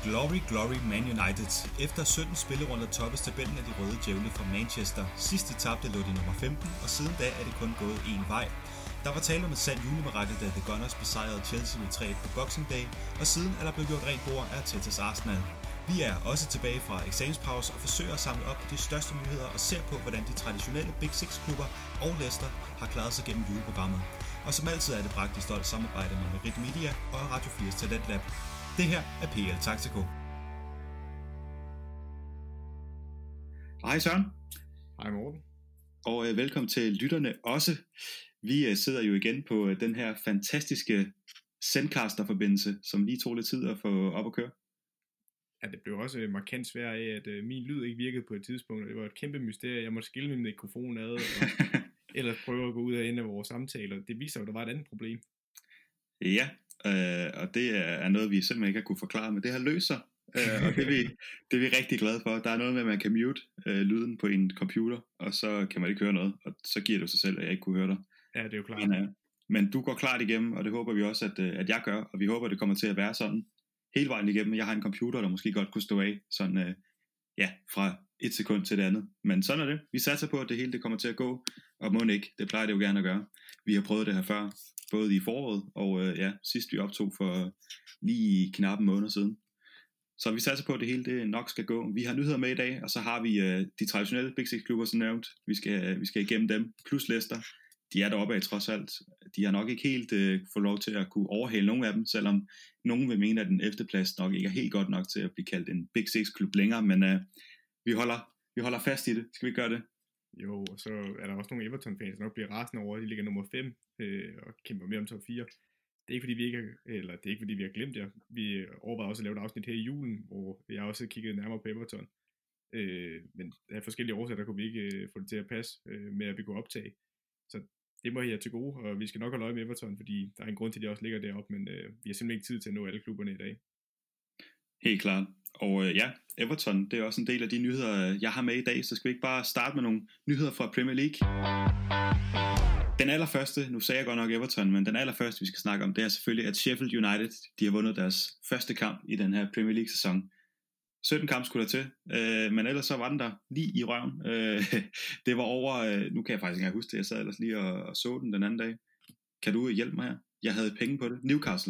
Glory, glory Man United. Efter 17 spillerunder toppes tabellen af de røde djævle fra Manchester. Sidst de tabte lå de nummer 15, og siden da er det kun gået én vej. Der var tale om et sandt julemirakel, da The Gunners besejrede Chelsea med 3 på Boxing Day, og siden er der blevet gjort rent bord af Artetas Arsenal. Vi er også tilbage fra eksamenspause og forsøger at samle op på de største nyheder og ser på, hvordan de traditionelle Big Six-klubber og Leicester har klaret sig gennem juleprogrammet. Og som altid er det bragt i stolt samarbejde med Merit Media og Radio 4's Talentlab. Det her er PL Taktiko. Hej Søren. Hej Morten. Og velkommen til lytterne også. Vi sidder jo igen på den her fantastiske Zencaster-forbindelse, som lige tog lidt tid at få op at køre. Ja, det blev også markant svært af, at min lyd ikke virkede på et tidspunkt, og det var et kæmpe mysterie. Jeg måtte skille min mikrofon ad, og ellers prøve at gå ud af en af vores samtaler. Det viser jo, at der var et andet problem. Ja, og det er noget, vi simpelthen ikke har kunne forklare, men det har løst sig, og det er vi rigtig glade for. Der er noget med, at man kan mute lyden på en computer, og så kan man ikke høre noget, og så giver det jo sig selv, at jeg ikke kunne høre dig. Ja, det er jo klart. Men du går klart igennem, og det håber vi også, at jeg gør, og vi håber, det kommer til at være sådan hele vejen igennem. Jeg har en computer, der måske godt kunne stå af, sådan, fra et sekund til det andet. Men sådan er det. Vi satser på, at det hele det kommer til at gå, og må ikke. Det plejer det jo gerne at gøre. Vi har prøvet det her før, både i foråret, og sidst vi optog for lige knap en måned siden. Så vi satser på, at det hele det nok skal gå. Vi har nyheder med i dag, og så har vi de traditionelle Big Six-klubber, som nævnt. Vi skal igennem dem, plus Leicester. De er deroppe af trods alt. De har nok ikke helt fået lov til at kunne overhale nogle af dem, selvom nogen vil mene, at den 11. plads nok ikke er helt godt nok til at blive kaldt en Big Six-klub længere, men vi holder fast i det. Skal vi gøre det? Jo, og så er der også nogle Everton-fans, der nok bliver rasende over, at de ligger nummer 5 og kæmper mere om top 4. Det er ikke fordi vi har glemt jer. Vi overvejede også at lave et afsnit her i julen, hvor jeg også kiggede nærmere på Everton. Men af forskellige årsager, der kunne vi ikke få det til at passe med, at vi kunne optage. Så det må I have til gode, og vi skal nok holde øje med Everton, fordi der er en grund til, at de også ligger deroppe, men vi har simpelthen ikke tid til at nå alle klubberne i dag. Helt klart. Og Everton, det er også en del af de nyheder, jeg har med i dag, så skal vi ikke bare starte med nogle nyheder fra Premier League. Den allerførste, nu sagde jeg godt nok Everton, men den allerførste, vi skal snakke om, det er selvfølgelig, at Sheffield United, de har vundet deres første kamp i den her Premier League-sæson. 17 kampe skulle der til, men ellers så var den der lige i røven. Det var over, nu kan jeg faktisk ikke huske det, jeg sad ellers lige og så den anden dag. Kan du hjælpe mig her? Jeg havde penge på det. Newcastle.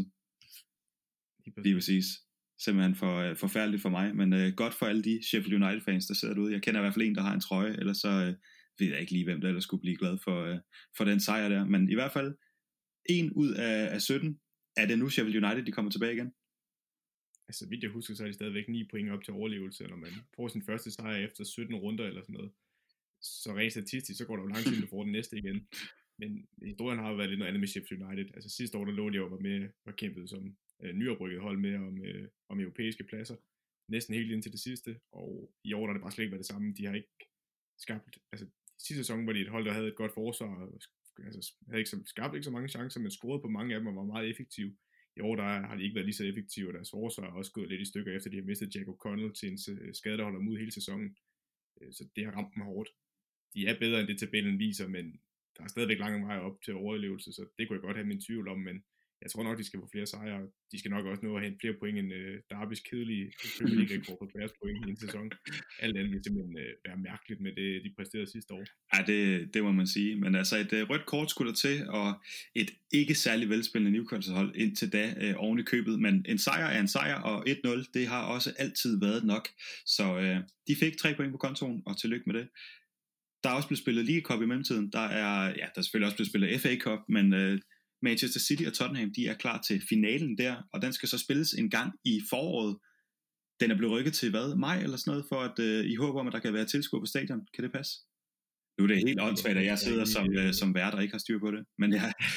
Lige præcis. Simpelthen forfærdeligt for mig, men godt for alle de Sheffield United-fans, der sidder derude. Jeg kender i hvert fald en, der har en trøje, ellers så ved jeg ikke lige, hvem der ellers skulle blive glad for den sejr der. Men i hvert fald, 1 ud af 17, er det nu Sheffield United, de kommer tilbage igen? Altså, vidt jeg husker, så er de stadigvæk 9 point op til overlevelse, når man får sin første sejr efter 17 runder eller sådan noget. Så rent statistisk, så går der jo lang tid, du får den næste igen. Men historien har jo været lidt noget andet med Sheffield United. Altså sidste år, der lå de jo var kæmpet som nyoprykket hold med om europæiske pladser. Næsten helt indtil det sidste. Og i år, der er det bare slet ikke været det samme. De har ikke skabt, altså sidste sæson var de et hold, der havde et godt forsvar, altså havde skabt ikke så mange chancer, men scorede på mange af dem og var meget effektive. I år, der har de ikke været lige så effektive, og deres forsvar har også gået lidt i stykker, efter de har mistet Jack O'Connell til en skade, der holder dem ud hele sæsonen. Så det har ramt dem hårdt. De er bedre end det tabellen viser, men der er stadigvæk lang vej op til overlevelse, så det kunne jeg godt have min tvivl om, men jeg tror nok, de skal få flere sejre. De skal nok også nå at hente flere point end Derbys kedelige Premier League-rekord på 40 point i en sæson. Alt andet vil simpelthen være mærkeligt med det, de præsterede sidste år. Ja, det må man sige. Men altså et rødt kort skulle der til, og et ikke særlig velspillende Newcastle-hold indtil da oven i købet. Men en sejr er en sejr, og 1-0, det har også altid været nok. Så de fik 3 point på kontoen, og tillykke med det. Der er også blevet spillet League Cup i mellemtiden. Der er selvfølgelig også blevet spillet FA Cup, men Manchester City og Tottenham, de er klar til finalen der, og den skal så spilles en gang i foråret. Den er blevet rykket til maj eller sådan noget, for at I håber om, at der kan være tilskuere på stadion. Kan det passe? Nu er det helt åndssvagt, at jeg sidder som vært og ikke har styr på det, men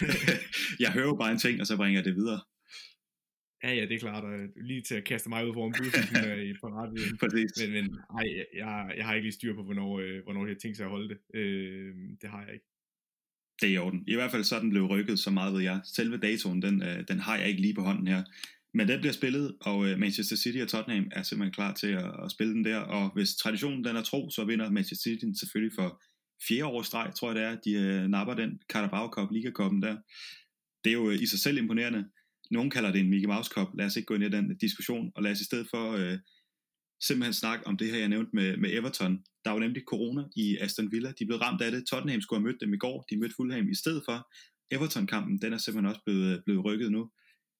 jeg hører jo bare en ting, og så bringer jeg det videre. Ja, det er klart, lige til at kaste mig ud foran bussen i paradien. Men jeg har ikke lige styr på, hvornår jeg har tænkt sig at holde det. Det har jeg ikke. Det er i orden. I hvert fald så er den blevet rykket så meget, ved jeg. Selve datoen, den har jeg ikke lige på hånden her. Men den bliver spillet, og Manchester City og Tottenham er simpelthen klar til at spille den der. Og hvis traditionen den er tro, så vinder Manchester City selvfølgelig for 4. års streg, tror jeg det er. De napper den Carabao Cup, Liga Cup'en der. Det er jo i sig selv imponerende. nogen kalder det en Mickey Mouse Cup. Lad os ikke gå ind i den diskussion, og lad os i stedet for simpelthen snakke om det her, jeg nævnte med Everton. Der var nemlig corona i Aston Villa. De blev ramt af det. Tottenham skulle have mødt dem i går. De mødte Fulham i stedet for. Everton-kampen, den er simpelthen også blevet rykket nu.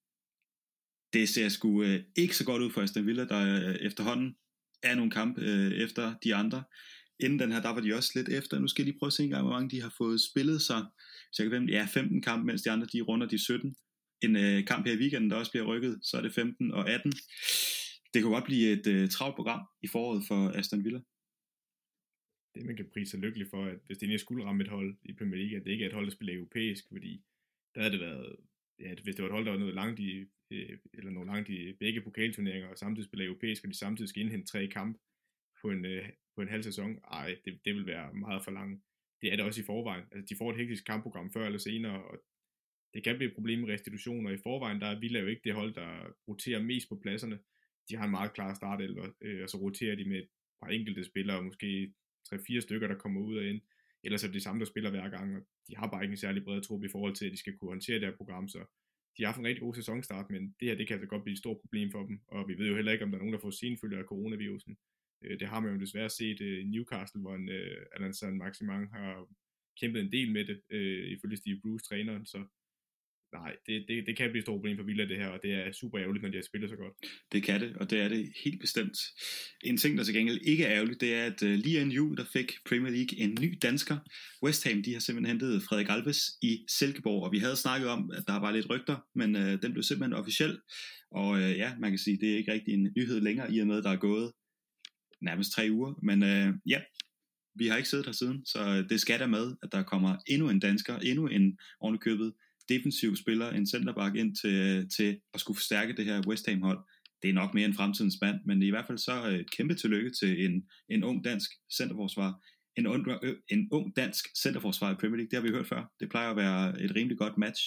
Det ser sgu ikke så godt ud for Aston Villa, der efterhånden er nogle kampe efter de andre. Inden den her, der var de også lidt efter. Nu skal jeg lige prøve at se en gang, hvor mange de har fået spillet sig. Så jeg kan 15 kampe, mens de andre de runder de 17. En kamp her i weekenden, der også bliver rykket, så er det 15 og 18. Det kunne godt blive et travlt program i foråret for Aston Villa. Det man kan prise sig lykkelig for, at hvis det skulle ramme et hold i Premier League, at det ikke er et hold, der spiller europæisk, fordi der havde det været, hvis det var et hold, der var noget langt i begge pokalturneringer, og samtidig spiller europæisk, og de samtidig skal indhente 3 kampe på en halv sæson, det vil være meget for langt. Det er det også i forvejen. Altså, de får et hektisk kampprogram før eller senere, og det kan blive et problem med restitution, og i forvejen, der er Villa jo ikke det hold, der roterer mest på pladserne. De har en meget klar startelver, og så roterer de med et par enkelte spillere, måske 3-4 stykker, der kommer ud og ind. Ellers er det de samme, der spiller hver gang, og de har bare ikke en særlig bred trup i forhold til, at de skal kunne håndtere det her program, så de har haft en rigtig god sæsonstart, men det her, det kan altså godt blive et stort problem for dem, og vi ved jo heller ikke, om der er nogen, der får senfølger af coronavirusen. Det har man jo desværre set i Newcastle, hvor Alain Saint-Maximin har kæmpet en del med det, ifølge Steve Bruce, træneren, så nej, det kan blive et stort problem for Villa det her, og det er super ærgerligt, når de har spillet så godt. Det kan det, og det er det helt bestemt. En ting, der til gengæld ikke er ærgerligt, det er, at lige inden jul, der fik Premier League en ny dansker. West Ham, de har simpelthen hentet Frederik Alves i Silkeborg, og vi havde snakket om, at der var lidt rygter, men den blev simpelthen officiel. Og man kan sige, det er ikke rigtig en nyhed længere, i og med, at der er gået nærmest 3 uger. Men vi har ikke siddet her siden, så det skal der med, at der kommer endnu en dansker, endnu en ovenikøbet defensiv spiller, en centerback ind til at skulle forstærke det her West Ham hold. Det er nok mere en fremtidens mand, men i hvert fald så et kæmpe tillykke til en ung dansk centerforsvar. En ung dansk centerforsvar i Premier League, det har vi hørt før. Det plejer at være et rimelig godt match.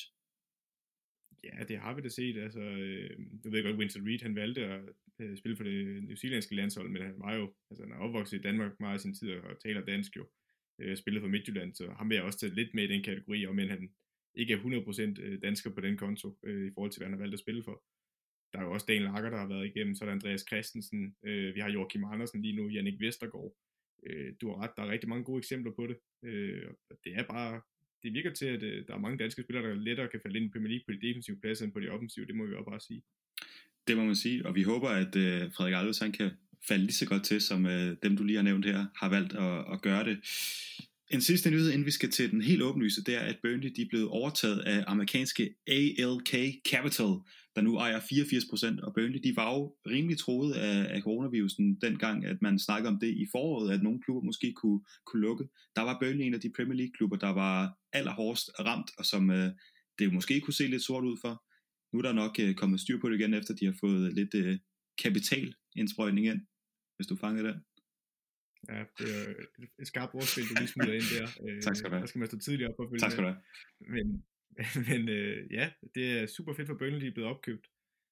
Ja, det har vi da set. Altså, jeg ved godt, Winston Reid, han valgte at spille for det newzealandske landshold, men han var jo, altså han er opvokset i Danmark meget af sin tid og taler dansk jo. Spillet for Midtjylland, så ham vil jeg også tage lidt med i den kategori, og men han ikke er 100% dansker på den konto, i forhold til, hvad han har valgt at spille for. Der er jo også Daniel Akker, der har været igennem, så er der Andreas Christensen, vi har Joachim Andersen lige nu, Jannik Vestergaard. Du har ret, der er rigtig mange gode eksempler på det. Det er bare, det virker til, at der er mange danske spillere, der lettere kan falde ind i Premier League på de defensive pladser end på de offensive, det må vi jo bare sige. Det må man sige, og vi håber, at Frederik Alves, han kan falde lige så godt til, som dem, du lige har nævnt her, har valgt at gøre det. En sidste nyhed, inden vi skal til den helt åbenlyse, det er, at Burnley de er blevet overtaget af amerikanske ALK Capital, der nu ejer 84%, og Burnley de var jo rimelig troet af coronavirusen dengang, at man snakkede om det i foråret, at nogle klubber måske kunne lukke. Der var Burnley en af de Premier League klubber, der var allerhårdest ramt, og som det måske kunne se lidt sort ud for. Nu er der nok kommet styr på det igen, efter de har fået lidt kapitalindsprøjtning ind, hvis du fanger den. Ja, det er et skarpt ordspil, du lige smider ind der. Tak skal du have. Der skal man stå tidligere op for at følge Tak skal du have. Men ja, det er super fedt for Burnley, de er blevet opkøbt.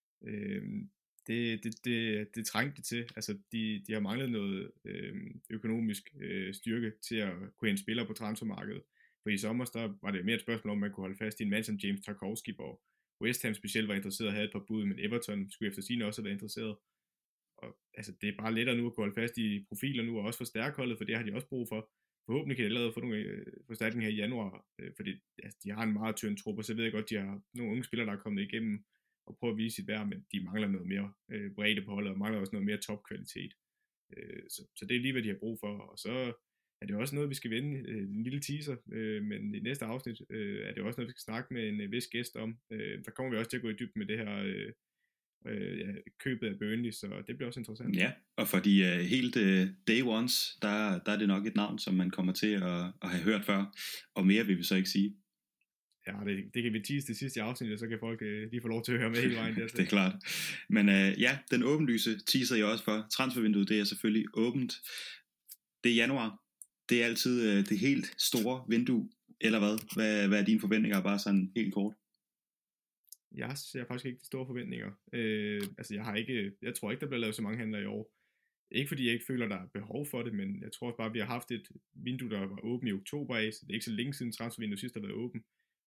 Det trængte de til. Altså, de har manglet noget økonomisk styrke til at kunne hente spillere på transfermarkedet. For i sommer, der var det mere et spørgsmål om, man kunne holde fast i en mand som James Tarkowski, hvor West Ham specielt var interesseret og havde et par bud, men Everton skulle efter sigende også have været interesseret. Og altså, det er bare lettere nu at kunne holde fast i profiler nu, og også forstærke holdet, for det har de også brug for. Forhåbentlig kan de allerede få nogle forstærkninger her i januar, fordi altså, de har en meget tynd trup, og så ved jeg godt, de har nogle unge spillere, der er kommet igennem og prøver at vise sit værd, men de mangler noget mere bredde på holdet, og mangler også noget mere topkvalitet. Så det er lige, hvad de har brug for, og så er det også noget, vi skal vende, en lille teaser, men i næste afsnit er det også noget, vi skal snakke med en vis gæst om. Der kommer vi også til at gå i dybden med det her købet af Burnley, så det bliver også interessant. Ja, og for de helt day ones, der er det nok et navn, som man kommer til at have hørt før, og mere vil vi så ikke sige. Ja, det kan vi tease det sidste afsnit, og så kan folk lige få lov til at høre med hele vejen. Det er klart. Men ja, den åbenlyse teaser jeg også for. Transfervinduet, det er selvfølgelig åbent. Det er januar. Det er altid det helt store vindue, eller hvad? Hvad er dine forventninger, bare sådan helt kort? Jeg ser faktisk ikke de store forventninger. Altså jeg tror ikke, der bliver lavet så mange handler i år. Ikke fordi jeg ikke føler, der er behov for det, men jeg tror også bare, at vi har haft et vindue, der var åbent i oktober af, så det er ikke så længe siden transfervinduet sidst har været åben.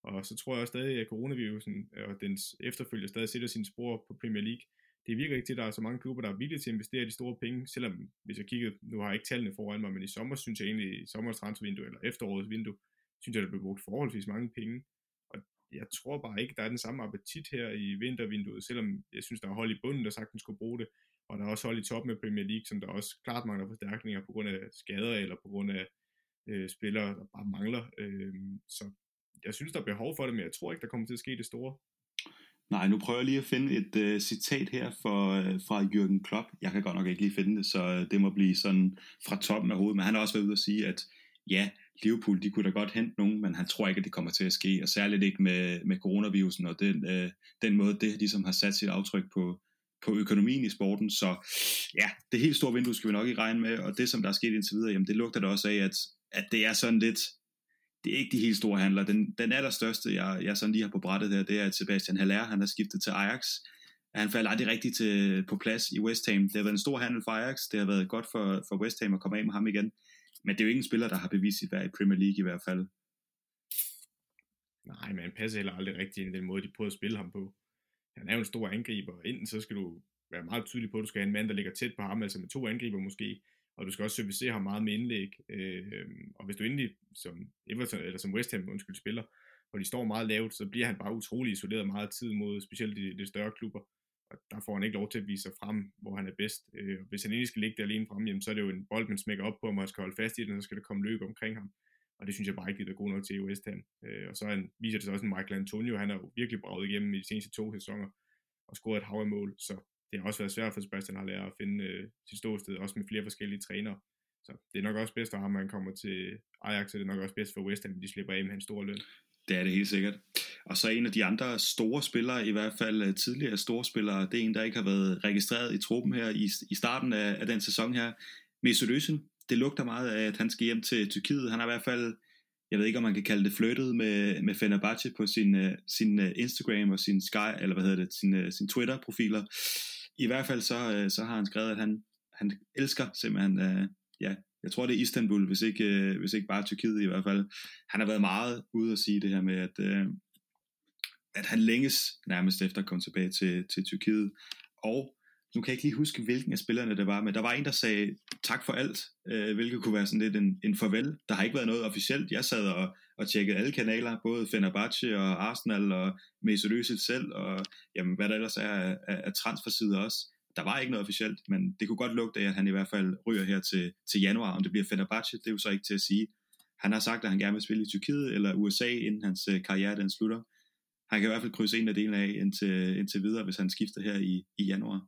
Og så tror jeg også stadig, at coronavirusen og dens efterfølger stadig sætter sine spor på Premier League. Det virker ikke til, at der er så mange klubber, der er villige til at investere de store penge, selvom hvis jeg kiggede, nu har jeg ikke tallene foran mig, men i sommer synes jeg egentlig, i sommers transfervindue eller efterårets vindue, synes jeg, der blev brugt forholdsvis mange penge. Og jeg tror bare ikke, der er den samme appetit her i vintervinduet, selvom jeg synes, der er hold i bunden, der sagtens skulle bruge det. Og der er også hold i toppen af Premier League, som der også klart mangler forstærkninger på grund af skader eller på grund af spillere, der bare mangler. Så jeg synes, der er behov for det, men jeg tror ikke, der kommer til at ske det store. Nej, nu prøver jeg lige at finde et citat her fra Jürgen Klopp. Jeg kan godt nok ikke lige finde det, så det må blive sådan fra toppen af hovedet. Men han har også været ude at sige, at ja, Liverpool, de kunne da godt hente nogen, men han tror ikke, at det kommer til at ske. Og særligt ikke med coronavirusen og den måde, det ligesom har sat sit aftryk på økonomien i sporten. Så ja, det helt store vindue skal vi nok ikke regne med. Og det, som der er sket indtil videre, jamen det lugter da også af, at det er sådan lidt... Det er ikke de helt store handler. Den allerstørste, jeg sådan lige har på brættet her, det er, at Sebastian Haller, han har skiftet til Ajax. Han faldt aldrig rigtigt på plads i West Ham. Det har været en stor handel for Ajax. Det har været godt for West Ham at komme af med ham igen. Men det er jo ikke en spiller, der har bevist sit værd i Premier League i hvert fald. Nej, men han passer heller aldrig rigtigt ind i den måde, de prøver at spille ham på. Han er jo en stor angriber. Enten så skal du være meget tydelig på, at du skal have en mand, der ligger tæt på ham, altså med 2 angriber måske. Og du skal også servicere ham meget med indlæg. Og hvis du endelig som Everton eller som West Ham spiller, hvor de står meget lavt, så bliver han bare utrolig isoleret meget tid mod specielt de større klubber. Og der får han ikke lov til at vise sig frem, hvor han er bedst. Hvis han egentlig skal ligge der alene frem, jamen, så er det jo en bold, man smækker op på, og man skal holde fast i den, og så skal der komme løb omkring ham. Og det synes jeg bare ikke, det er god nok til i West Ham. Og så viser det sig også en Michael Antonio, han har jo virkelig braget igennem i de seneste 2 sæsoner, og scoret et hav af mål, så det har også været svært for Sebastian Haller at finde sit ståsted, også med flere forskellige trænere. Så det er nok også bedst for ham, at han kommer til Ajax, og det er nok også bedst for West Ham, at de slipper af med hans store løn. Det er det helt sikkert. Og så en af de andre store spillere, i hvert fald tidligere store spillere, det er en, der ikke har været registreret i truppen her i starten af den sæson her. Mesut Özil, det lugter meget af, at han skal hjem til Tyrkiet. Han har i hvert fald, jeg ved ikke, om man kan kalde det flirtet med Fenerbahce på sin Instagram og sin Sky, eller hvad hedder det, sin Twitter-profiler. I hvert fald så har han skrevet, at han elsker simpelthen, jeg tror det er Istanbul, hvis ikke bare Tyrkiet i hvert fald. Han har været meget ude at sige det her med, at han længes nærmest efter at komme tilbage til Tyrkiet. Og nu kan jeg ikke lige huske, hvilken af spillerne det var, men der var en, der sagde tak for alt, hvilket kunne være sådan lidt en farvel. Der har ikke været noget officielt. Jeg sad og tjekkede alle kanaler, både Fenerbahce og Arsenal og Mesut Özil selv, og jamen, hvad der ellers er af transfersider også. Der var ikke noget officielt, men det kunne godt lugte af, at han i hvert fald ryger her til januar. Om det bliver Fenerbahce, det er jo så ikke til at sige. Han har sagt, at han gerne vil spille i Tyrkiet eller USA, inden hans karriere den slutter. Han kan i hvert fald krydse en af delene af indtil videre, hvis han skifter her i januar.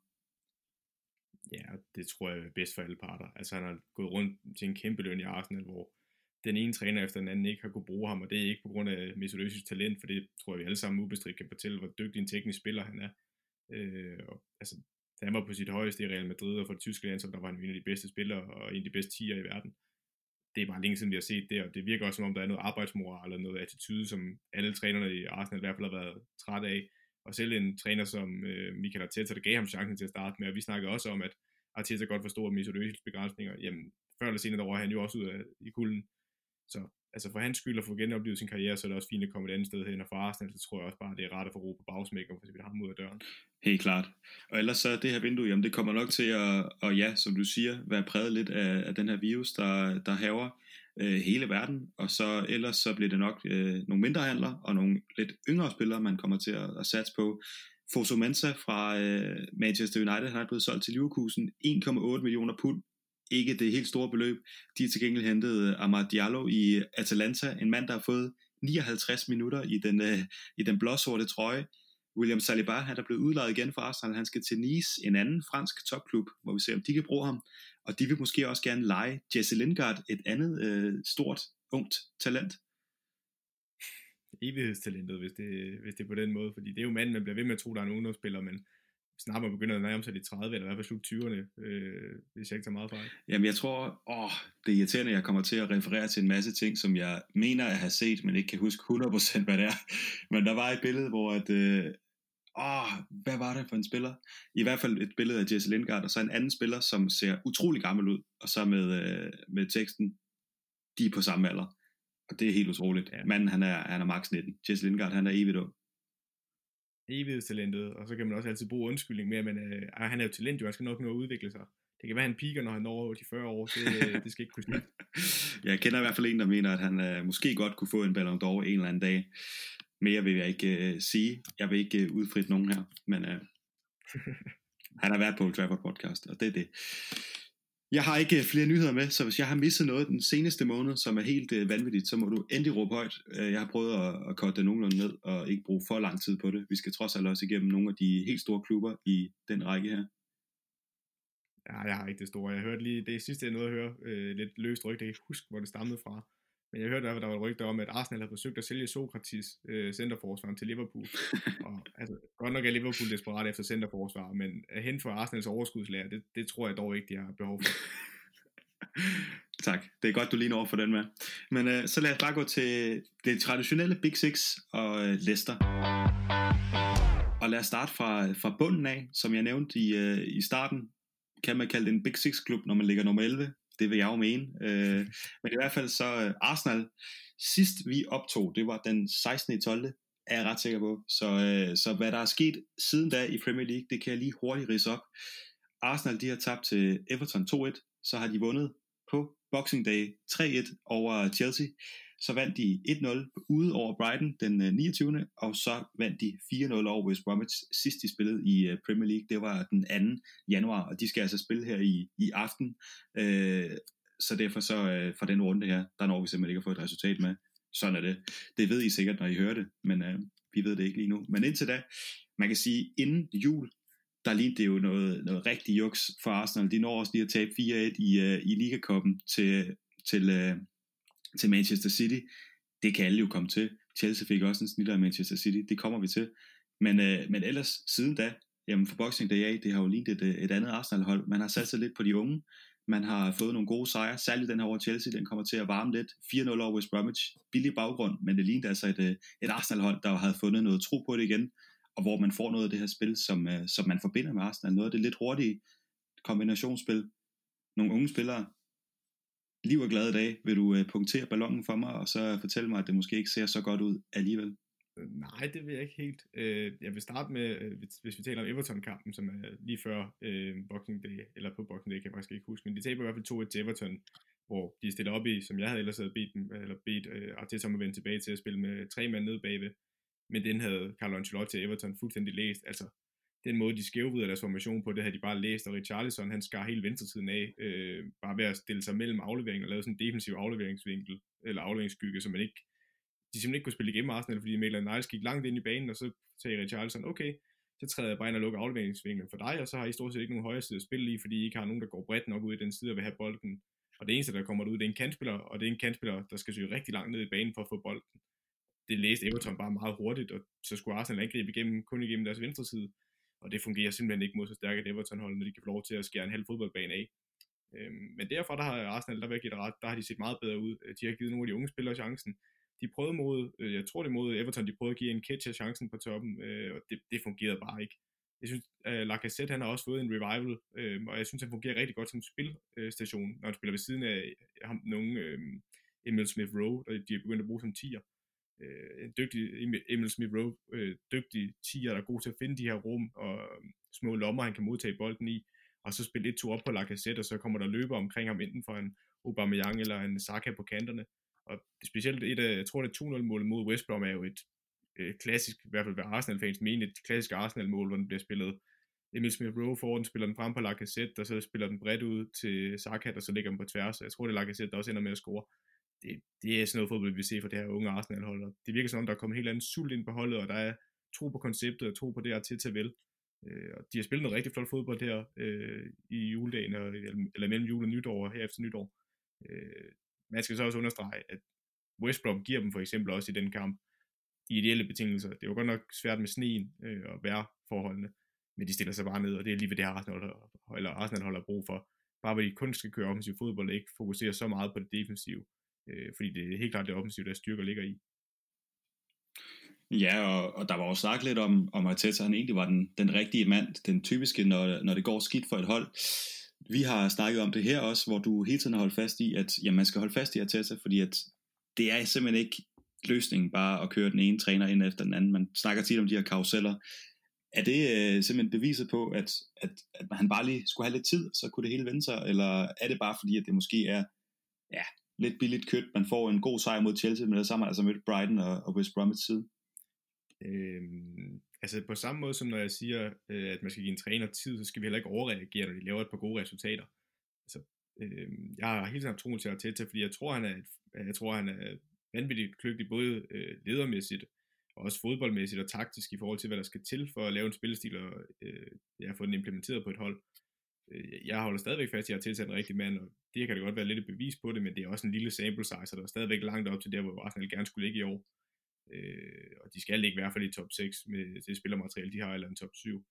Ja, det tror jeg er bedst for alle parter. Altså han har gået rundt til en kæmpe løn i Arsenal, hvor den ene træner efter den anden ikke har kunne bruge ham, og det er ikke på grund af Mesut Özils talent, for det tror jeg vi alle sammen ubestridt kan fortælle, hvor dygtig en teknisk spiller han er. Og, altså, da han var på sit højeste i Real Madrid og for det tyske landshold, der var han en af de bedste spillere og en af de bedste tiere i verden. Det er bare længe siden vi har set det, og det virker også som om der er noget arbejdsmoral eller noget attitude, som alle trænerne i Arsenal i hvert fald har været trætte af. Og selv en træner som Mikel Arteta, der gav ham chancen til at starte med, og vi snakkede også om, at Arteta godt forstod Mesut Özils begrænsninger. Jamen, før eller senere, der var han jo også ud i kulden. Så altså for hans skyld at få genoplevet sin karriere, så er det også fint at komme et andet sted hen, og for Arsenal, så tror jeg også bare, det er rart at få ro på bagsmækken, for så vil ham ud af døren. Helt klart. Og ellers så det her vindue, jamen det kommer nok til at ja, som du siger, være præget lidt af den her virus, der hærger hele verden, og så ellers så bliver det nok nogle mindre handler, og nogle lidt yngre spillere, man kommer til at satse på. Fosu Mensah fra Manchester United, han er blevet solgt til Leverkusen, 1,8 millioner pund. Ikke det helt store beløb. De har til gengæld hentet Amad Diallo i Atalanta, en mand, der har fået 59 minutter i den blåsorte trøje. William Saliba, han er blevet udlejet igen fra Arsenal. Han skal til Nice, en anden fransk topklub, hvor vi ser, om de kan bruge ham. Og de vil måske også gerne lege Jesse Lingard, et andet stort, ungt talent. Evighedstalentet, hvis det er på den måde. Fordi det er jo manden, man bliver ved med at tro, der er en ungdomsspiller, men snart man begynder at nærme sig de 30, eller i hvert fald slut 20'erne, hvis jeg ikke tager meget fejl. Jamen jeg tror, det er irriterende, at jeg kommer til at referere til en masse ting, som jeg mener at have set, men ikke kan huske 100% hvad det er. Men der var et billede, hvor hvad var det for en spiller? I hvert fald et billede af Jesse Lingard, og så en anden spiller, som ser utrolig gammel ud, og så med teksten, de er på samme alder. Og det er helt utroligt. Ja. Manden, han er max 19. Jesse Lingard, han er evigt ung. Evighedstalentet, og så kan man også altid bruge undskyldning med, men han er jo talent, jo, han skal nok nå at udvikle sig. Det kan være, han piker, når han når over de 40 år. Det skal ikke kunne ske. Jeg kender i hvert fald en, der mener, at han måske godt kunne få en Ballon d'Or en eller anden dag. Mere vil jeg ikke sige. Jeg vil ikke udfrit nogen her, men han har været på Old Trafford podcast, og det er det. Jeg har ikke flere nyheder med, så hvis jeg har misset noget den seneste måned, som er helt vanvittigt, så må du endelig råbe højt. Jeg har prøvet at korte det nogenlunde ned, og ikke bruge for lang tid på det. Vi skal trods alt også igennem nogle af de helt store klubber i den række her. Ja, jeg har ikke det store. Jeg hørte lige det sidste, jeg nåede at høre, lidt løst rygte. Jeg kan ikke huske, hvor det stammede fra. Men jeg hørte, at der var et rygte om, at Arsenal havde forsøgt at sælge Sokratis, centerforsvaren, til Liverpool. Og altså, godt nok er Liverpool desperat efter centerforsvar, men at hente for Arsenals overskudslager, det tror jeg dog ikke, de har behov for. Tak. Det er godt, du lige når over for den med. Men så lad os bare gå til det traditionelle Big Six og Leicester. Og lad os starte fra bunden af, som jeg nævnte i starten. Kan man kalde det en Big Six-klub, når man ligger nummer 11? Det vil jeg jo mene. Men i hvert fald så Arsenal, sidst vi optog, det var den 16. 12. er jeg ret sikker på. Så hvad der er sket siden da i Premier League, det kan jeg lige hurtigt ridse op. Arsenal, de har tabt til Everton 2-1, så har de vundet på Boxing Day 3-1 over Chelsea. Så vandt de 1-0 ude over Brighton den 29. Og så vandt de 4-0 over West Bromwich sidst de spillede i Premier League. Det var den 2. januar, og de skal altså spille her i aften. Så derfor så fra den runde her, der når vi simpelthen ikke at få et resultat med. Sådan er det. Det ved I sikkert, når I hører det, men vi ved det ikke lige nu. Men indtil da, man kan sige, inden jul, der lignede det jo noget rigtig juks for Arsenal. De når også lige at tabe 4-1 i Liga-cuppen til Manchester City. Det kan alle jo komme til. Chelsea fik også en snitter af Manchester City. Det kommer vi til. Men ellers siden da, jamen for Boxing Day af, det har jo lignet et andet Arsenal-hold. Man har sat sig lidt på de unge. Man har fået nogle gode sejre. Særligt den her over Chelsea, den kommer til at varme lidt. 4-0 over West Bromwich. Billig baggrund, men det lignede altså et Arsenal-hold, der havde fundet noget tro på det igen. Og hvor man får noget af det her spil, som man forbinder med Arsenal. Noget af det lidt hurtige kombinationsspil. Nogle unge spillere. Liv og glade dage. Vil du punktere ballonen for mig, og så fortælle mig, at det måske ikke ser så godt ud alligevel? Nej, det vil jeg ikke helt. Jeg vil starte med, hvis vi taler om Everton-kampen, som er lige før Boxing Day, eller på Boxing Day, kan jeg faktisk ikke huske, men de taber i hvert fald 2-1 til Everton, hvor de stiller op i, som jeg havde ellers bedt Arteta om at vende tilbage til at spille med 3 mand nede bagved, men den havde Carlo Ancelotti til Everton fuldstændig læst. Altså, den måde, de skævvrider deres formation på, det havde de bare læst, og Richarlison, han skar hele venstresiden af, bare ved at stille sig mellem afleveringen og lave sådan en defensiv afleveringsvinkel, eller afleveringsskygge, som de simpelthen ikke kunne spille igennem Arsenal, fordi Maitland-Niles gik langt ind i banen, og så sagde Richarlison, okay, så træder jeg bare ind og lukker afleveringsvinklen for dig, og så har I stort set ikke nogen højre side at spille i, fordi I ikke har nogen, der går bredt nok ud i den side og vil have bolden. Og det eneste, der kommer ud, det er en kantspiller, og det er en kantspiller, der skal søge rigtig langt ned i banen for at få bolden. Det læste Everton bare meget hurtigt, og så skulle Arsenal angribe kun igennem deres venstre side, og det fungerer simpelthen ikke mod så stærkt et Everton-hold, når de kan få lov til at skære en halv fodboldbane af. Men derfra, der har Arsenal, der vil jeg give det ret, der har de set meget bedre ud. De har givet nogle af de unge spillere chancen. De prøvede jeg tror det mod Everton, de prøvede at give en Ketcher chancen på toppen, og det fungerede bare ikke. Jeg synes, Lacazette, han har også fået en revival, og jeg synes, han fungerer rigtig godt som spilstation, når han spiller ved siden af Emil Smith-Rowe, der de er begyndt at bruge som 10'er. En dygtig Emil Smith-Rowe, dygtig 10'er, der er god til at finde de her rum og små lommer, han kan modtage bolden i, og så spille 1-2 op på Lacazette, og så kommer der løber omkring ham, enten for en Aubameyang eller en Saka på kanterne. Og specielt jeg tror det 2-0-målet mod West Brom er jo et klassisk, i hvert fald hvad Arsenal-fans mener, et klassisk Arsenal-mål, hvor den bliver spillet. Emil Smith-Rowe foran, den spiller den frem på Lacazette, og så spiller den bredt ud til Saka, og så ligger den på tværs. Jeg tror det er Lacazette, der også ender med at score. Det er sådan noget fodbold, vi ser for det her unge Arsenal-hold. Det virker som om, der er kommet helt anden sult ind på holdet, og der er tro på konceptet og tro på det Arteta vil. Og de har spillet noget rigtig flot fodbold her i juledagen, eller mellem jul og nytår, her efter nytår. Man skal så også understrege, at West Brom giver dem for eksempel også i den kamp de ideelle betingelser. Det var godt nok svært med sneen og vejrforholdene, men de stiller sig bare ned, og det er lige ved det her Arsenal holder brug for. Bare hvor de kun skal køre offensiv fodbold, og ikke fokusere så meget på det defensive, fordi det er helt klart det offensive, der styrker ligger i. Ja, og der var jo snakket lidt om Arteta, han egentlig var den rigtige mand, den typiske, når det går skidt for et hold. Vi har snakket om det her også, hvor du hele tiden har holdt fast i, at man skal holde fast i Arteta, fordi at det er simpelthen ikke løsningen bare at køre den ene træner ind efter den anden. Man snakker tit om de her karuseller. Er det simpelthen beviset på, at han bare lige skulle have lidt tid, så kunne det hele vende sig, eller er det bare fordi, at det måske er lidt billigt kødt, man får en god sejr mod Chelsea, men det samme altså mødt Brighton og West Bromwich side? Altså på samme måde som når jeg siger, at man skal give en træner tid, så skal vi heller ikke overreagere, når de laver et par gode resultater. Altså, jeg har hele tiden haft troen til Arteta, fordi jeg tror, han er vanvittigt kløgtig, både ledermæssigt, og også fodboldmæssigt og taktisk i forhold til, hvad der skal til for at lave en spillestil og få den implementeret på et hold. Jeg holder stadigvæk fast i at tilsætte en rigtig mand, og det kan det godt være lidt et bevis på det, men det er også en lille sample size, og der er stadigvæk langt op til der, hvor Arsenal gerne skulle ligge i år. Og de skal ligge i hvert fald i top 6 med det spillermateriale, de har, eller en top 7.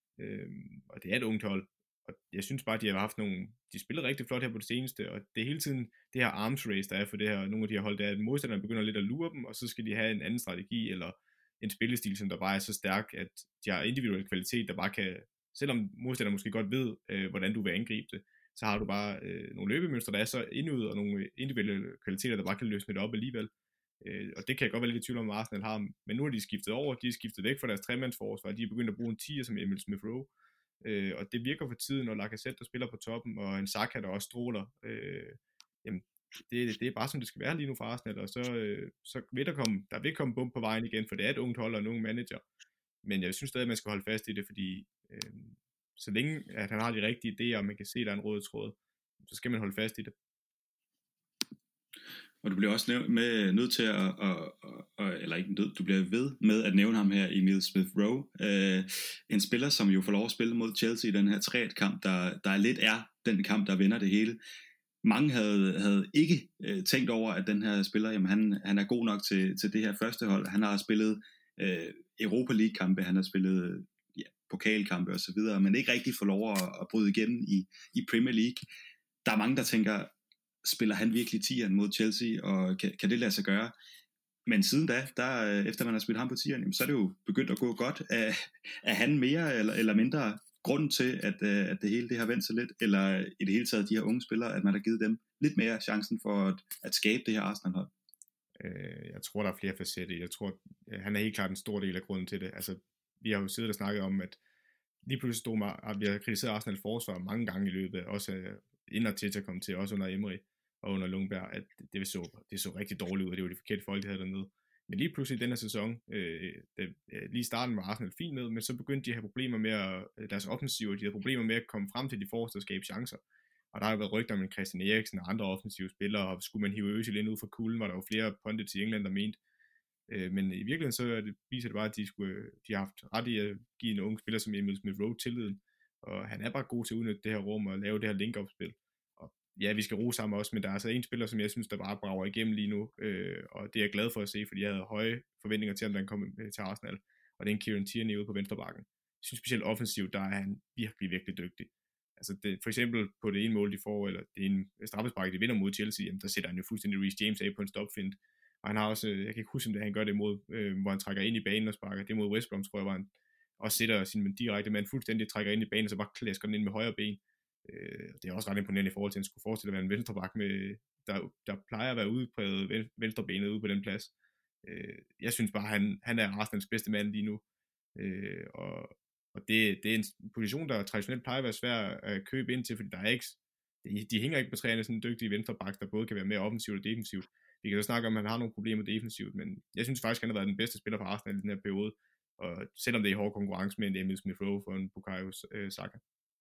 Og det er et ungt hold, og jeg synes bare, de har haft de spiller rigtig flot her på det seneste, og det er hele tiden det her arms race, der er for det her, nogle af de her hold, der er, at modstanderne begynder lidt at lure dem, og så skal de have en anden strategi, eller en spillestil, som der bare er så stærk, at de har individuel kvalitet, der bare kan, selvom modstanderne måske godt ved, hvordan du vil angribe det, så har du bare nogle løbemønstre, der er så indøvet, og nogle individuelle kvaliteter, der bare kan løsne det op alligevel. Og det kan jeg godt være lidt i tvivl om, at Arsenal har. Men nu er de skiftet over, de er skiftet væk fra deres tremandsforsvar, de er begyndt at bruge en 10'er som Emil Smith Rowe. Og det virker for tiden, når Lacazette der spiller på toppen, og en Saka der også stråler. Jamen, det er bare som det skal være lige nu for Arsenal, og så vil der vil komme bump på vejen igen, for det er et ungt hold og en ung manager. Men jeg synes stadig, at man skal holde fast i det, fordi så længe at han har de rigtige idéer, og man kan se, at der er en rød tråd, så skal man holde fast i det. Og du bliver også nødt til eller ikke nødt, du bliver ved med at nævne ham her, Emil Smith Rowe. En spiller, som jo får lov at spille mod Chelsea i den her 3-kamp, der lidt er den kamp, der vinder det hele. Mange havde ikke tænkt over, at den her spiller, jamen han er god nok til det her første hold. Han har spillet Europa League-kampe, han har spillet pokalkampe og så videre, men ikke rigtig får lov at bryde igennem i Premier League. Der er mange, der tænker, spiller han virkelig 10'eren mod Chelsea, og kan det lade sig gøre? Men siden da efter man har spillet ham på 10'eren, så er det jo begyndt at gå godt. Er han mere eller mindre grunden til, at det hele det har vendt sig lidt, eller i det hele taget de her unge spillere, at man har givet dem lidt mere chancen for at skabe det her Arsenal-hold? Jeg tror, der er flere facetter. Jeg tror, han er helt klart en stor del af grunden til det. Altså, vi har jo siddet og snakket om, at lige pludselig vi har kritiseret Arsenal forsvar mange gange i løbet, også inden Arteta kom til, også under Emery og under Lundberg, at det så rigtig dårligt ud, og det var de forkerte folk, de havde dernede. Men lige pludselig i den her sæson, lige i starten var Arsenal fint med, men så begyndte de at have problemer med deres offensiver, de havde problemer med at komme frem til de forreste og skabe chancer. Og der har jo været rygter om en Christian Eriksen og andre offensive spillere, og skulle man hive Özil ind ud fra kulden, var der jo flere pundits i England, der mente. Men i virkeligheden så viser det bare, at de har haft ret i at give en ung spiller som Emil Smith Rowe tilliden, og han er bare god til at udnytte det her rum og lave det her link-up-spil. Og ja, vi skal rose sammen også, men der er altså en spiller, som jeg synes, der bare brager igennem lige nu, og det er jeg glad for at se, fordi jeg havde høje forventninger til, om han kom til Arsenal, og det er en Kieran Tierney ude på venstrebakken. Jeg synes specielt offensivt, der er han virkelig, virkelig dygtig. Altså for eksempel på det ene mål, de får, eller det ene straffespark, de vinder mod Chelsea, jamen, der sætter han jo fuldstændig Reece James af på en stopfint. Og han har også, jeg kan ikke huske, om det han gør det mod, hvor han trækker ind i banen og sparker. Det er mod West Brom, tror jeg, hvor han også sætter sin direkte mand fuldstændig trækker ind i banen, og så bare klasker den ind med højre ben. Det er også ret imponerende i forhold til, at han skulle forestille at være en venstreback, der plejer at være udpræget venstrebenet ude på den plads. Jeg synes bare, han er Arsenals bedste mand lige nu. Og det er en position, der traditionelt plejer at være svær at købe ind til, fordi der er ikke, de hænger ikke på træerne sådan en dygtig venstreback, der både kan være mere offensivt og defensivt. Vi kan så snakke om, at han har nogle problemer defensivt, men jeg synes faktisk, at han har været den bedste spiller for Arsenal i den her periode. Og selvom det er i hård konkurrence med en Emil Smith Rowe for en Bukayo Saka.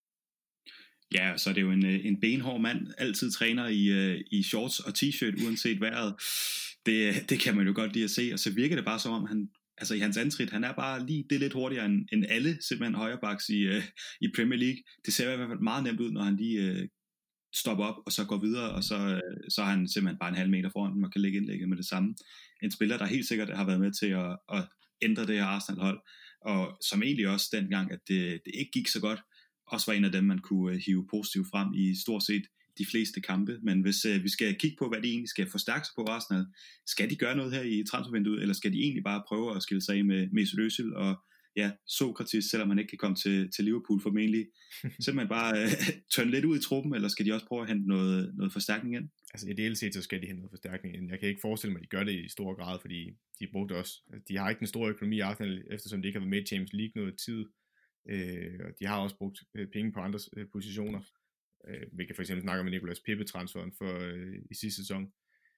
Ja, så er det jo en benhård mand, altid træner i shorts og t-shirt, uanset vejret. Det kan man jo godt lide at se, og så virker det bare som om, han, altså i hans antrit, han er bare lige det lidt hurtigere end alle simpelthen højrebacks i Premier League. Det ser i hvert fald meget nemt ud, når han lige stopper op, og så går videre, og så er han simpelthen bare en halv meter foran, man kan lægge indlægget med det samme. En spiller, der helt sikkert har været med til at ændre det her Arsenal-hold, og som egentlig også dengang, at det ikke gik så godt, også var en af dem, man kunne hive positivt frem i stort set de fleste kampe. Men hvis vi skal kigge på, hvad de egentlig skal forstærke sig på Arsenal, skal de gøre noget her i transfervinduet, eller skal de egentlig bare prøve at skille sig af med Mesut Özil og Sokratis, selvom han ikke kan komme til Liverpool formentlig. Simpelthen bare tørne lidt ud i truppen, eller skal de også prøve at hente noget forstærkning ind? Altså ideelt set, så skal de hente noget forstærkning ind. Jeg kan ikke forestille mig, at de gør det i stor grad, fordi de brugte også, de har ikke den store økonomi i Arsenal, eftersom de ikke har været med i Champions League noget tid. Og de har også brugt penge på andre positioner. Vi kan for eksempel snakke om Nicolas Pepe-transferen i sidste sæson.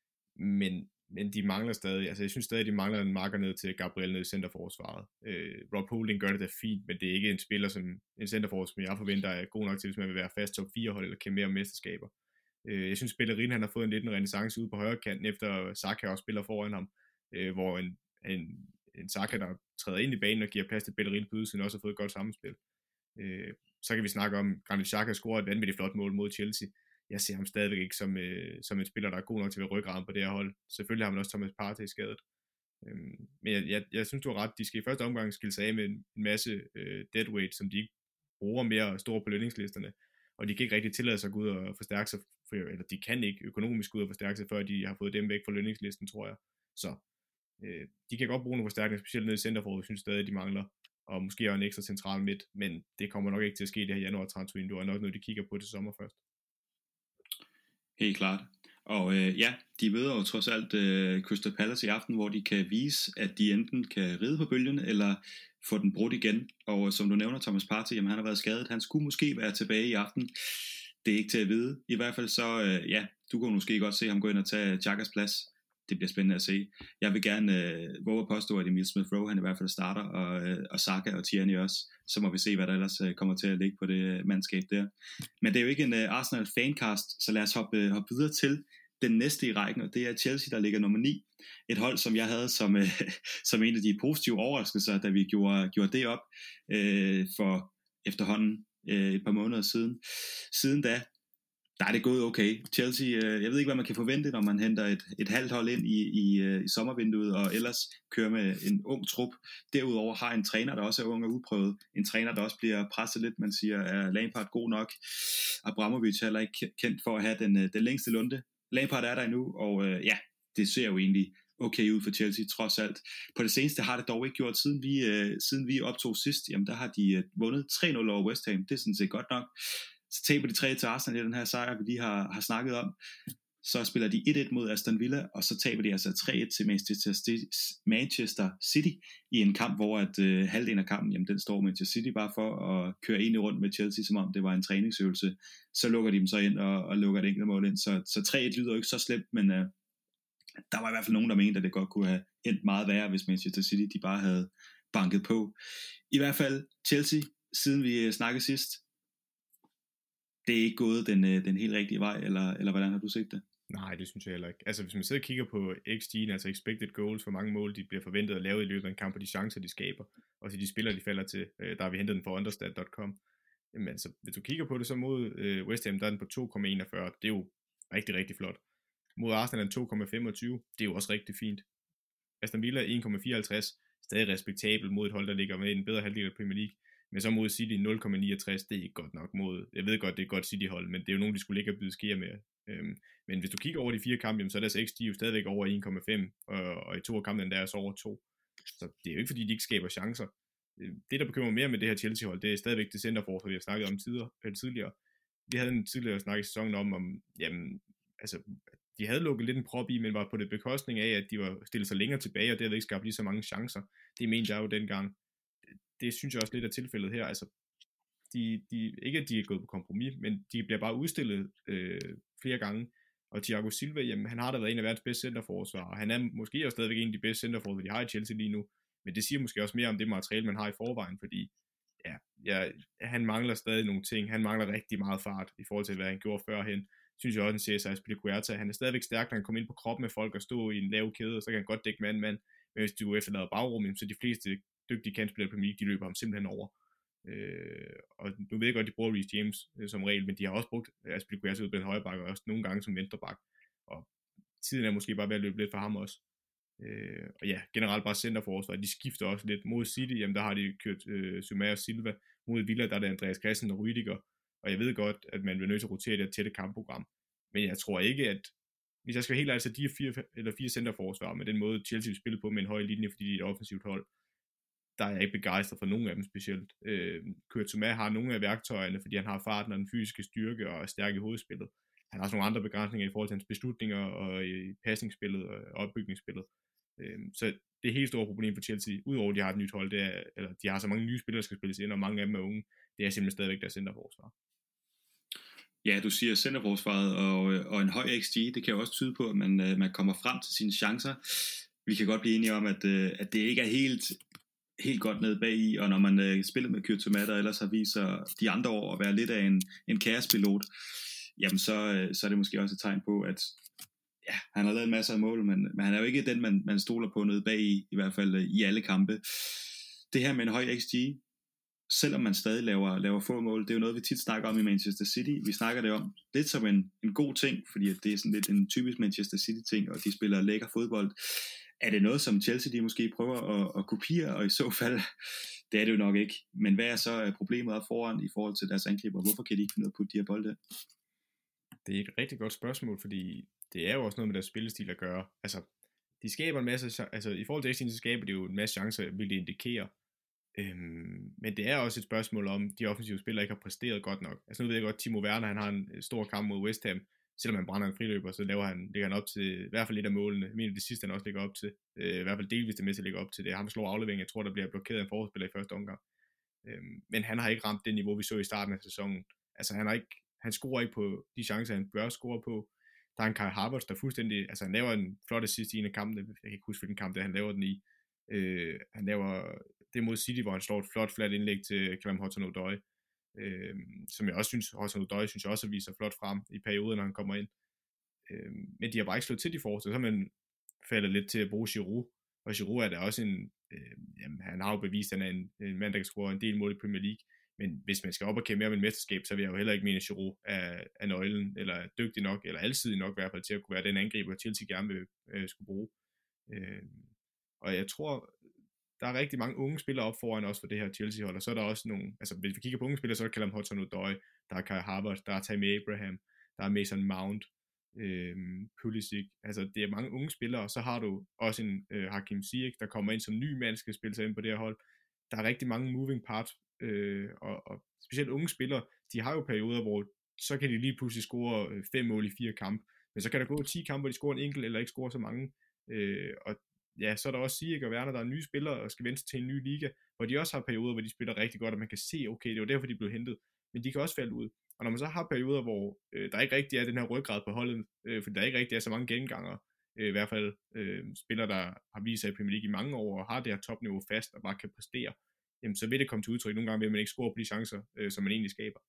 Men de mangler stadig, altså jeg synes stadig, de mangler en marker ned til Gabriel ned i centerforsvaret. Rob Holding gør det da fint, men det er ikke en spiller som en centerforsvar, som jeg forventer er god nok til, hvis man vil være fast top 4 hold eller kæmpe mere om mesterskaber. Jeg synes, Bellerin han har fået en renæssance ude på højre kanten, efter Saka også spiller foran ham, hvor en Saka, der træder ind i banen og giver plads til Bellerin på ydersiden, også har fået et godt sammenspil. Så kan vi snakke om, Granit Xhaka scorer et vanvittigt flot mål mod Chelsea. Jeg ser ham stadigvæk ikke som en spiller, der er god nok til at være ryggraden på det her hold. Selvfølgelig har man også Thomas Partey skadet. Men jeg synes, du har ret. De skal i første omgang skille sig af med en masse deadweight, som de ikke bruger mere store på lønningslisterne. Og de kan ikke rigtig tillade sig at gå ud og forstærke sig, eller de kan ikke økonomisk gå ud og forstærke sig, før de har fået dem væk fra lønningslisten, tror jeg. Så de kan godt bruge nogle forstærkninger, specielt nede i centerforsvaret, synes stadig, de mangler. Og måske også en ekstra central midt, men det kommer nok ikke til at ske det her januar-transfervindue, og nok noget, de kigger på til sommer først. Helt klart. Og de møder jo trods alt Crystal Palace i aften, hvor de kan vise, at de enten kan ride på bølgen, eller få den brudt igen. Og som du nævner, Thomas Partey, jamen han har været skadet. Han skulle måske være tilbage i aften. Det er ikke til at vide. I hvert fald så, du kunne måske godt se ham gå ind og tage Xhakas plads. Det bliver spændende at se. Jeg vil gerne våge at påstå, at Emil Smith-Rowe han i hvert fald starter, og Saka og Tierney også. Så må vi se, hvad der ellers kommer til at ligge på det mandskab der. Men det er jo ikke en Arsenal fancast, så lad os hoppe videre til den næste i rækken, og det er Chelsea, der ligger nummer 9. Et hold, som jeg havde som en af de positive overraskelser, da vi gjorde det op for efterhånden et par måneder siden. Siden da, der er det gået okay. Chelsea, jeg ved ikke, hvad man kan forvente, når man henter et halvt hold ind i sommervinduet, og ellers kører med en ung trup. Derudover har en træner, der også er ung og udprøvet. En træner, der også bliver presset lidt. Man siger, er Lampard god nok? Abramovich er heller ikke kendt for at have den længste lunde. Lampard er der endnu, og det ser jo egentlig okay ud for Chelsea, trods alt. På det seneste har det dog ikke gjort, siden vi optog sidst. Jamen, der har de vundet 3-0 over West Ham. Det er sådan set godt nok. Så taber de 3 til Arsenal i den her sejr, vi lige har snakket om. Så spiller de 1-1 mod Aston Villa, og så taber de altså 3-1 til Manchester City i en kamp, hvor at halvdelen af kampen, jamen den står Manchester City bare for at køre egentlig rundt med Chelsea, som om det var en træningsøvelse. Så lukker de dem så ind og lukker et enkelt mål ind. Så 3-1 lyder jo ikke så slemt, men der var i hvert fald nogen, der mente, at det godt kunne have endt meget værre, hvis Manchester City de bare havde banket på. I hvert fald Chelsea, siden vi snakkede sidst, det er ikke gået den helt rigtige vej, eller hvordan har du set det? Nej, det synes jeg heller ikke. Altså hvis man sidder og kigger på XG'en, altså expected goals, hvor mange mål de bliver forventet at lave i løbet af en kamp, og de chancer, de skaber, og til de spillere, de falder til, der har vi hentet den fra understat.com. Jamen altså, hvis du kigger på det, så mod West Ham, der er den på 2,41. Det er jo rigtig, rigtig flot. Mod Arsenal er den 2,25. Det er jo også rigtig fint. Aston Villa 1,54. Stadig respektabel mod et hold, der ligger med i en bedre halvdel af Premier League. Men så mod City 0,69, det er ikke godt nok mod, jeg ved godt, det er et godt City-hold, men det er jo nogen, de skulle ligge og byde skære med. Men hvis du kigger over de 4 kampe, så er deres XG jo stadigvæk over 1,5, og i 2 af kampene der er så over 2. Så det er jo ikke fordi, de ikke skaber chancer. Det, der bekymrer mere med det her Chelsea-hold, det er stadigvæk det centerforsvar, vi har snakket om tidligere. Vi havde en tidligere snak i sæsonen om jamen, altså, de havde lukket lidt en prop i, men var på det bekostning af, at de var stillet sig længere tilbage, og derved ikke skabt lige så mange chancer. Det mente jeg jo dengang. Det synes jeg også lidt af tilfældet her. Altså, ikke at de er gået på kompromis, men de bliver bare udstillet flere gange. Og Thiago Silva, jamen, han har da været en af verdens bedste centerforsvarer, og han er måske også stadigvæk en af de bedste centerforsvarer, de har i Chelsea lige nu. Men det siger måske også mere om det materiale, man har i forvejen, fordi han mangler stadig nogle ting. Han mangler rigtig meget fart i forhold til, hvad han gjorde førhen. Synes jeg også, en CSI Spilicueta. Han er stadigvæk stærk, når han kommer ind på kroppen med folk og stå i en lav kæde, og så kan han godt dække mand. Men hvis du efterlader bagrum, så de fleste dygtige kantspillere på Premier League, de løber ham simpelthen over. Og nu ved jeg godt, de bruger Reece James som regel, men de har også brugt Spilicueta ud på den højre bakke, og også nogle gange som venstre bakke. Og tiden er måske bare ved at løbe lidt for ham også. Og ja, generelt bare centerforsvar, de skifter også lidt. Mod City, jamen der har de kørt Zuma og Silva. Mod Villa, der er det Andreas Christensen og Rüdiger. Og jeg ved godt, at man vil nødt til at rotere det her tætte kampprogram. Men jeg tror ikke, at hvis jeg skal være helt ærlig, så de 4 centerforsvar med den måde Chelsea vil spille på med en høj linje, fordi de er et offensivt hold, der er jeg ikke begejstret for nogen af dem specielt. Kurtzuma har nogle af værktøjerne, fordi han har farten og den fysiske styrke og er stærk i hovedspillet. Han har også nogle andre begrænsninger i forhold til hans beslutninger og i passningsspillet og opbygningsspillet. Så det helt store problem for Chelsea, udover at de har et nyt hold, det er, eller de har så mange nye spillere, der skal spilles ind, og mange af dem er unge, det er simpelthen stadigvæk deres centerforsvar. Ja, du siger centerforsvaret og en høj XG, det kan jo også tyde på, at man kommer frem til sine chancer. Vi kan godt blive enige om, at det ikke er helt godt nede bag i, og når man spiller med Kurtzuma, der ellers har vist sig de andre år at være lidt af en kaospilot, jamen så er det måske også et tegn på, at ja, han har lavet en masse af mål, men han er jo ikke den, man stoler på nede bag i hvert fald i alle kampe. Det her med en høj XG, selvom man stadig laver få mål, det er jo noget, vi tit snakker om i Manchester City. Vi snakker det om lidt som en god ting, fordi det er sådan lidt en typisk Manchester City-ting, og de spiller lækker fodbold. Er det noget, som Chelsea de måske prøver at kopiere, og i så fald, det er det jo nok ikke. Men hvad er så problemet op foran i forhold til deres angriber? Hvorfor kan de ikke finde noget på de her bolde? Det er et rigtig godt spørgsmål, fordi det er jo også noget med deres spillestil at gøre. Altså, de skaber en masse, altså i forhold til X-Team, så skaber de jo en masse chancer, vil det indikere. Men det er også et spørgsmål om, de offensive spillere ikke har præsteret godt nok. Altså nu ved jeg godt, Timo Werner, han har en stor kamp mod West Ham. Selvom han brænder en friløber, så lægger han op til i hvert fald lidt af målene. Jeg mener det sidste, han også lægger op til. I hvert fald delvist det meste lægger op til. Det er ham, der slår aflevering. Jeg tror, der bliver blokeret af en forspiller i første omgang. Men han har ikke ramt det niveau, vi så i starten af sæsonen. Altså han scorer ikke på de chancer, han bør score på. Der er en Kai Havertz, der fuldstændig, altså han laver en flot assist i en af kampene. Jeg kan ikke huske, hvilken kamp det er, han laver den i. Han laver det mod City, hvor han slår et flot flat indlæg til Callum Hudson-Odoi. Som jeg også synes, Hudson-Odoi synes jeg også viser flot frem i perioder, når han kommer ind. Men de har bare ikke slået til de forreste, så har man faldet lidt til at bruge Giroud. Og Giroud er da også han har jo bevist, at han er en mand, der kan score en del mål i Premier League. Men hvis man skal op og kæmpe mere med et mesterskab, så vil jeg jo heller ikke mene, at Giroud er nøglen, eller er dygtig nok, eller alsidig nok i hvert fald til at kunne være den angriber, Chelsea gerne vil skulle bruge. Og jeg tror, der er rigtig mange unge spillere op foran også for det her Chelsea-hold, og så er der også nogle, altså hvis vi kigger på unge spillere, så er der Callum Hudson-Odoi, der er Kai Havertz, der er Tammy Abraham, der er Mason Mount, Pulisic, altså det er mange unge spillere, og så har du også en Hakim Ziyech, der kommer ind som ny mand, skal spille sig ind på det her hold. Der er rigtig mange moving parts, og specielt unge spillere, de har jo perioder, hvor så kan de lige pludselig score 5 mål i 4 kampe, men så kan der gå 10 kampe, hvor de scorer en enkelt, eller ikke scorer så mange, og ja, så er der også Ziyech og Werner, der er nye spillere og skal vente til en ny liga, hvor de også har perioder, hvor de spiller rigtig godt, og man kan se, okay, det var derfor, de blev hentet, men de kan også falde ud. Og når man så har perioder, hvor der ikke rigtig er den her ryggrad på holdet, fordi der ikke rigtig er så mange gengangere, i hvert fald spillere, der har vist sig i Premier League i mange år, og har det her topniveau fast, og bare kan præstere, jamen, så vil det komme til udtryk nogle gange, ved at man ikke scorer på de chancer, som man egentlig skaber.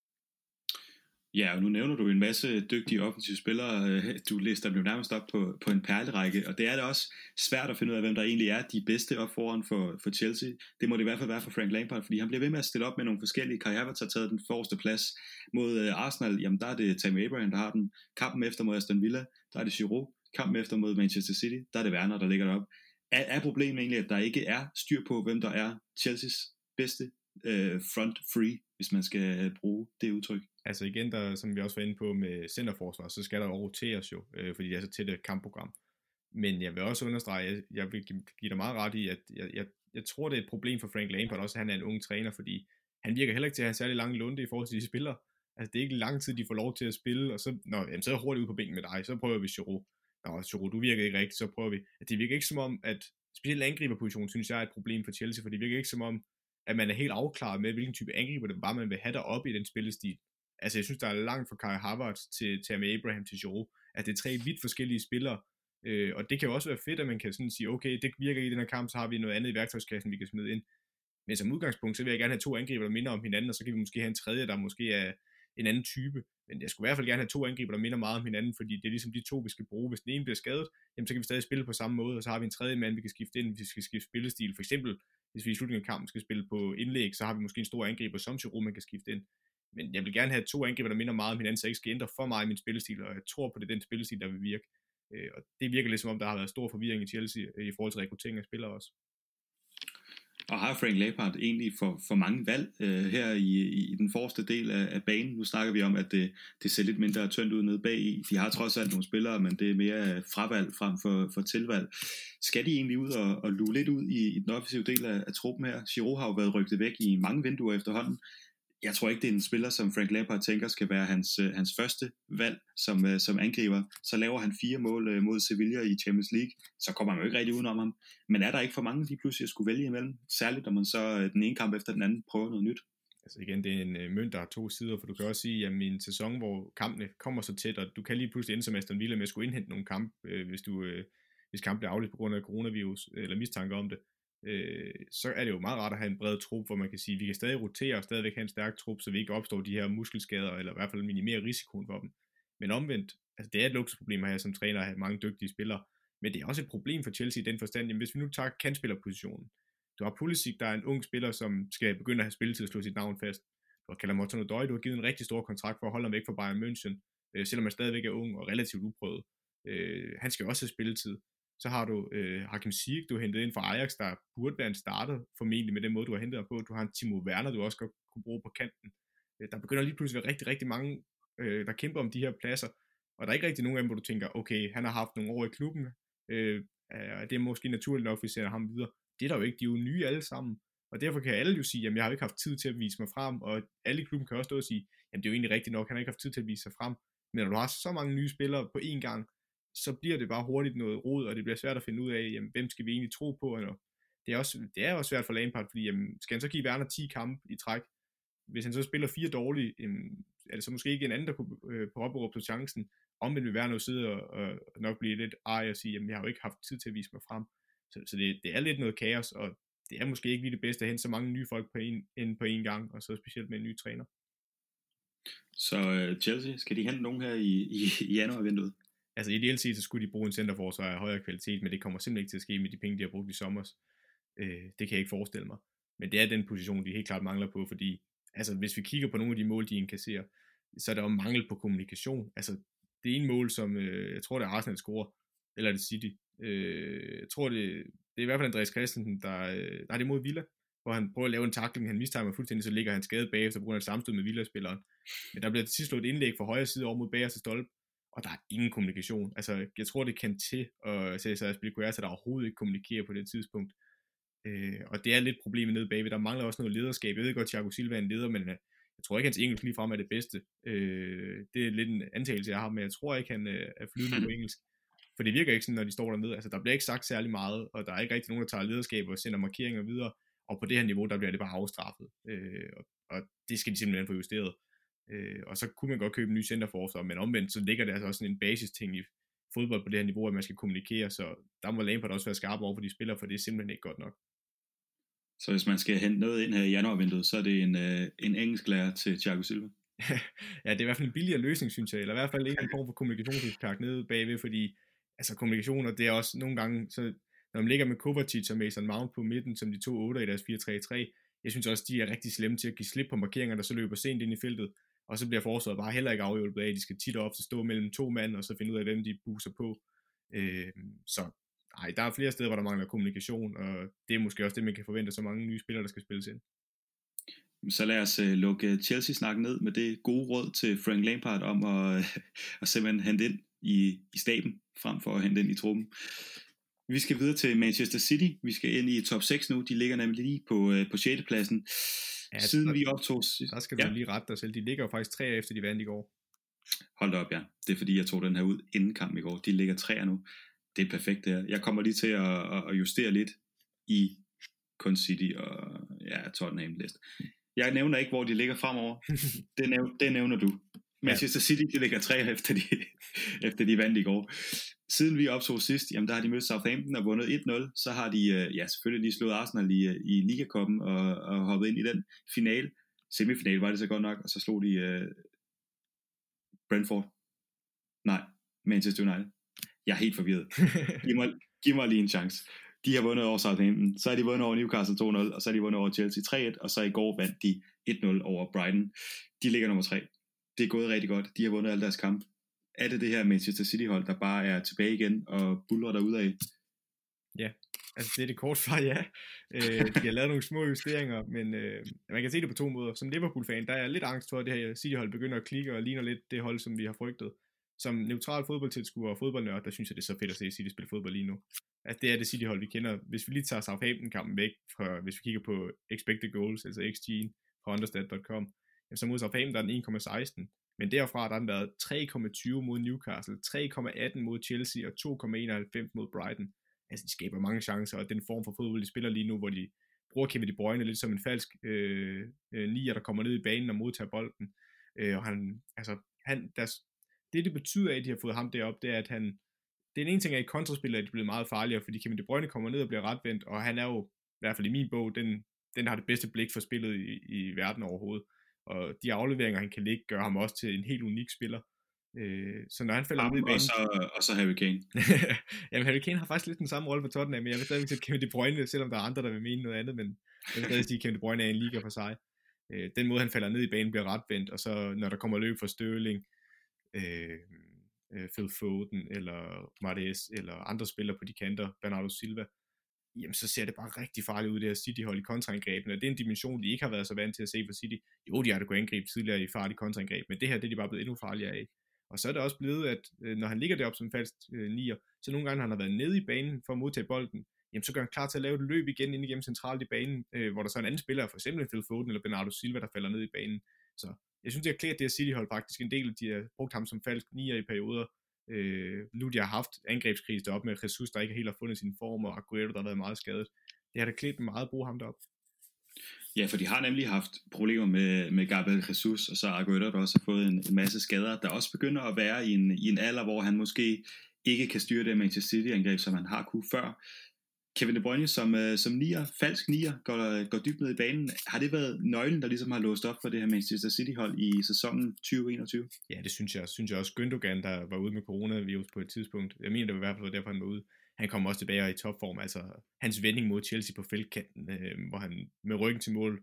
Ja, og nu nævner du en masse dygtige offensive spillere. Du lister dem jo nærmest op på en perlerække, og det er da også svært at finde ud af, hvem der egentlig er de bedste op foran for Chelsea. Det må det i hvert fald være for Frank Lampard, fordi han bliver ved med at stille op med nogle forskellige. Kai Havertz har taget den forreste plads mod Arsenal. Jamen, der er det Tammy Abraham, der har den. Kampen efter mod Aston Villa, der er det Giroud. Kampen efter mod Manchester City, der er det Werner, der ligger deroppe. Er problemet egentlig, at der ikke er styr på, hvem der er Chelseas bedste front free, hvis man skal bruge det udtryk? Altså igen, der, som vi også var inde på med centerforsvar, så skal der jo roteres jo, fordi det er så tæt et kampprogram. Men jeg vil også understrege, jeg vil give dig meget ret i, at jeg tror, det er et problem for Frank Lampard også, at han er en ung træner, fordi han virker heller ikke til at have særlig lang lunde i forhold til de spillere. Altså det er ikke lang tid, de får lov til at spille, og så er jeg hurtigt ud på bænken med dig, så prøver vi Giroud. Giroud, du virker ikke rigtigt, så prøver vi. At det virker ikke som om, at specielt angriberpositionen, synes jeg er et problem for Chelsea, for det virker ikke som om, at man er helt afklaret med, hvilken type angriber det var, man vil have deroppe i den spillestil. Altså jeg synes, der er langt fra Kai Havertz til Tammy Abraham til Giroud, at det er 3 vidt forskellige spillere, og det kan jo også være fedt, at man kan sådan sige, okay, det virker i den her kamp, så har vi noget andet i værktøjskassen, vi kan smide ind. Men som udgangspunkt, så vil jeg gerne have 2 angriber, der minder om hinanden, og så kan vi måske have en tredje, der måske er en anden type. Men jeg skulle i hvert fald gerne have 2 angriber, der minder meget om hinanden, fordi det er ligesom de 2, vi skal bruge. Hvis den ene bliver skadet, jamen, så kan vi stadig spille på samme måde, og så har vi en tredje mand, vi kan skifte ind, hvis vi skal skifte spillestil. For eksempel, hvis vi i slutningen af kampen skal spille på indlæg, så har vi måske en stor angriber som Giroud, man kan skifte ind. Men jeg vil gerne have 2 angriber, der minder meget om hinanden, så jeg ikke skal ændre for meget i min spillestil, og jeg tror på, det er den spillestil, der vil virke. Og det virker lidt som om, der har været stor forvirring i Chelsea i forhold til rekruttering af spillere også. Og har Frank Lampard egentlig for mange valg her i den forreste del af banen? Nu snakker vi om, at det ser lidt mindre tyndt ud nede bag i. De har trods alt nogle spillere, men det er mere fravalg frem for tilvalg. Skal de egentlig ud og lue lidt ud i den offensive del af truppen her? Giroud har jo været rygtet væk i mange vinduer efterhånden. Jeg tror ikke, det er en spiller, som Frank Lampard tænker skal være hans første valg som angriber. Så laver han 4 mål mod Sevilla i Champions League. Så kommer man jo ikke rigtig udenom ham. Men er der ikke for mange, de pludselig skulle vælge imellem? Særligt, når man så den ene kamp efter den anden prøver noget nyt. Altså igen, det er en mønt, der har 2 sider, for du kan også sige, at i en sæson, hvor kampene kommer så tæt, og du kan lige pludselig ende som Aston Villa med at skulle indhente nogle kamp, hvis kampen bliver aflyst på grund af coronavirus, eller mistanke om det, så er det jo meget rart at have en bred trup, hvor man kan sige, at vi kan stadig rotere og stadigvæk have en stærk trup, så vi ikke opstår de her muskelskader, eller i hvert fald minimere risikoen for dem. Men omvendt, altså det er et luksusproblem at have som træner at have mange dygtige spillere, men det er også et problem for Chelsea i den forstand, jamen hvis vi nu tager kantspillerpositionen, du har Pulisic, der er en ung spiller, som skal begynde at have spilletid og slå sit navn fast. Du har Callum Hudson-Odoi, du har givet en rigtig stor kontrakt for at holde ham væk fra Bayern München, selvom han stadigvæk er ung og relativt uprøvet. Han skal også have spilletid. Så har du Hakim Ziyech, du har hentet ind fra Ajax, der burde være en starter, formentlig med den måde, du har hentet ham på. Du har en Timo Werner, du også godt kunne bruge på kanten. Der begynder lige pludselig at være rigtig, rigtig mange, der kæmper om de her pladser, og der er ikke rigtig nogen af dem, hvor du tænker, okay, han har haft nogle år i klubben, det er måske naturligt nok, hvis vi sender ham videre. Det er der jo ikke, de er jo nye alle sammen, og derfor kan alle jo sige, jamen jeg har ikke haft tid til at vise mig frem, og alle i klubben kan også stå og sige, jamen det er jo egentlig rigtigt nok, han har ikke haft tid til at vise sig frem, men når du har så mange nye spillere på én gang, så bliver det bare hurtigt noget rod, og det bliver svært at finde ud af, jamen, hvem skal vi egentlig tro på, og det er også svært for Lampard, fordi jamen, skal han så give Werner 10 kampe i træk, hvis han så spiller 4 dårlige, er det så måske ikke en anden, der kunne påberåbe på chancen, omvendt vil Werner jo sidde og nok blive lidt ej og sige, jamen jeg har jo ikke haft tid til at vise mig frem, så det er lidt noget kaos, og det er måske ikke lige det bedste at hente så mange nye folk på en gang, og så specielt med en ny træner. Så Chelsea, skal de hente nogen her i januarvinduet? Altså ideelt set, så skulle de bruge en centerforsvar af højere kvalitet, men det kommer simpelthen ikke til at ske med de penge, de har brugt i sommer. Det kan jeg ikke forestille mig. Men det er den position, de helt klart mangler på, fordi altså, hvis vi kigger på nogle af de mål, de inkasserer, så er der jo mangel på kommunikation. Altså det ene mål, som jeg tror, det er Arsenal scorer, eller det City. Jeg tror, det er i hvert fald Andreas Christensen, der er det mod Villa, hvor han prøver at lave en tackling, han mistimer fuldstændig, så ligger han skadet bagefter på grund af sammenstød med Villa-spilleren. Men der bliver til sidst slået et indlæg fra højre side over mod bagerste stolpe, og der er ingen kommunikation. Altså, jeg tror, det kan til at sætte sig at spille Guerra, så der overhovedet ikke kommunikerer på det tidspunkt. Og det er lidt problemet nede bagved. Der mangler også noget lederskab. Jeg ved godt, Thiago Silva er en leder, men jeg tror ikke, hans engelsk ligefrem er det bedste. Det er lidt en antagelse, jeg har, men jeg tror ikke, han er flydende på engelsk. For det virker ikke sådan, når de står dernede. Altså, der bliver ikke sagt særlig meget, og der er ikke rigtig nogen, der tager lederskab og sender markeringer videre. Og på det her niveau, der bliver det bare afstraffet. Og det skal de simpelthen få justeret. Og så kunne man godt købe en ny centerforsvar, men omvendt, så ligger det altså også sådan en basisting i fodbold på det her niveau, at man skal kommunikere, så der må Lampard også være skarp over for de spillere, for det er simpelthen ikke godt nok. Så hvis man skal hente noget ind her i januarvinduet, så er det en engelsk lærer til Thiago Silva? Ja, det er i hvert fald en billigere løsning, synes jeg, eller i hvert fald ikke en form for kommunikationsekspert nede bagved, fordi altså kommunikationer, det er også nogle gange, så når man ligger med Kovacic og Mason Mount på midten, som de 2 8 i deres 4-3-3, jeg synes også, de er rigtig slemme til at give slip på markeringer, der så løber sent ind i feltet, og så bliver forsvaret bare heller ikke afhjulpet af, at de skal tit og ofte stå mellem 2 mand, og så finde ud af, hvem de buser på. Så nej, der er flere steder, hvor der mangler kommunikation, og det er måske også det, man kan forvente, så mange nye spillere, der skal spilles ind. Så lad os lukke Chelsea-snakken ned med det gode råd til Frank Lampard om at simpelthen hente ind i staben, frem for at hente ind i truppen. Vi skal videre til Manchester City. Vi skal ind i top 6 nu. De ligger nemlig lige på 6. pladsen. Ja, siden vi optog... Der skal du lige rette dig selv. De ligger jo faktisk 3 efter de vandt i går. Hold da op, ja. Det er fordi, jeg tog den her ud inden kampen i går. De ligger 3 nu. Det er perfekt, det her. Jeg kommer lige til at justere lidt i kun City og Tottenham list. Jeg nævner ikke, hvor de ligger fremover. Det nævner du. Manchester City, de ligger 3 efter de vandt i går. Siden vi optog sidst, jamen der har de mødt Southampton og vundet 1-0. Så har de selvfølgelig lige slået Arsenal i Liga-cupen og hoppet ind i den finale. Semifinale var det så godt nok, og så slog de Brentford. Nej, Manchester United. Jeg er helt forvirret. Giv mig lige en chance. De har vundet over Southampton, så har de vundet over Newcastle 2-0, og så har de vundet over Chelsea 3-1, og så i går vandt de 1-0 over Brighton. De ligger nummer 3. Det er gået rigtig godt. De har vundet alle deres kampe. Er det her Manchester City-hold, der bare er tilbage igen og buldrer derudad? Ja, Altså, det er det kort svar, ja. De har lavet nogle små justeringer, men man kan se det på to måder. Som Liverpool-fan, der er jeg lidt angst for, at det her City-hold begynder at klikke og ligner lidt det hold, som vi har frygtet. Som neutral fodboldtilskuer og fodboldnørd, der synes jeg, det er så fedt at se City spille fodbold lige nu. At det er det City-hold, vi kender. Hvis vi lige tager Southampton-kampen væk, hvis vi kigger på expected goals, altså XG fra understat.com, så mod Southampton der er den 1,16. Men derfra der har den været 3,20 mod Newcastle, 3,18 mod Chelsea og 2,91 mod Brighton. Altså, de skaber mange chancer, og den form for fodbold, de spiller lige nu, hvor de bruger Kevin De Bruyne lidt som en falsk nier, der kommer ned i banen og modtager bolden. Og det betyder, at de har fået ham derop, det er, at det er en ting, at i kontraspil er det blevet meget farligere, fordi Kevin De Bruyne kommer ned og bliver retvendt, og han er jo, i hvert fald i min bog, den har det bedste blik for spillet i verden overhovedet. Og de afleveringer, han kan lægge, gør ham også til en helt unik spiller. Så når han falder ned i banen... Og så Harry Kane. Jamen, Harry Kane har faktisk lidt den samme rolle for Tottenham, men jeg vil stadigvæk sige Kevin De Bruyne, selvom der er andre, der vil mene noget andet, men jeg vil stadig sige, at Kevin De Bruyne er en liga for sig. Den måde, han falder ned i banen, bliver retvendt, og så når der kommer løb fra Sterling, Phil Foden, eller Mahrez, eller andre spillere på de kanter, Bernardo Silva, jamen så ser det bare rigtig farligt ud, det her City-hold i kontraangrebene, og det er en dimension, de ikke har været så vant til at se for City. Jo, de har det kunnet angribe tidligere i farlige kontraangreb, men det her, det er de bare blevet endnu farligere af. Og så er det også blevet, at når han ligger deroppe som falsk nier, så nogle gange han har været nede i banen for at modtage bolden, jamen så gør han klar til at lave et løb igen ind igennem centralt i banen, hvor der så er en anden spiller, for eksempel Phil Foden eller Bernardo Silva, der falder ned i banen. Så jeg synes, det har klædt det her City-hold faktisk en del, de har brugt ham som falsk nier i perioder. Nu de har haft angrebskrise deroppe med Jesus, der ikke helt har fundet sin form, og Aguero, der har været meget skadet. Det har da klædt dem meget at bruge ham deroppe. Ja, for de har nemlig haft problemer med Gabriel Jesus, og så Aguero, der også har fået en masse skader, der også begynder at være i en alder, hvor han måske ikke kan styre det Manchester City-angreb, som han har kunne før. Kevin De Bruyne som nier, falsk nier, går dybt ned i banen. Har det været nøglen, der ligesom har låst op for det her Manchester City-hold i sæsonen 2021? Ja, det synes jeg også. Gündogan, der var ude med coronavirus på et tidspunkt, jeg mener, det var i hvert fald derfor, han var ude. Han kom også tilbage i topform, altså hans vending mod Chelsea på feltkanten, hvor han med ryggen til mål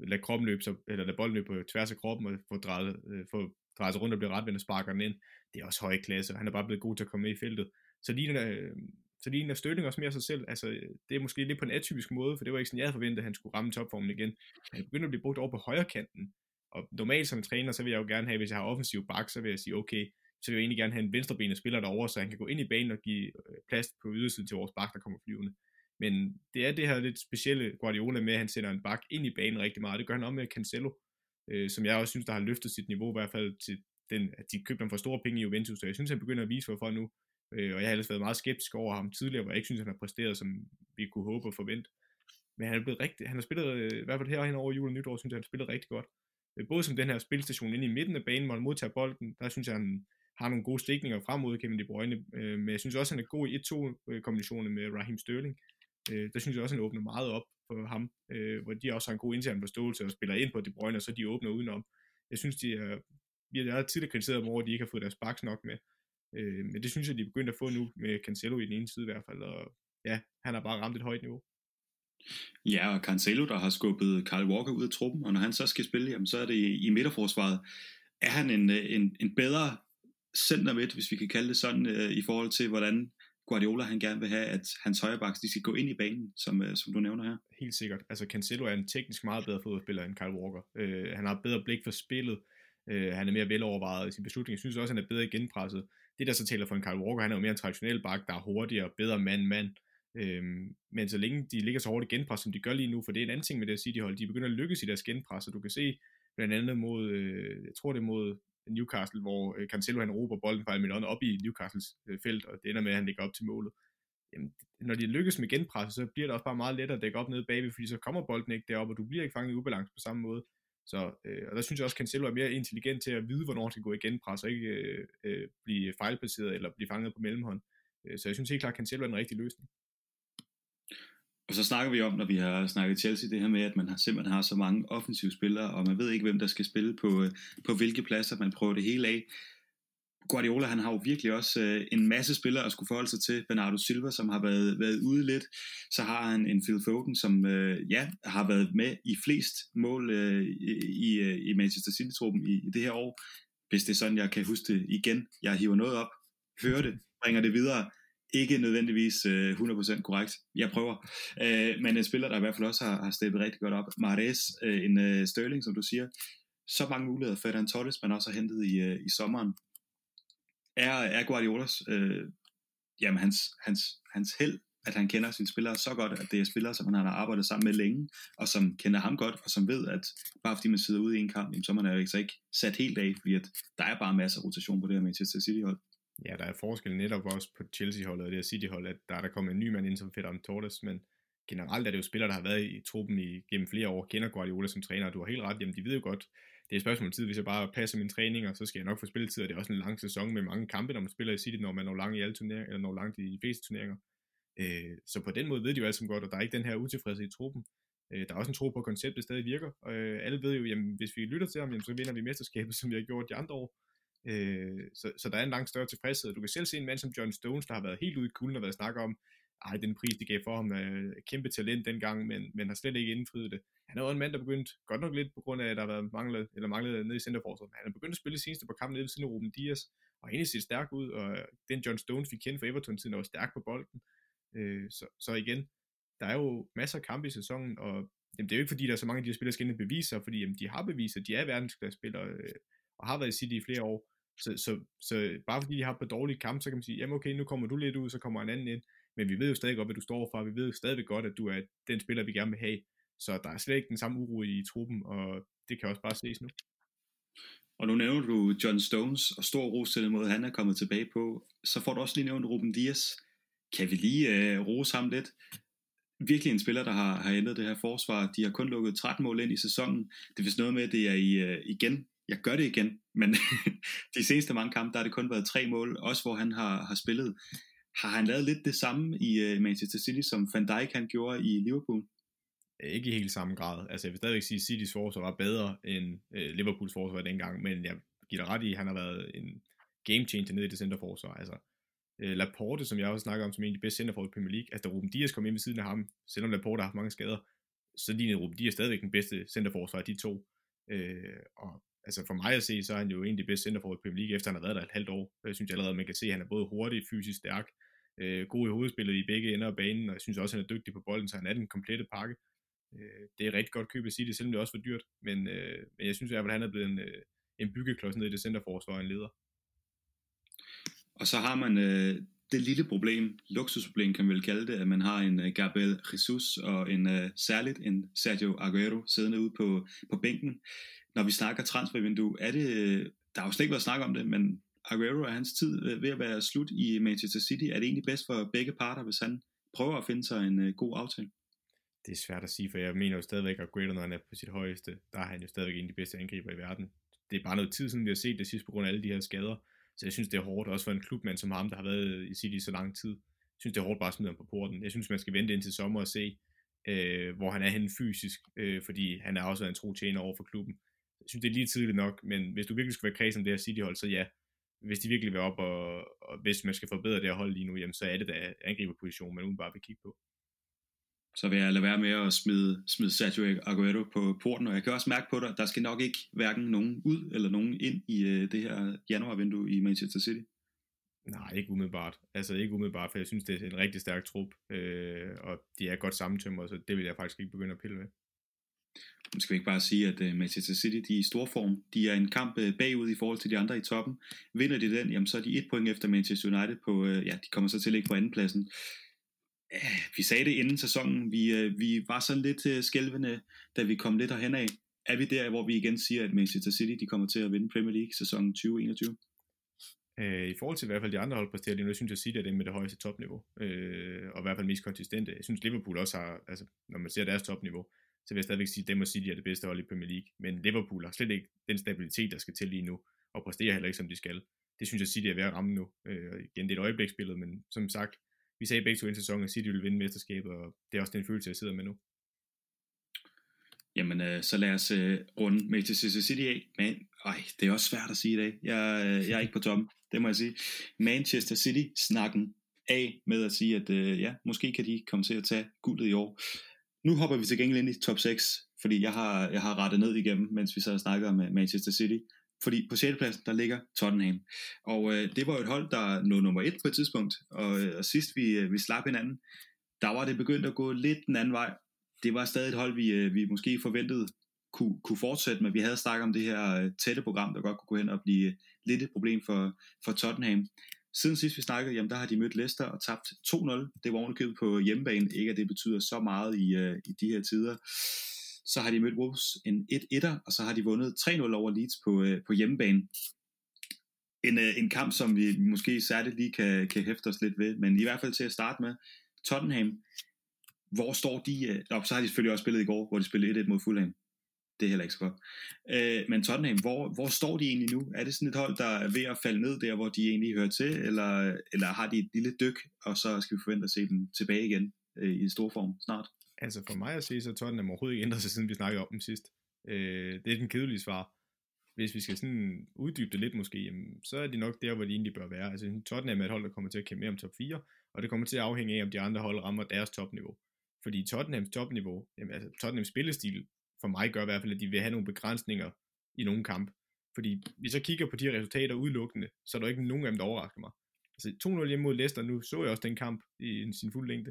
lader bolden løbe på tværs af kroppen og får drejet sig rundt og bliver retvendt og sparker den ind. Det er også høje klasse, og han er bare blevet god til at komme med i feltet. Så ligner Sterling også mere sig selv. Altså, det er måske lidt på en atypisk måde, for det var ikke sådan, jeg havde forventet, at han skulle ramme topformen igen. Han begynder at blive brugt over på højre kanten, og normalt som træner, så vil jeg jo gerne have, hvis jeg har offensiv bak, så vil jeg sige, okay, så vil jeg egentlig gerne have en venstrebenet spiller derovre, så han kan gå ind i banen og give plads på ydersiden til vores bak, der kommer flyvende. Men det er det her lidt specielle Guardiola med, at han sender en bak ind i banen rigtig meget. Det gør han om med Cancelo, som jeg også synes, der har løftet sit niveau, i hvert fald til at de købte ham for store penge i Juventus, så jeg synes, han begynder at vise, hvorfor nu. Og jeg har ellers været meget skeptisk over ham tidligere, hvor jeg ikke synes, han har præsteret, som vi kunne håbe og forvente. Men han har spillet, i hvert fald herhen over jul og nytår, synes jeg, han har spillet rigtig godt. Både som den her spilstation inde i midten af banen, hvor han modtager bolden, der synes jeg, han har nogle gode stikninger frem mod Kevin De Bruyne, men jeg synes også, han er god i 1-2-kombinationer med Raheem Sterling. Der synes jeg også, han åbner meget op for ham, hvor de også har en god intern forståelse og spiller ind på De Bruyne, og så de åbner udenom. Jeg synes, jeg har tidligere kritiseret dem over, at de ikke har fået deres backs nok med. Men det synes jeg, de er begyndt at få nu med Cancelo i den ene side i hvert fald, og ja, han har bare ramt et højt niveau. Ja, og Cancelo, der har skubbet Kyle Walker ud af truppen, og når han så skal spille, jamen, så er det i midterforsvaret. Er han en bedre center midt, hvis vi kan kalde det sådan, i forhold til, hvordan Guardiola han gerne vil have, at hans højrebacks, de skal gå ind i banen, som du nævner her? Helt sikkert. Altså Cancelo er en teknisk meget bedre fodboldspiller end Kyle Walker. Han har et bedre blik for spillet. Han er mere velovervejet i sin beslutning. Jeg synes også, han er bedre genpresset. Det, der så taler for en Kyle Walker, han er jo mere en traditionel bak, der er hurtigere, bedre mand. Men så længe de ligger så hårdt genpres, som de gør lige nu, for det er en anden ting med det City-hold, de begynder at lykkes i deres genpres, og du kan se blandt andet mod, jeg tror det er mod Newcastle, hvor Cancelo han råber bolden fra Almiron op i Newcastles felt, og det ender med, at han ligger op til målet. Jamen, når de lykkes med genpresset, så bliver det også bare meget lettere at dække op nede bagved, fordi så kommer bolden ikke derop, og du bliver ikke fanget i ubalance på samme måde. Så, og der synes jeg også, at Cancelo er mere intelligent til at vide, hvornår han skal gå i genpres, og ikke blive fejlplaceret eller blive fanget på mellemhånd. Så jeg synes helt klart, at Cancelo er en rigtig løsning. Og så snakker vi om, når vi har snakket Chelsea, det her med, at man simpelthen har så mange offensive spillere, og man ved ikke, hvem der skal spille på hvilke pladser, man prøver det hele af. Guardiola, han har jo virkelig også en masse spillere at skulle forholde sig til. Bernardo Silva, som har været ude lidt. Så har han en Phil Foden, som har været med i flest mål i Manchester City-truppen i det her år. Hvis det er sådan, jeg kan huske det igen. Jeg hiver noget op, hører det, bringer det videre. ikke nødvendigvis 100% korrekt. Jeg prøver. Men en spiller, der i hvert fald også har steppet rigtig godt op. Mahrez, en Sterling, som du siger. Så mange muligheder. Ferran Torres, man også har hentet i sommeren. Er Guardiolas jamen hans held, at han kender sine spillere så godt, at det er spillere, som han har arbejdet sammen med længe, og som kender ham godt, og som ved, at bare fordi man sidder ude i en kamp, så er man jo ikke sat helt af, fordi at der er bare masser af rotation på det her Manchester City-hold. Ja, der er forskel netop også på Chelsea-holdet og det her City-hold, at der er kommet en ny mand ind som Ferran Torres, men generelt er det jo spillere, der har været i truppen gennem flere år, kender Guardiola som træner, og du har helt ret, jamen de ved jo godt, det er et spørgsmål om tid, hvis jeg bare passer mine træninger, så skal jeg nok få spilletid, og det er også en lang sæson med mange kampe, når man spiller i City, når man når langt i alle turneringer, eller når langt i de fleste turneringer. Så på den måde ved de jo alle sammen godt, og der er ikke den her utilfredshed i truppen. Der er også en tro på, at konceptet stadig virker, og alle ved jo, jamen hvis vi lytter til ham, jamen, så vinder vi mesterskabet, som vi har gjort de andre år. Så der er en langt større tilfredshed. Du kan selv se en mand som John Stones, der har været helt ude i kulden og været snakket om, den pris, de gav for ham, kæmpe talent dengang, men har slet ikke indfriet det. Han er jo en mand, der begyndt, godt nok lidt på grund af, at der har været manglet nede i centerforsvaret, men han er begyndt at spille de seneste par kampe nede ved siden af Ruben Dias, og egentlig set stærk ud, og den John Stones, vi kendte fra Everton-tiden, var stærk på bolden. Så igen, der er jo masser af kampe i sæsonen, og jamen, det er jo ikke fordi, der er så mange af de her spillere, der skal ind bevise sig, fordi jamen, de har beviser, de er verdensklassespillere, og har været i City i flere år, så bare fordi de har på dårlige kampe, så kan man sige, jamen okay, nu kommer du lidt ud, så kommer en anden ind, men vi ved jo stadig godt, hvad du står for, vi ved jo stadig godt, at du er den spiller, vi gerne vil have, så der er slet ikke den samme uro i truppen, og det kan også bare ses nu. Og nu nævner du John Stones, og stor ros til den måde, han er kommet tilbage på, så får du også lige nævnt Ruben Dias. Kan vi lige rose ham lidt? Virkelig en spiller, der har ændret det her forsvar. De har kun lukket 13 mål ind i sæsonen. Det er vist noget med, at det er igen. Jeg gør det igen, men de seneste mange kampe, der har det kun været 3 mål, også hvor han har spillet. Har han lavet lidt det samme i Manchester City, som Van Dijk han gjorde i Liverpool? Ikke i helt samme grad. Altså jeg vil stadigvæk sige, at Citys forsvar var bedre end Liverpools forsvar dengang, men jeg giver dig ret i, at han har været en game changer nede i det centerforsvar. Altså Laporte, som jeg også snakker om som en af de bedste centerforsvar i Premier League, altså da Ruben Dias kom ind ved siden af ham, selvom Laporte har haft mange skader, så lignede Ruben Dias stadigvæk den bedste centerforsvar af de to. Og altså for mig at se, så er han jo en af de bedste centerforsvar i Premier League, efter han har været der et halvt år. Jeg synes allerede, at man kan se, at han er både hurtig, fysisk stærk, god i hovedspillet i begge ender af banen, og jeg synes også, at han er dygtig på bolden, så han er den komplette pakke. Det er rigtig godt køb at sige det, selvom det også var dyrt, men jeg synes i hvert fald, at han er blevet en byggeklods ned i det centerforsvar og en leder. Og så har man det lille problem, luksusproblem kan man vel kalde det, at man har en Gabriel Jesus og særligt en Sergio Aguero siddende ude på bænken. Når vi snakker transfervindue, der har jo slet ikke været snak om det, men Aguero er hans tid ved at være slut i Manchester City. Er det egentlig bedst for begge parter, hvis han prøver at finde sig en god aftale? Det er svært at sige, for jeg mener jo stadigvæk, at Aguero, når han er på sit højeste, der er han jo stadigvæk en af de bedste angriber i verden. Det er bare noget tid siden, vi har set det sidst på grund af alle de her skader. Så jeg synes, det er hårdt, også for en klubmand som ham, der har været i City i så lang tid. Jeg synes, det er hårdt bare at smide ham på porten. Jeg synes, man skal vente indtil sommer og se, hvor han er henne fysisk, fordi han er også en tro tjener over for klubben. Jeg synes, det er lige tidligt nok, men hvis du virkelig skal være kreds om det her City-hold, så ja, hvis de virkelig vil op, og hvis man skal forbedre det her hold lige nu, jamen, så er det da angriberposition, man udenbart vil kigge på. Så vil jeg lade være med at smide Sergio Aguero på porten, og jeg kan også mærke på dig, at der skal nok ikke hverken nogen ud eller nogen ind i det her januarvindue i Manchester City. Nej, ikke umiddelbart. Altså ikke umiddelbart, for jeg synes, det er en rigtig stærk trup, og de er godt sammentømret, så det vil jeg faktisk ikke begynde at pille med. Nu skal vi ikke bare sige, at Manchester City, de er i stor form. De er en kamp bagud i forhold til de andre i toppen. Vinder de den, jamen så er de 1 point efter Manchester United på, de kommer så til at ligge på andenpladsen. Vi sagde det inden sæsonen, vi var sådan lidt skælvende, da vi kom lidt herhen af. Er vi der, hvor vi igen siger, at Manchester City de kommer til at vinde Premier League sæsonen 2021? I forhold til i hvert fald de andre hold præsterer lige nu, synes jeg City er dem med det højeste topniveau, og i hvert fald mest konsistente. Jeg synes Liverpool også har, altså når man ser deres topniveau, så vil jeg stadigvæk sige, at dem og City er det bedste hold i Premier League. Men Liverpool har slet ikke den stabilitet, der skal til lige nu, og præsterer heller ikke, som de skal. Det synes jeg, City er ved at ramme nu. Igen, det er et øjebliksbillede, men som sagt, vi sagde begge to i en sæson, at City ville vinde mesterskabet, og det er også den følelse, jeg sidder med nu. Jamen, så lad os runde Manchester City af. Men, det er også svært at sige i dag. Jeg er ikke på toppen, det må jeg sige. Manchester City-snakken af med at sige, at måske kan de komme til at tage guldet i år. Nu hopper vi til gengæld ind i top 6, fordi jeg har rettet ned igennem, mens vi så snakker om Manchester City. Fordi på 6. pladsen, der ligger Tottenham. Og det var jo et hold, der nåede nummer 1 på et tidspunkt. Og sidst vi slap hinanden, der var det begyndt at gå lidt den anden vej. Det var stadig et hold, vi måske forventede kunne fortsætte med. Vi havde snakket om det her tætte program, der godt kunne gå hen og blive lidt et problem for Tottenham. Siden sidst vi snakkede, jamen der har de mødt Leicester og tabt 2-0. Det var ovenikøbet på hjemmebane. Ikke at det betyder så meget i de her tider. Så har de mødt Wolves en 1-1'er, og så har de vundet 3-0 over Leeds på hjemmebane. En kamp, som vi måske særligt lige kan hæfte os lidt ved, men i hvert fald til at starte med, Tottenham, hvor står de? Så har de selvfølgelig også spillet i går, hvor de spillede 1-1 mod Fulham. Det er heller ikke så godt. Men Tottenham, hvor står de egentlig nu? Er det sådan et hold, der er ved at falde ned der, hvor de egentlig hører til, eller har de et lille dyk, og så skal vi forvente at se dem tilbage igen i stor form snart? Altså for mig at se, så Tottenham overhovedet ikke ændret sig, siden vi snakkede om dem sidst. Det er den kedelige svar. Hvis vi skal sådan uddybe det lidt måske, jamen, så er de nok der, hvor de egentlig bør være. Altså Tottenham er et hold, der kommer til at kæmpe mere om top 4, og det kommer til at afhænge af, om de andre hold rammer deres topniveau. Fordi Tottenhams topniveau, jamen, altså Tottenhams spillestil, for mig gør i hvert fald, at de vil have nogle begrænsninger i nogle kamp. Fordi hvis jeg kigger på de resultater udelukkende, så er der ikke nogen af dem, der overrasker mig. Altså 2-0 hjemme mod Leicester, nu så jeg også den kamp i sin fulde længde.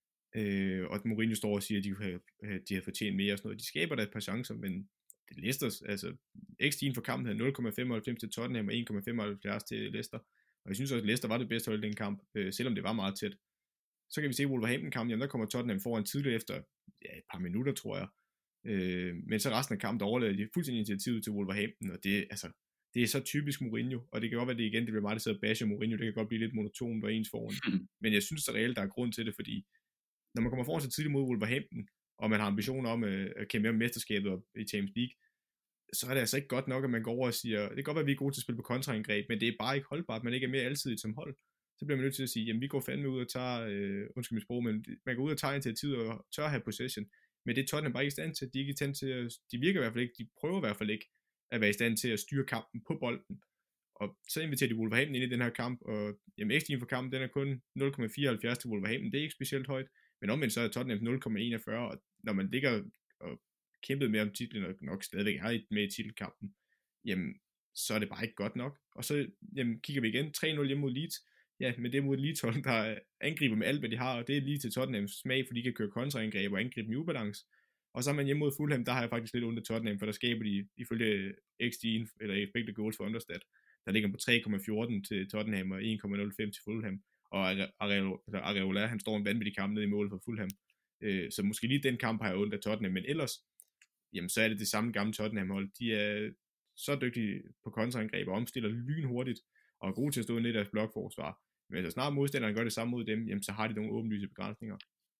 Og Mourinho står og siger, at de har fortjent mere og sådan noget. De skaber da et par chancer, men det Leicester, altså XG'en for kampen havde 0,95 til Tottenham og 1,75 til Leicester. Og jeg synes også, at Leicester var det bedste hold i den kamp, selvom det var meget tæt. Så kan vi se Wolverhampton-kampen, jamen der kommer Tottenham foran tidligt efter et par minutter, tror jeg. Men så resten af kampen, der overlader de fuldstændig initiativet til Wolverhampton, og det er så typisk Mourinho, og det kan godt være, det igen, det bliver meget, der sidder og basher Mourinho, det kan godt blive lidt monotont og ens foran. Men jeg synes, der reelt der er grund til det, fordi når man kommer foran så tidligt mod Wolverhampton, og man har ambitioner om at kæmpe om mesterskabet i Champions League, så er det altså ikke godt nok, at man går over og siger, det kan godt være, at vi er gode til at spille på kontraangreb, men det er bare ikke holdbart, man ikke er mere alsidigt som hold. Så bliver man nødt til at sige, jamen vi går fandme ud og tager, undskyld mit sprog, men man går ud og tager initiativet og tør at have possession. Men det er Tottenham bare ikke i stand til. De er ikke i stand til de virker i hvert fald ikke, de prøver i hvert fald ikke at være i stand til at styre kampen på bolden. Og så inviterer de Wolverhampton ind i den her kamp, og jamen XG'en for kampen, den er kun 0,74 til Wolverhampton. Det er ikke specielt højt, men omvendt så er Tottenham 0,41, og når man ligger og kæmpet med om titlen, og nok stadigvæk er med i titelkampen, jamen så er det bare ikke godt nok. Og så jamen, kigger vi igen, 3-0 hjemme mod Leeds. Ja, men det er mod Leeds, der angriber med alt, hvad de har, og det er lige til Tottenhams smag, for de kan køre kontraangreb og angribe med ubalance. Og så er man hjemme mod Fulham, der har jeg faktisk lidt ondt af Tottenham, for der skaber de ifølge XG, eller expected goals for understat, der ligger på 3,14 til Tottenham og 1,05 til Fulham. Og Areola, han står en vanvittig kamp nede i målet for Fulham. Så måske lige den kamp har jeg ondt af Tottenham, men ellers, jamen så er det samme gamle Tottenham-hold. De er så dygtige på kontraangreb og omstiller lynhurtigt, og er gode til at stå ned i deres blokforsvar. Men så snart modstanderen gør det samme mod dem, jamen, så har de nogle åbenlyse begrænsninger.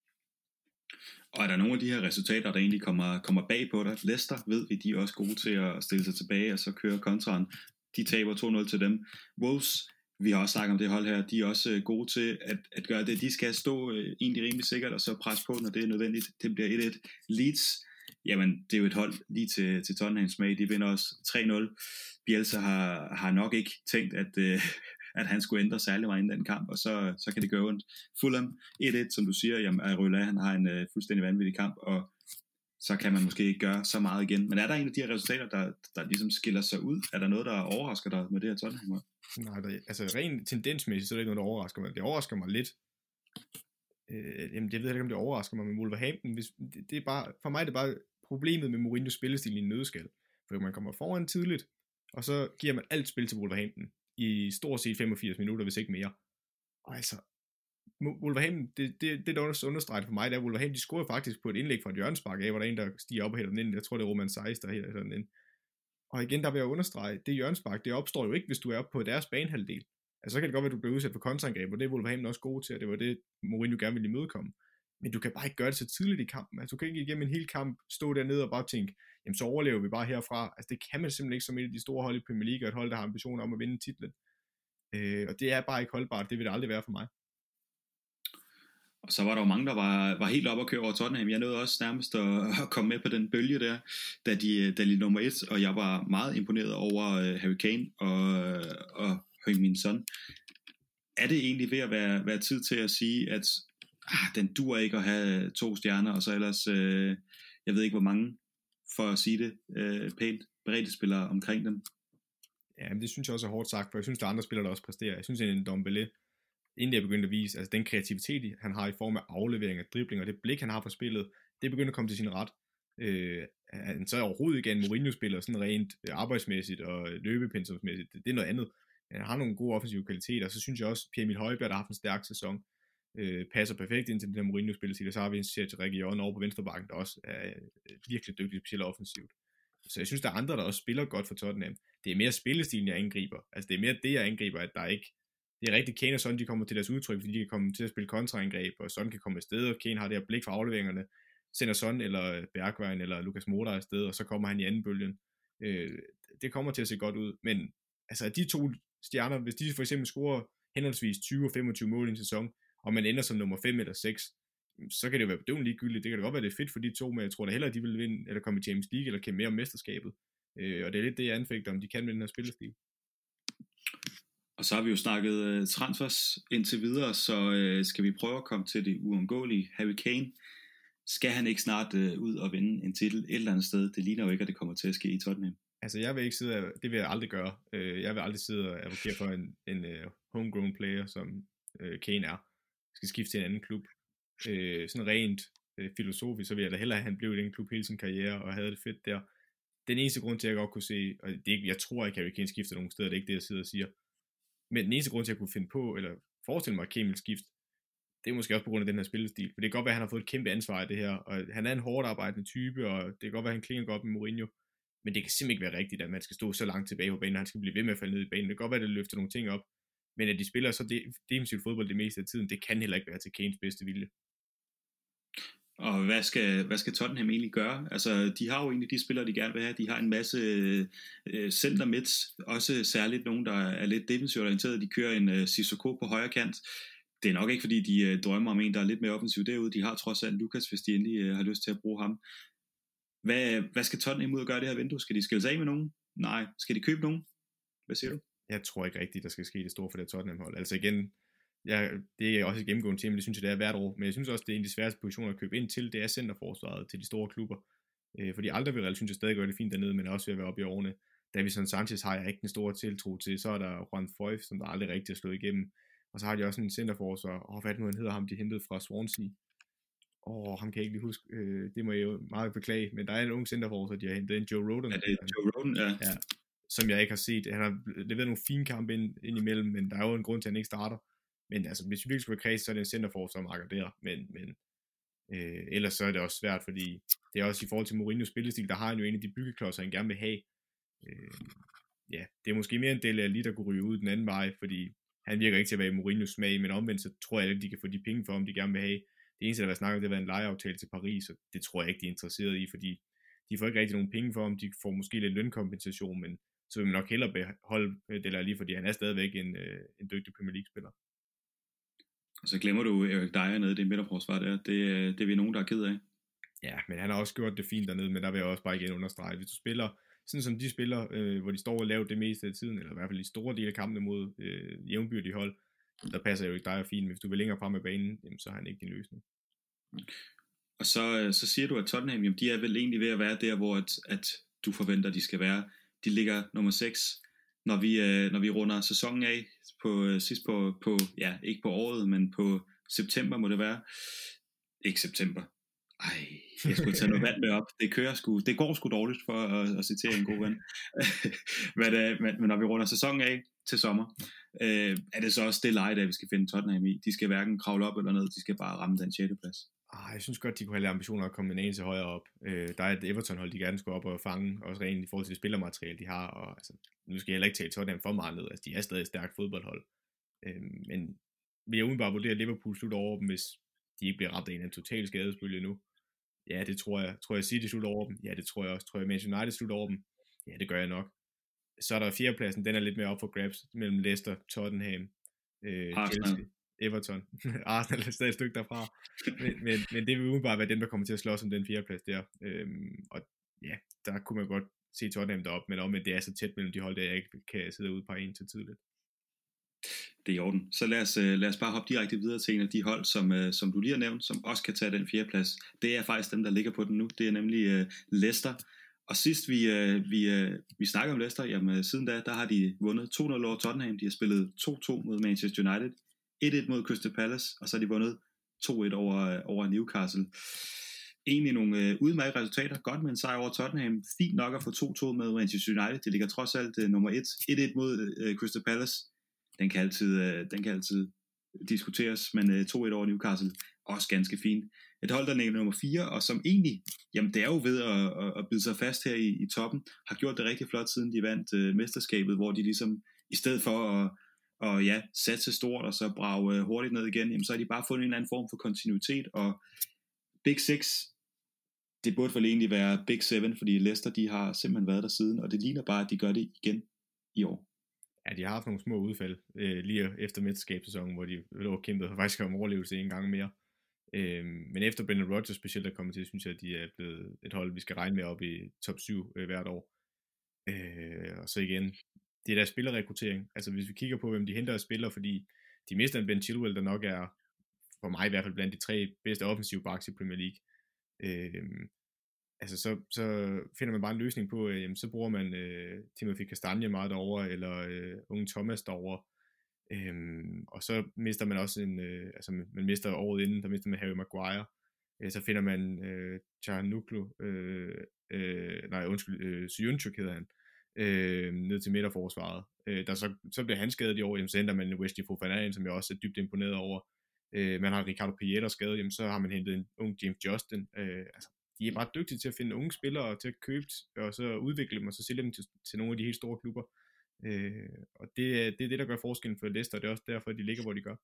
Og er der nogle af de her resultater, der egentlig kommer bag på dig? Leicester ved vi, de er også gode til at stille sig tilbage, og så køre kontraen. De taber 2-0 til dem. Wolves, vi har også snakket om det hold her, de er også gode til at gøre det. De skal stå egentlig rimelig sikkert, og så presse på, når det er nødvendigt. Det bliver 1-1. Leeds, jamen det er jo et hold lige til Tottenhams smag. De vinder også 3-0. Bielsa har nok ikke tænkt, at han skulle ændre særlig meget inden den kamp, og så kan det gøre ondt. Fulham 1-1, som du siger, jamen Areola, han har en fuldstændig vanvittig kamp, og så kan man måske ikke gøre så meget igen. Men er der en af de her resultater, der ligesom skiller sig ud? Er der noget, der overrasker dig med det her Tottenham? Nej, altså rent tendensmæssigt, så er det ikke noget, der overrasker mig. Det overrasker mig lidt. Jamen, jeg ved ikke, om det overrasker mig med Wolverhampton. Det er bare, for mig er det bare problemet med Mourinho's spillestil i en nøddeskal. For man kommer foran tidligt, og så giver man alt spil til Wolverhampton i stort set 85 minutter, hvis ikke mere. Og altså, Wolverhampton, det der understreget for mig, det er, at Wolverhampton, de scorede faktisk på et indlæg fra et hjørnespark af, hvor der er en, der stiger op og hælder den ind. Jeg tror, det er Roman Seiss, der hælder den ind. Og igen, der vil jeg understrege, det hjørnespark, det opstår jo ikke, hvis du er oppe på deres banehalvdel. Altså, så kan det godt være, at du bliver udsat for kontraangreb, og det er Wolverhampton også gode til, og det var det, Mourinho gerne ville imødekomme. Men du kan bare ikke gøre det så tidligt i kampen. Altså, du kan ikke igennem en hel kamp stå dernede og bare tænke, jamen så overlever vi bare herfra. Altså, det kan man simpelthen ikke som et af de store hold i Premier League, og et hold, der har ambitioner om at vinde titlen. Og det er bare ikke holdbart. Det vil det aldrig være for mig. Og så var der jo mange, der var helt oppe at køre over Tottenham. Jeg nåede også nærmest at komme med på den bølge der, da de nummer 1, og jeg var meget imponeret over Harry Kane og Heung-min Son. Er det egentlig ved at være tid til at sige, at den duer ikke at have 2 stjerner, og så ellers, jeg ved ikke hvor mange, for at sige det pænt, bredde spillere omkring dem? Ja, men det synes jeg også er hårdt sagt, for jeg synes, der er andre spillere, der også præsterer. Jeg synes, at en Dombele, inden jeg begyndte at vise, altså den kreativitet, han har i form af aflevering og dribling, og det blik, han har for spillet, det begynder at komme til sin ret. Han så er overhovedet ikke en Mourinho-spiller, sådan rent arbejdsmæssigt og løbepensumsmæssigt. Det er noget andet. Han har nogle gode offensive kvaliteter, og så synes jeg også, Pierre-Emil Højbjerg, der har haft en stærk sæson, passer perfekt ind til den der Mourinho-spiller, så har vi en Sergio Reguilón over på venstrebakken, der også er virkelig dygtig, specielt offensivt. Så jeg synes, der er andre, der også spiller godt for Tottenham. Det er mere spillestilen, jeg angriber. Altså det er mere det, jeg angriber, at der ikke... Det er rigtigt, Kane og Son, de kommer til deres udtryk, fordi de kan komme til at spille kontraangreb, og Son kan komme afsted, og Kane har det her blik for afleveringerne, sender Son eller Bergwijn eller Lucas Moura afsted, og så kommer han i anden bølgen. Det kommer til at se godt ud, men altså de to stjerner, hvis de for eksempel scorer henholdsvis 20 og 25 mål i en sæson, og man ender som nummer 5 eller 6, så kan det jo være bedøvende ligegyldigt. Det kan da godt være, det er fedt for de to, men jeg tror da hellere, at de vil vinde, eller komme i Champions League, eller kæmpe mere om mesterskabet. Og det er lidt det, jeg anfægter, om de kan med den her spillestil. Og så har vi jo snakket transfers indtil videre, så skal vi prøve at komme til det uundgåelige. Harry Kane, skal han ikke snart ud og vinde en titel et eller andet sted? Det ligner jo ikke, at det kommer til at ske i Tottenham. Altså jeg vil ikke sidde, det vil jeg aldrig gøre. Jeg vil aldrig sidde og advokere for en homegrown player, som Kane er, skal skifte til en anden klub. Sådan rent filosofisk, så vil jeg da hellere, at han blev i den klub hele sin karriere, og havde det fedt der. Den eneste grund til, at jeg godt kunne se, og det er ikke, jeg tror ikke, at Harry Kane skifter nogen steder, det er ikke det, jeg sidder og siger. Men den eneste grund til, at jeg kunne finde på, eller forestille mig, at Kane vil skifte, det er måske også på grund af den her spillestil. For det kan godt være, at han har fået et kæmpe ansvar i det her, og han er en hårdt arbejdende type, og det kan godt være, at han klinger godt med Mourinho. Men det kan simpelthen ikke være rigtigt, at man skal stå så langt tilbage på banen, og han skal blive ved med at falde ned i banen. Det kan godt være, at det løfter nogle ting op, men at de spiller så defensivt fodbold det meste af tiden, det kan heller ikke være til Kanes bedste vilje. Og hvad skal Tottenham egentlig gøre? Altså, de har jo egentlig de spillere, de gerne vil have. De har en masse center mids, også særligt nogen, der er lidt defensivt orienteret. De kører en Sissoko på højre kant. Det er nok ikke, fordi de drømmer om en, der er lidt mere offensiv derude. De har trods alt Lucas, hvis de endelig har lyst til at bruge ham. Hvad skal Tottenham ud og gøre det her vindue? Skal de skille sig af med nogen? Nej. Skal de købe nogen? Hvad siger du? Jeg tror ikke rigtigt, der skal ske det store for det Tottenham-hold. Altså igen, det er også et gennemgående tema, det synes jeg, det er hvert år. Men jeg synes også, det er en af de sværeste positioner at købe ind til, det er centerforsvaret til de store klubber. Fordi Alderweireld synes jeg stadig gør det fint dernede, men også ved at være oppe i årene. Davison Sanchez har jeg ikke den store tiltro til. Så er der Juan Foyth, som der aldrig rigtig er slået igennem. Og så har de også en centerforsvar, hvad nu han hedder ham, de hentede fra Swansea. Ham kan jeg ikke lige huske, det må jeg jo meget beklage, men der er en ung centerforsvar, de har hentet ind, Joe Rodon. Ja, det er Joe Rodon, ja. Som jeg ikke har set. Han har leveret nogle fine kampe ind imellem, men der er jo en grund til, at han ikke starter. Men altså, hvis vi virkelig skulle være kreds, så er det en centerforsvar, som markerer der. Men ellers så er det også svært, fordi det er også i forhold til Mourinho's spillestil, der har han jo en af de byggeklodser, han gerne vil have. Det er måske mere en del af lige, der kunne ryge ud den anden vej, fordi han virker ikke til at være i Mourinho's smag, men omvendt så tror jeg, at de kan få de penge for, om de gerne vil have. Det eneste, der var snakket om, det var en lejeaftale til Paris, og det tror jeg ikke, de er interesseret i, fordi de får ikke rigtig nogen penge for, om de får måske lidt lønkompensation, men så vil man nok hellere beholde det der lige, fordi han er stadigvæk en dygtig Premier League-spiller. Og så glemmer du Eric Dyer nede i det midterforsvar der. Det er vi nogen, der er ked af. Ja, men han har også gjort det fint dernede, men der vil jeg også bare igen understrege. Hvis du spiller, sådan som de spiller, hvor de står og laver det meste af tiden, eller i hvert fald i store dele af kampene mod jævnbyrdige hold, der passer Eric Dyer fint. Men hvis du vil længere frem i banen, jamen, så har han ikke din løsning. Og så siger du, at Tottenham, jamen, de er vel egentlig ved at være der, hvor at du forventer, de skal være. De ligger nummer 6, når vi runder sæsonen af sidst på ja, ikke på året, men på september må det være. Ikke september. Jeg skulle tage noget vand med op. Det går sgu dårligt for at citere en god ven. men når vi runder sæsonen af til sommer, er det så også det leje, der vi skal finde Tottenham i. De skal hverken kravle op eller ned, de skal bare ramme den 6. plads. Jeg synes godt, de kunne have lidt ambitioner at komme en anelse højere op. Der er et Everton-hold, de gerne skulle op og fange, også rent i forhold til det spillermateriale, de har. Og, altså, nu skal jeg heller ikke tale Tottenham for meget ned. Altså, de er stadig et stærkt fodboldhold. Men vil jeg udenbart vurdere, at Liverpool slutter over dem, hvis de ikke bliver ramt af en total skadesbølge nu? Ja, det tror jeg. Tror jeg City slutter over dem? Ja, det tror jeg også. Tror jeg Manchester United slutter over dem? Ja, det gør jeg nok. Så er der 4. pladsen, den er lidt mere op for grabs mellem Leicester, Tottenham, Chelsea, Everton. Arsenal er stadig et stykke derfra. men det vil udenbart være dem, der kommer til at slås om den 4. plads der. Og ja, der kunne man godt se Tottenham deroppe, men omvendt det er så tæt mellem de hold, der jeg ikke kan sidde ude på en til tidligt. Det er i orden. Så lad os bare hoppe direkte videre til en af de hold, som du lige har nævnt, som også kan tage den 4. plads. Det er faktisk dem, der ligger på den nu. Det er nemlig Leicester. Og sidst vi snakker om Leicester, jamen siden da, der har de vundet 2-0 over Tottenham. De har spillet 2-2 mod Manchester United, 1-1 mod Crystal Palace, og så har de vundet 2-1 over Newcastle. Egentlig nogle udmærkede resultater. Godt med en sejr over Tottenham. Fint nok at få 2-2 med Manchester United. Det ligger trods alt nummer 1. 1-1 mod Crystal Palace. Den kan altid diskuteres, men 2-1 over Newcastle. Også ganske fint. Et hold, der ligger nummer 4, og som egentlig, jamen det er jo ved at bide sig fast her i toppen, har gjort det rigtig flot, siden de vandt mesterskabet, hvor de ligesom, i stedet for at satse stort, og så brage hurtigt ned igen, jamen så har de bare fundet en eller anden form for kontinuitet, og Big Six, det burde vel egentlig være Big Seven, fordi Leicester, de har simpelthen været der siden, og det ligner bare, at de gør det igen i år. Ja, de har haft nogle små udfald lige efter mesterskabssæsonen, hvor de lå og kæmpede faktisk om overlevelse en gang mere. Men efter Brendan Rodgers specielt er kommet til, synes jeg, at de er blevet et hold, vi skal regne med op i top 7 hvert år. Og så igen, det er der spillerrekruttering. Altså hvis vi kigger på, hvem de henter af spillere, fordi de mister en Ben Chilwell, der nok er, for mig i hvert fald, blandt de 3 bedste offensive backs i Premier League. Altså så finder man bare en løsning på, så bruger man Timothy Castagne meget derovre, eller unge Thomas derovre. Og så mister man også man mister året inden, der mister man Harry Maguire. Så finder man Çalhanoğlu, Söyüncü hedder han, ned til midterforsvaret. Så bliver han skadet i år, så henter man Wesley Fofana, som jeg også er dybt imponeret over. Man har Ricardo Pietro skadet, så har man hentet en ung James Justin. De er bare dygtige til at finde unge spillere til at købe, og så udvikle dem, og så sælge dem til nogle af de helt store klubber. Og det er det, der gør forskellen for Leicester, og det er også derfor, de ligger, hvor de gør.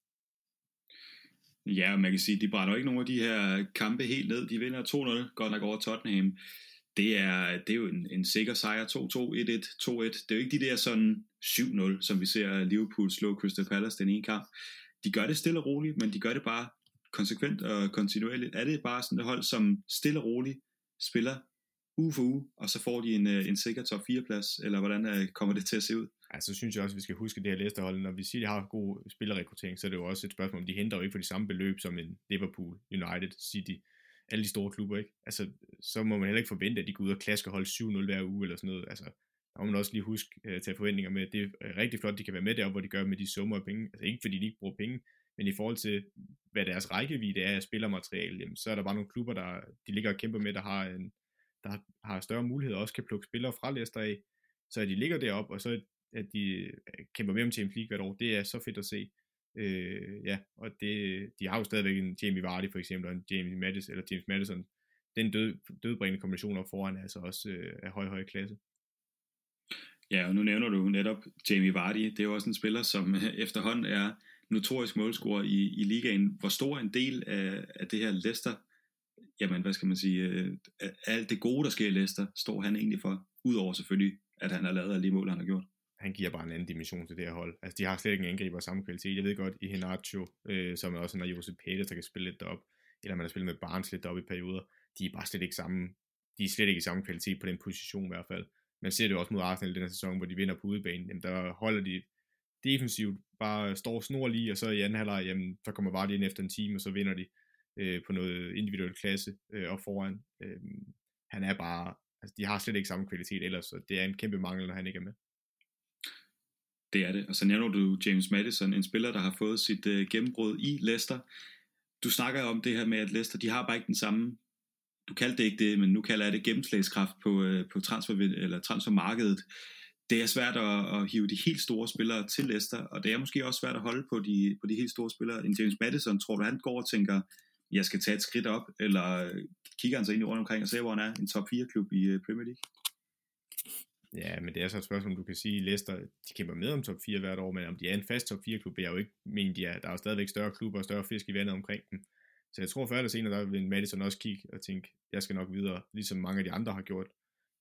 Ja, og man kan sige, de brænder ikke nogen af de her kampe helt ned. De vinder 2-0, godt nok over Tottenham. Det er jo en sikker sejr, 2-2, 1-1, 2-1. Det er jo ikke de der sådan 7-0, som vi ser Liverpool slå Crystal Palace den ene kamp. De gør det stille og roligt, men de gør det bare konsekvent og kontinuerligt. Er det bare sådan et hold, som stille og roligt spiller uge for uge, og så får de en sikker top 4 plads, eller hvordan kommer det til at se ud? Altså, så synes jeg også, at vi skal huske det her Leicester-hold. Når vi siger, at de har god spillerrekruttering, så er det jo også et spørgsmål, om de henter jo ikke for de samme beløb som en Liverpool, United, City, alle de store klubber, ikke? Altså, så må man heller ikke forvente, at de går ud og klasker hold 7-0 hver uge, eller sådan noget. Altså, der må man også lige huske at tage forventninger med. Det er rigtig flot, de kan være med deroppe, hvor de gør med de summer af penge. Altså, ikke fordi de ikke bruger penge, men i forhold til, hvad deres rækkevidde er af spillermateriale, jamen, så er der bare nogle klubber, de ligger og kæmper med, der har større muligheder, også kan plukke spillere fra Leicester af, så de ligger deroppe, og så at de kæmper med om Champions League hvert år, det er så fedt at se. Og de har jo stadigvæk en Jamie Vardy for eksempel, og en James Maddison. Den dødbringende kombination op foran er altså også af høj klasse. Ja, og nu nævner du netop Jamie Vardy. Det er jo også en spiller, som efterhånden er notorisk målscorer i ligaen. Hvor stor en del af det her Leicester, jamen hvad skal man sige, alt det gode, der sker i Leicester, står han egentlig for, udover selvfølgelig, at han har lavet alle de mål, han har gjort? Han giver bare en anden dimension til det her hold. Altså, de har slet ikke en angriber af samme kvalitet. Jeg ved godt, i Iheanacho, som er også en af Josep Pérez, der kan spille lidt derop, eller man har spillet med Barnes lidt derop i perioder, de er bare slet ikke i samme kvalitet på den position i hvert fald. Man ser det også mod Arsenal i den her sæson, hvor de vinder på udebanen. Jamen, der holder de defensivt, bare står snorlige, og så i anden halvleg, jamen, så kommer Vardy ind efter en time, og så vinder de på noget individuel klasse op foran. Han er bare, altså de har slet ikke samme kvalitet ellers, så det er en kæmpe mangel, når han ikke er med. Det er det, og så nævner du James Maddison, en spiller, der har fået sit gennembrud i Leicester. Du snakker om det her med, at Leicester, de har bare ikke den samme, du kaldte det ikke det, men nu kalder jeg det gennemslagskraft på transfermarkedet. Det er svært at hive de helt store spillere til Leicester, og det er måske også svært at holde på de helt store spillere. En James Maddison, tror du, han går og tænker, jeg skal tage et skridt op, eller kigger han sig ind rundt omkring og ser, hvor han er, en top 4-klub i Premier League? Ja, men det er så et spørgsmål, du kan sige, Leicester, de kæmper med om top 4 hvert år, men om de er en fast top 4-klub, vil jeg jo ikke mene, der er jo stadigvæk større klubber og større fisk i vandet omkring dem. Så jeg tror før eller senere, der vil Maddison også kigge og tænke, jeg skal nok videre, ligesom mange af de andre har gjort.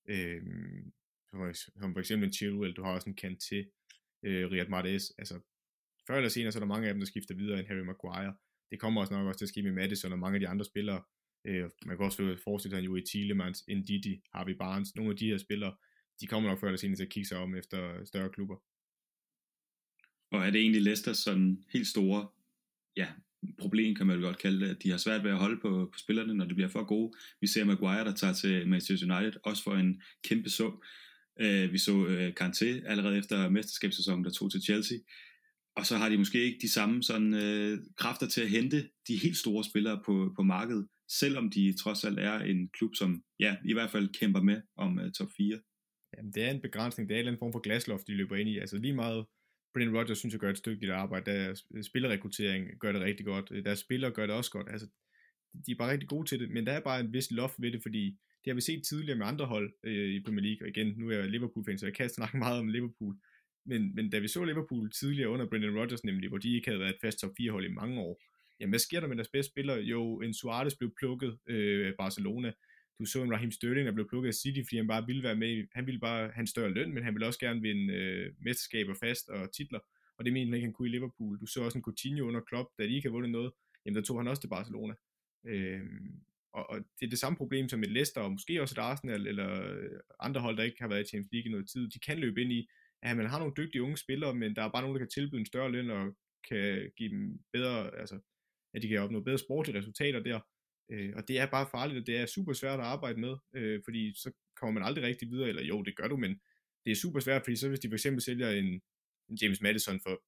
Som for eksempel en Chilwell, du har også en Kanté, Riyad Mahrez, altså før eller senere, så er der mange af dem, der skifter videre end Harry Maguire. Det kommer også nok også til at ske med Maddison og mange af de andre spillere. Man kan også forestille sig, Joey Tielemans, Ndidi, Harvey Barnes, nogle af de her spillere, de kommer nok før eller senere til at kigge sig om efter større klubber. Og er det egentlig Leicester sådan helt store, problem, kan man jo godt kalde det, at de har svært ved at holde på spillerne, når det bliver for gode. Vi ser Maguire, der tager til Manchester United, også for en kæmpe sum. Vi så Kanté allerede efter mesterskabssæsonen, der tog til Chelsea. Og så har de måske ikke de samme sådan, kræfter til at hente de helt store spillere på markedet, selvom de trods alt er en klub, som i hvert fald kæmper med om top 4. Jamen, det er en begrænsning. Det er en eller anden form for glasloft, de løber ind i. Altså lige meget, Brendan Rodgers synes jeg gør et stykke arbejde. Deres spillerrekruttering gør det rigtig godt. Deres spillere gør det også godt. Altså, de er bare rigtig gode til det, men der er bare en vis loft ved det, fordi det har vi set tidligere med andre hold i Premier League, og igen, nu er jeg Liverpool-fan, så jeg kan snakke meget om Liverpool, men da vi så Liverpool tidligere under Brendan Rodgers nemlig, hvor de ikke havde været et fast top 4 hold i mange år, jamen hvad sker der med deres bedste spillere? Jo, en Suarez blev plukket af Barcelona, du så en Raheem Sterling, der blev plukket af City, fordi han bare ville være med, han ville bare have en større løn, men han ville også gerne vinde mesterskaber fast og titler, og det mener han ikke, han kunne i Liverpool. Du så også en Coutinho under Klopp, da de ikke havde vundet noget, jamen der tog han også til Barcelona. Og det er det samme problem som et Leicester, og måske også et Arsenal, eller andre hold, der ikke har været i Champions League i noget tid. De kan løbe ind i, at man har nogle dygtige unge spillere, men der er bare nogen, der kan tilbyde en større løn, og kan give dem bedre, altså, at de kan opnå bedre sportlige resultater der. Og det er bare farligt, og det er super svært at arbejde med, fordi så kommer man aldrig rigtig videre, eller jo, det gør du, men det er super svært, fordi så hvis de for eksempel sælger en James Maddison for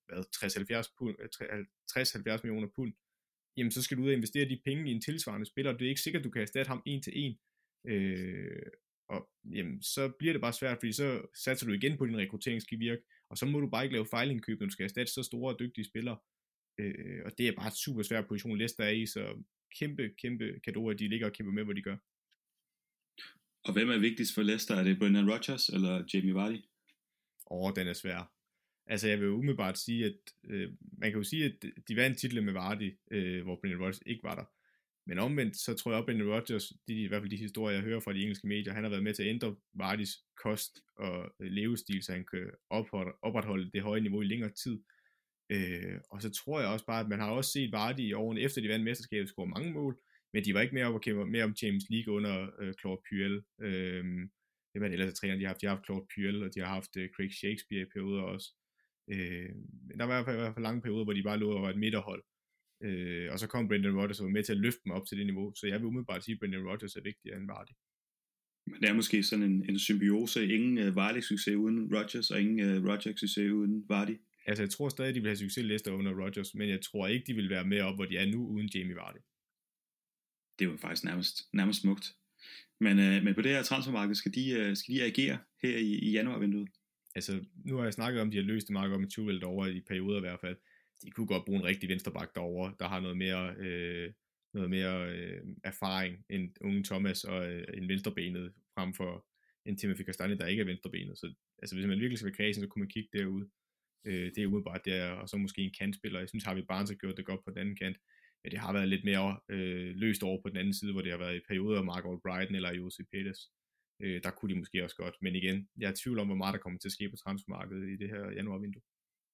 60-70 millioner pund, jamen så skal du ud og investere de penge i en tilsvarende spiller, og det er ikke sikkert, at du kan erstatte ham 1-1, og jamen, så bliver det bare svært, fordi så satser du igen på, at din rekruttering skal virke, og så må du bare ikke lave fejlindkøb, når du skal erstatte så store og dygtige spillere, og det er bare et super svært position, Leicester er i, så kæmpe cadeau, at de ligger og kæmper med, hvor de gør. Og hvem er vigtigst for Leicester? Er det Brendan Rodgers eller Jamie Vardy? Den er svær. Altså jeg vil umiddelbart sige, at man kan jo sige, at de vandt titlen med Vardy, hvor Brendan Rodgers ikke var der. Men omvendt, så tror jeg også, at Brendan Rodgers, i hvert fald de historier, jeg hører fra de engelske medier, han har været med til at ændre Vardys kost og levestil, så han kan opretholde det høje niveau i længere tid. Og så tror jeg også bare, at man har også set Vardy i årene efter de vandt mesterskabet score mange mål, men de var ikke mere op og kæmpe mere om Champions League under Claude Puel. Det var det ellers træner, de har haft Claude Puel, og de har haft Craig Shakespeare i perioder også. Der var i hvert fald lange perioder, hvor de bare lå og var et midterhold. Og så kom Brendan Rodgers og var med til at løfte dem op til det niveau, så jeg vil umiddelbart sige, at Brendan Rodgers er vigtigere end Vardy. Men det er måske sådan en symbiose. Ingen Vardy-succes uden Rodgers, og ingen Rodgers-succes uden Vardy. Altså jeg tror stadig, de vil have succes Leicester under Rodgers, men jeg tror ikke, de vil være mere op, hvor de er nu uden Jamie Vardy. Det er jo faktisk nærmest smukt. Men på det her transfermarked, skal de agere her i januarvinduet? Altså nu har jeg snakket om, at de har løst det meget godt med Tuchel derovre i perioder i hvert fald. De kunne godt bruge en rigtig venstreback derovre, der har noget mere erfaring end unge Thomas og en venstrebenet frem for en Timothy Castagne, der ikke er venstrebenet. Så altså, hvis man virkelig skal være kredsen, så kunne man kigge derud. Det er umiddelbart der, og så måske en kantspiller. Jeg synes, Harvey Barnes har gjort det godt på den anden kant. Men det har været lidt mere løst over på den anden side, hvor det har været i perioder Mark Albrighton eller Jose Peters. Der kunne de måske også godt. Men igen, jeg er i tvivl om, hvor meget der kommer til at ske på transfermarkedet i det her januarvindue.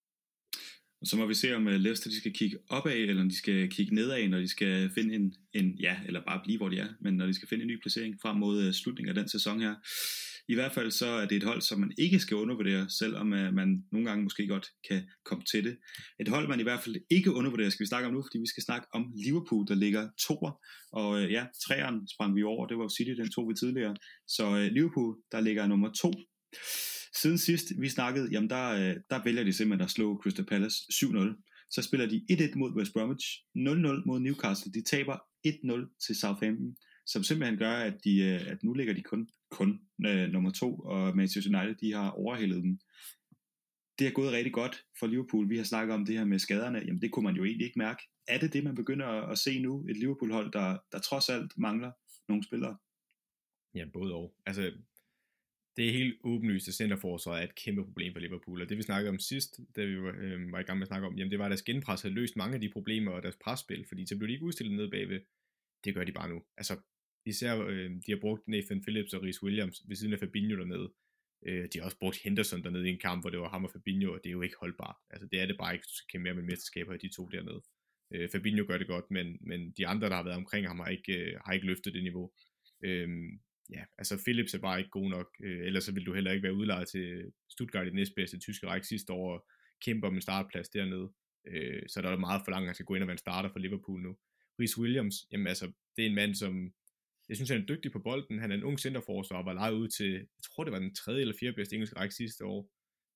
Og så må vi se, om Leicester de skal kigge opad, eller om de skal kigge nedad, når de skal finde eller bare blive, hvor de er, men når de skal finde en ny placering frem mod slutningen af den sæson her. I hvert fald så er det et hold, som man ikke skal undervurdere, selvom man nogle gange måske godt kan komme til det. Et hold, man i hvert fald ikke undervurderer, skal vi snakke om nu, fordi vi skal snakke om Liverpool, der ligger toer. Og treeren sprang vi over, det var jo City, den tog vi tidligere. Så Liverpool, der ligger nummer 2. Siden sidst vi snakkede, jamen der vælger de simpelthen at slå Crystal Palace 7-0. Så spiller de 1-1 mod West Bromwich, 0-0 mod Newcastle. De taber 1-0 til Southampton, som simpelthen gør, at nu ligger de kun nummer 2, og Manchester United, de har overhældet dem. Det er gået rigtig godt for Liverpool. Vi har snakket om det her med skaderne. Jamen det kunne man jo egentlig ikke mærke. Er det man begynder at se nu? Et Liverpool-hold, der trods alt mangler nogle spillere? Ja, både og. Altså, det er helt åbenlyst, at centerforsvaret er et kæmpe problem for Liverpool, og det vi snakkede om sidst, da vi var i gang med at snakke om, jamen det var, at deres genpres havde løst mange af de problemer og deres presspil, fordi så blev de ikke udstillet ned bagved. Det gør de bare nu. Altså, især de har brugt Nathan Phillips og Reece Williams ved siden af Fabinho dernede. De har også brugt Henderson dernede i en kamp, hvor det var ham og Fabinho, og det er jo ikke holdbart. Altså, det er det bare ikke, hvis du skal kæmpe mere med mesterskaber af de to dernede. Fabinho gør det godt, men de andre, der har været omkring ham, har ikke løftet det niveau. Ja, altså Phillips er bare ikke god nok, ellers så vil du heller ikke være udlejet til Stuttgart i det næstbedste tyske række sidste år, og kæmpe om en startplads dernede. så der er meget for langt, at han skal gå ind og være en starter for Liverpool nu. Rhys Williams, jamen altså, det er en mand, som jeg synes, han er dygtig på bolden. Han er en ung centerforsvar og var lejet ud til, jeg tror, det var den 3. eller 4. bedste engelske række sidste år,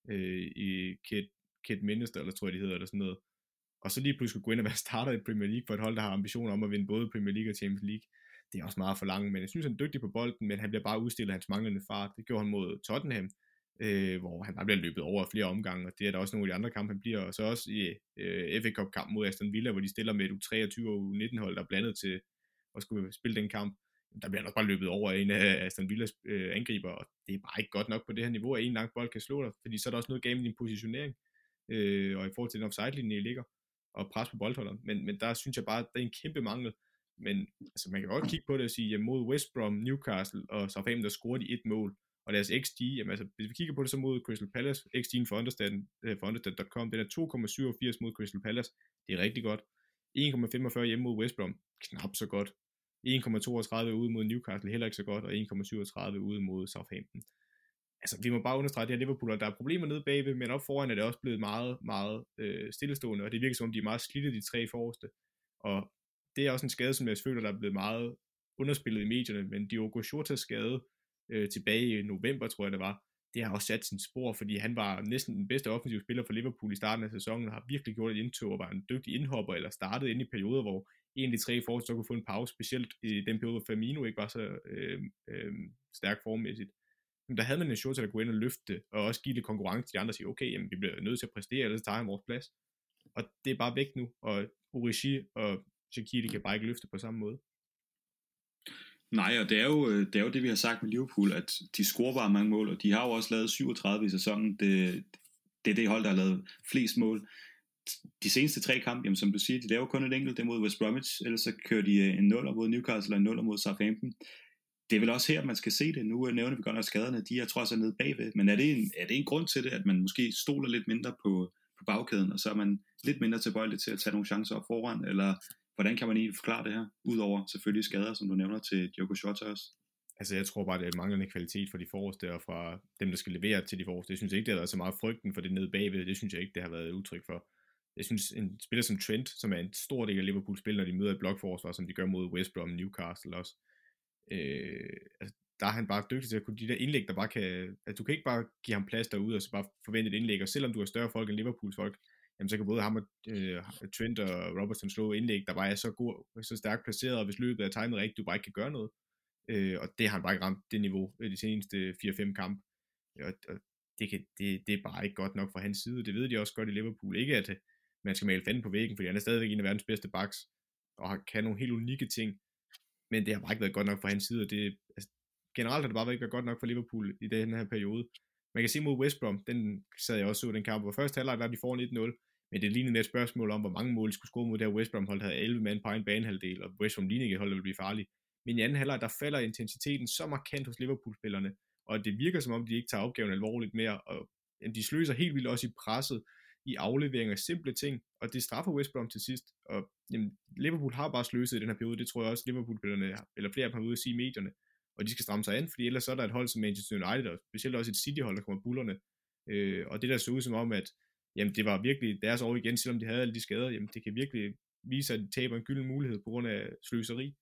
i Kid Minster, eller tror jeg, de hedder, eller sådan noget. Og så lige pludselig gå ind og være starter i Premier League for et hold, der har ambitioner om at vinde både Premier League og Champions League. Det er også meget for langt, men jeg synes, han er dygtig på bolden, men han bliver bare udstillet af hans manglende fart. Det gjorde han mod Tottenham, hvor han bare bliver løbet over flere omgange, og det er der også nogle af de andre kampe, han bliver. Og så også i FA Cup-kampen mod Aston Villa, hvor de stiller med et U23 og U19-hold, der er blandet til at skulle spille den kamp. Der bliver han også bare løbet over en af Aston Villas angriber, og det er bare ikke godt nok på det her niveau, at en lang bold kan slå dig, fordi så er der også noget game i din positionering, og i forhold til den offside-linje, I ligger, og pres på boldholderen. Men der synes jeg bare, at der er en kæmpe mangel. Men altså, man kan godt kigge på det og sige, at mod West Brom, Newcastle og Southampton, der scorede de 1 mål, og deres XG, jamen altså, hvis vi kigger på det så mod Crystal Palace, XG'en for understat.com, den er 2,87 mod Crystal Palace, det er rigtig godt. 1,45 hjemme mod West Brom, knap så godt. 1,32 ude mod Newcastle, heller ikke så godt, og 1,37 ude mod Southampton. Altså, vi må bare understrege det her Liverpool, og der er problemer nede bagved, men op foran er det også blevet meget, meget stillestående, og det virker som om, de er meget slidte, de 3 forreste. Og det er også en skade, som jeg føler, der er blevet meget underspillet i medierne, men Diogo Jotas skade tilbage i november, tror jeg det var, det har også sat sin spor, fordi han var næsten den bedste offensive spiller for Liverpool i starten af sæsonen, og har virkelig gjort et indtog, og var en dygtig indhopper, eller startede inde i perioder, hvor en af de 3 forreste så kunne få en pause, specielt i den periode, hvor Firmino ikke var så stærk formmæssigt. Men der havde man en Jota, der kunne ind og løfte, og også give lidt konkurrence til de andre, og sige, okay, jamen, vi bliver nødt til at præstere, ellers tager han vores plads. Og det er bare væk nu, og Origi og Shaqiri kan bare ikke løfte på samme måde. Nej, og det er jo det, vi har sagt med Liverpool, at de scorer bare mange mål, og de har jo også lavet 37 i sæsonen. Det er det hold, der har lavet flest mål. De seneste 3 kampe, jamen, som du siger, de laver kun et enkelt, det mod West Bromwich, ellers så kører de en 0'er mod Newcastle og en 0'er mod Southampton. Det er vel også her, man skal se det. Nu nævner vi godt nok skaderne, de er trods alt nede bagved, men er det en grund til det, at man måske stoler lidt mindre på bagkæden, og så er man lidt mindre tilbøjelig til at tage nogle chancer op foran, eller hvordan kan man egentlig forklare det her, udover selvfølgelig skader, som du nævner til Diogo Jota også? Altså jeg tror bare, det er manglende kvalitet for de forreste, og fra dem, der skal levere til de forreste. Jeg synes ikke, det har været så meget frygten for det nede bagved. Det synes jeg ikke, det har været et udtryk for. Jeg synes, en spiller som Trent, som er en stor del af Liverpools spil, når de møder et blokforsvar, som de gør mod West Brom, Newcastle også, altså, der er han bare dygtig til at kunne de der indlæg, der bare kan, at du kan ikke bare give ham plads derude, og så bare forvente et indlæg, og selvom du har større folk end Liverpools folk, jamen så kan både ham og Trent og Robertson slå indlæg, der bare er så god, så stærkt placeret, og hvis løbet er timet rigtigt, du bare ikke kan gøre noget. Og det har han bare ikke ramt det niveau de seneste 4-5 kampe. Og det er bare ikke godt nok fra hans side. Det ved de også godt i Liverpool. Ikke at man skal male fanden på væggen, fordi han er stadigvæk en af verdens bedste backs, og kan nogle helt unikke ting, men det har bare ikke været godt nok fra hans side. Og det, altså, generelt har det bare ikke været godt nok for Liverpool i den her periode. Man kan se mod West Brom, den sad jeg også så den kamp, hvor første halvleg der de foran 1-0, men det lignede med et spørgsmål om, hvor mange mål de skulle score mod det her West Brom hold, der havde 11 mand på en banehalvdel, og West Brom lignede ikke et hold, der ville blive farligt. Men i anden halvleg, der falder intensiteten så markant hos Liverpool-spillerne, og det virker som om, de ikke tager opgaven alvorligt mere, og de sløser helt vildt også i presset, i afleveringer af simple ting, og det straffer West Brom til sidst, og jamen, Liverpool har bare sløset i den her periode, det tror jeg også Liverpool-spillerne, eller flere af dem har ude at sige i medierne, og de skal stramme sig an, fordi ellers så er der et hold som Manchester United, og specielt også et City-hold, der kommer bullerne, og det der så ud som om, at jamen, det var virkelig deres år igen, selvom de havde alle de skader, jamen, det kan virkelig vise, at de taber en gylden mulighed på grund af sløseri.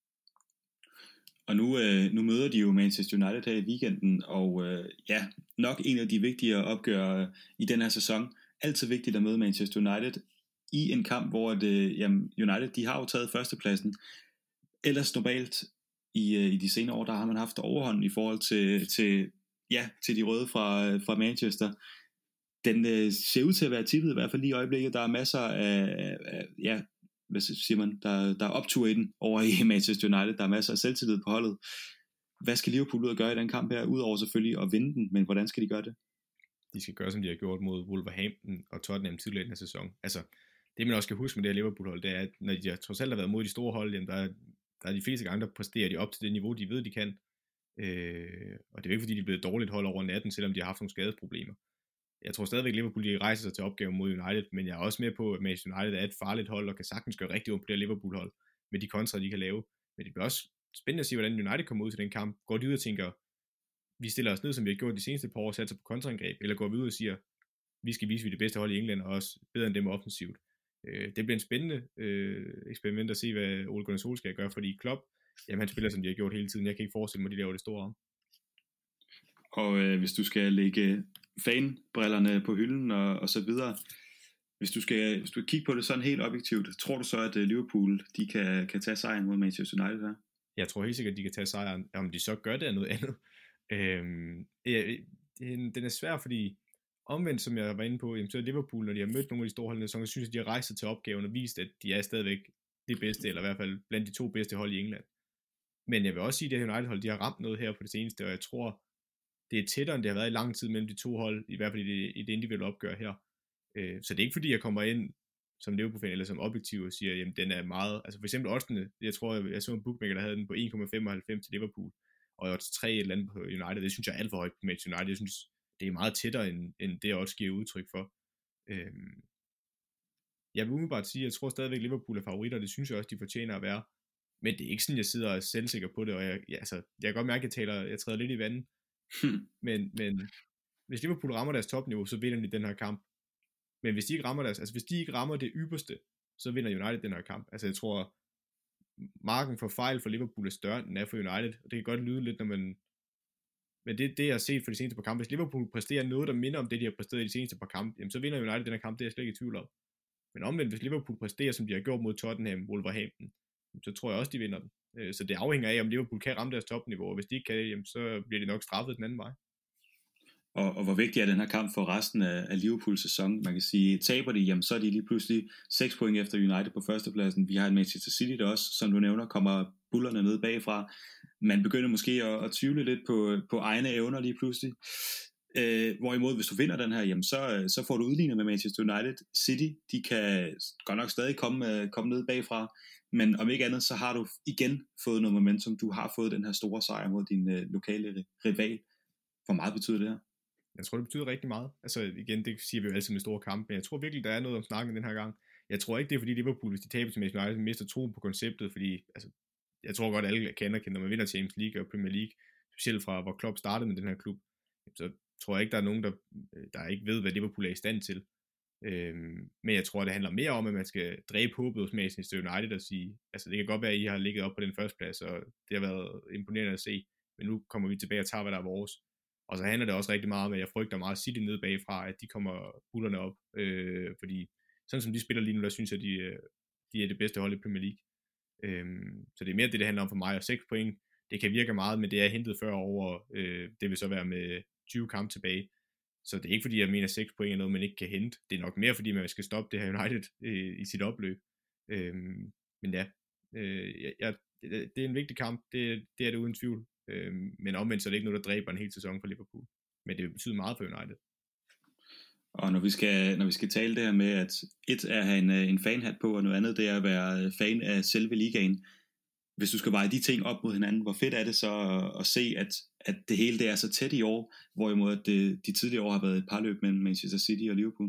Og nu møder de jo Manchester United her i weekenden, og ja, nok en af de vigtigere opgør i den her sæson. Altid vigtigt at møde Manchester United i en kamp, hvor United, de har jo taget førstepladsen. Ellers normalt i de senere år, der har man haft overhånden i forhold til de røde fra Manchester. Den ser ud til at være tippet, i hvert fald lige i øjeblikket. Der er masser af hvad siger man, der er optur i den over i Manchester United. Der er masser af selvtillid på holdet. Hvad skal Liverpool ud og gøre i den kamp her, udover selvfølgelig at vinde den, men hvordan skal de gøre det? De skal gøre, som de har gjort mod Wolverhampton og Tottenham tidligere i den her sæson. Altså, det man også skal huske med det her Liverpool-hold, det er, at når de trods alt har været mod de store hold, jamen, der er de fleste gange, der præsterer de op til det niveau, de ved, de kan. Og det er ikke, fordi de er blevet dårligt hold over natten, selvom de har haft nogle skadesproblemer. Jeg tror stadigvæk, at Liverpool de rejser sig til opgaven mod United, men jeg er også med på, at Manchester United er et farligt hold, og kan sagtens gøre rigtig ondt på det her Liverpool-hold, med de kontra, de kan lave. Men det bliver også spændende at se, hvordan United kommer ud til den kamp. Går de ud og tænker, vi stiller os ned, som vi har gjort de seneste par år, og satser på kontraangreb, eller går vi ud og siger, vi skal vise, vi er det bedste hold i England, og også bedre end dem offensivt. Det bliver en spændende eksperiment at se, hvad Ole Gunnar Solskjaer gør, fordi Klopp, jamen han spiller, som de har gjort hele tiden. Jeg kan ikke forestille mig, de laver det store om. Og hvis du skal lægge fanbrillerne på hylden og så videre, hvis du skal kigge på det sådan helt objektivt, tror du så, at Liverpool de kan tage sejren mod Manchester United her? Jeg tror helt sikkert, at de kan tage sejren. Om de så gør det af noget andet. Den er svær, fordi omvendt, som jeg var inde på, så er Liverpool, når de har mødt nogle af de store hold, så synes jeg, at de har rejst sig til opgaven og vist, at de er stadigvæk det bedste, eller i hvert fald blandt de 2 bedste hold i England. Men jeg vil også sige, at det her United-hold, de har ramt noget her på det seneste, og jeg tror, det er tættere, end det har været i lang tid mellem de 2 hold, i hvert fald i det individuelle opgør her. Så det er ikke fordi, jeg kommer ind som Liverpool-fan, eller som objektiv og siger, jamen den er meget, altså for eksempel oddsene, jeg tror, jeg så en bookmaker, der havde den på 1,95 til Liverpool, og odds 3 et eller andet på United, det synes jeg er alt for højt på Manchester United. Jeg synes, det er meget tættere, end det odds giver udtryk for. Jeg vil umiddelbart sige, at jeg tror stadigvæk, Liverpool er favoritter, og det synes jeg også, de fortjener at være. Men det er ikke sådan, jeg sidder og er selvsikker på det, og jeg kan godt mærke, at jeg træder lidt i vandet. Men hvis Liverpool rammer deres topniveau, så vinder de den her kamp. Men hvis de ikke rammer det ypperste, så vinder United den her kamp. Altså jeg tror, marken for fejl for Liverpool er større, end den er for United, og det kan godt lyde lidt, når man... Men det jeg har set for de seneste par kampe, hvis Liverpool præsterer noget, der minder om det, de har præsteret i de seneste par kampe, jamen så vinder United den her kamp, det er jeg slet ikke i tvivl om. Men omvendt, hvis Liverpool præsterer, som de har gjort mod Tottenham, Wolverhampton, så tror jeg også, de vinder den. Så det afhænger af, om Liverpool kan ramme deres topniveau, og hvis de ikke kan, jamen, så bliver de nok straffet den anden vej. Og hvor vigtig er den her kamp for resten af Liverpools sæson? Man kan sige, taber de, jamen så er de lige pludselig 6 point efter United på førstepladsen. Vi har en Manchester City, der også, som du nævner, kommer bullerne ned bagfra. Man begynder måske at tvivle lidt på egne evner lige pludselig. Hvorimod, hvis du vinder den her, jamen så får du udlignet med Manchester United. City, de kan godt nok stadig komme ned bagfra, men om ikke andet, så har du igen fået noget momentum. Du har fået den her store sejr mod din lokale rival. Hvor meget betyder det her? Jeg tror, det betyder rigtig meget. Altså igen, det siger vi jo altid med store kampe, men jeg tror virkelig, der er noget om snakken den her gang. Jeg tror ikke, det er fordi Liverpool, hvis de taber til Manchester United, mister troen på konceptet, fordi altså, jeg tror godt, alle kan anerkende, når man vinder Champions League og Premier League, specielt fra hvor Klopp startede med den her klub, så tror jeg ikke, der er nogen, der ikke ved, hvad Liverpool er i stand til. Men jeg tror, det handler mere om, at man skal dræbe håbet hos Manchester United og sige, altså det kan godt være, at I har ligget op på den første plads, og det har været imponerende at se, men nu kommer vi tilbage og tager, hvad der er vores. Og så handler det også rigtig meget om, at jeg frygter meget City nede bagfra, at de kommer bullerne op, fordi sådan som de spiller lige nu, der synes jeg, de er det bedste hold i Premier League. Så det er mere det handler om for mig, og 6 point, det kan virke meget, men det er hentet før over, det vil så være med 20 kampe tilbage. Så det er ikke fordi, jeg mener, at 6 point er noget, man ikke kan hente. Det er nok mere fordi, man skal stoppe det her United i sit opløb. Men ja, det er en vigtig kamp, det er det uden tvivl. Men omvendt så er det ikke noget, der dræber en hel sæson for Liverpool. Men det betyder meget for United. Og når vi skal tale det her med, at et er at have en fanhat på, og noget andet det er at være fan af selve ligaen. Hvis du skal veje de ting op mod hinanden, hvor fedt er det så at se, at det hele det er så tæt i år, hvorimod de tidligere år har været et parløb mellem Manchester City og Liverpool?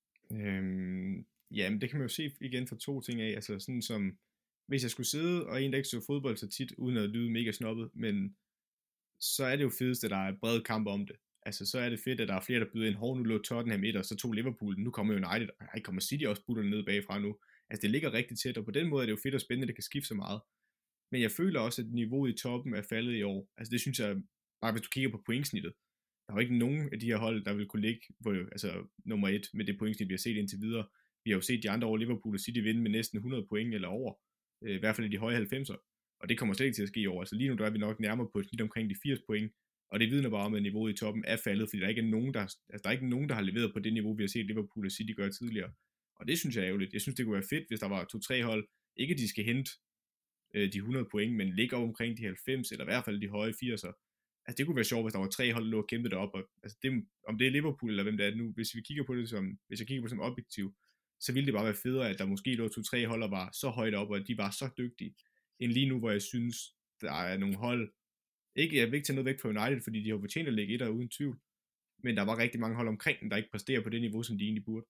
Jamen det kan man jo se igen fra 2 ting af. Altså sådan som, hvis jeg skulle sidde og en, der ikke så fodbold så tit, uden at lyde mega snobbet, men så er det jo fedest, at der er brede kampe om det. Altså så er det fedt, at der er flere, der byder ind. Nu lå Tottenham 1, og så tog Liverpool. Nu kommer United, og kommer City også butterne ned bagfra nu. Altså det ligger rigtig tæt, og på den måde er det jo fedt og spændende, det kan skifte så meget. Men jeg føler også, at niveauet i toppen er faldet i år. Altså det synes jeg, bare hvis du kigger på pointsnittet, der er jo ikke nogen af de her hold, der vil kunne ligge på nummer 1 med det pointsnit, vi har set indtil videre. Vi har jo set de andre år, Liverpool og City vinde med næsten 100 point eller over. I hvert fald i de høje 90'er. Og det kommer slet ikke til at ske i år. Altså lige nu der er vi nok nærmere på et snit omkring de 80 point. Og det vidner bare om, at niveauet i toppen er faldet, fordi der ikke er nogen, der er ikke nogen, der har leveret på det niveau, vi har set Liverpool og City gøre tidligere. Og det synes jeg er ærgerligt. Jeg synes, det kunne være fedt, hvis der var 2-3 hold. Ikke at de skal hente de 100 point, men ligge op omkring de 90, eller i hvert fald de høje 80'er. Altså det kunne være sjovt, hvis der var 3 hold, der lå og kæmpede derop. Og, altså om det er Liverpool, eller hvem det er nu, hvis jeg kigger på det som objektiv, så ville det bare være federe, at der måske lå 2-3 hold, der var så højt op, og de var så dygtige, end lige nu, hvor jeg synes, der er nogle hold, jeg vil ikke tage noget væk fra United, fordi de har fortjent at ligge 1'er uden tvivl, men der var rigtig mange hold omkring dem, der ikke præsterer på det niveau, som de egentlig burde.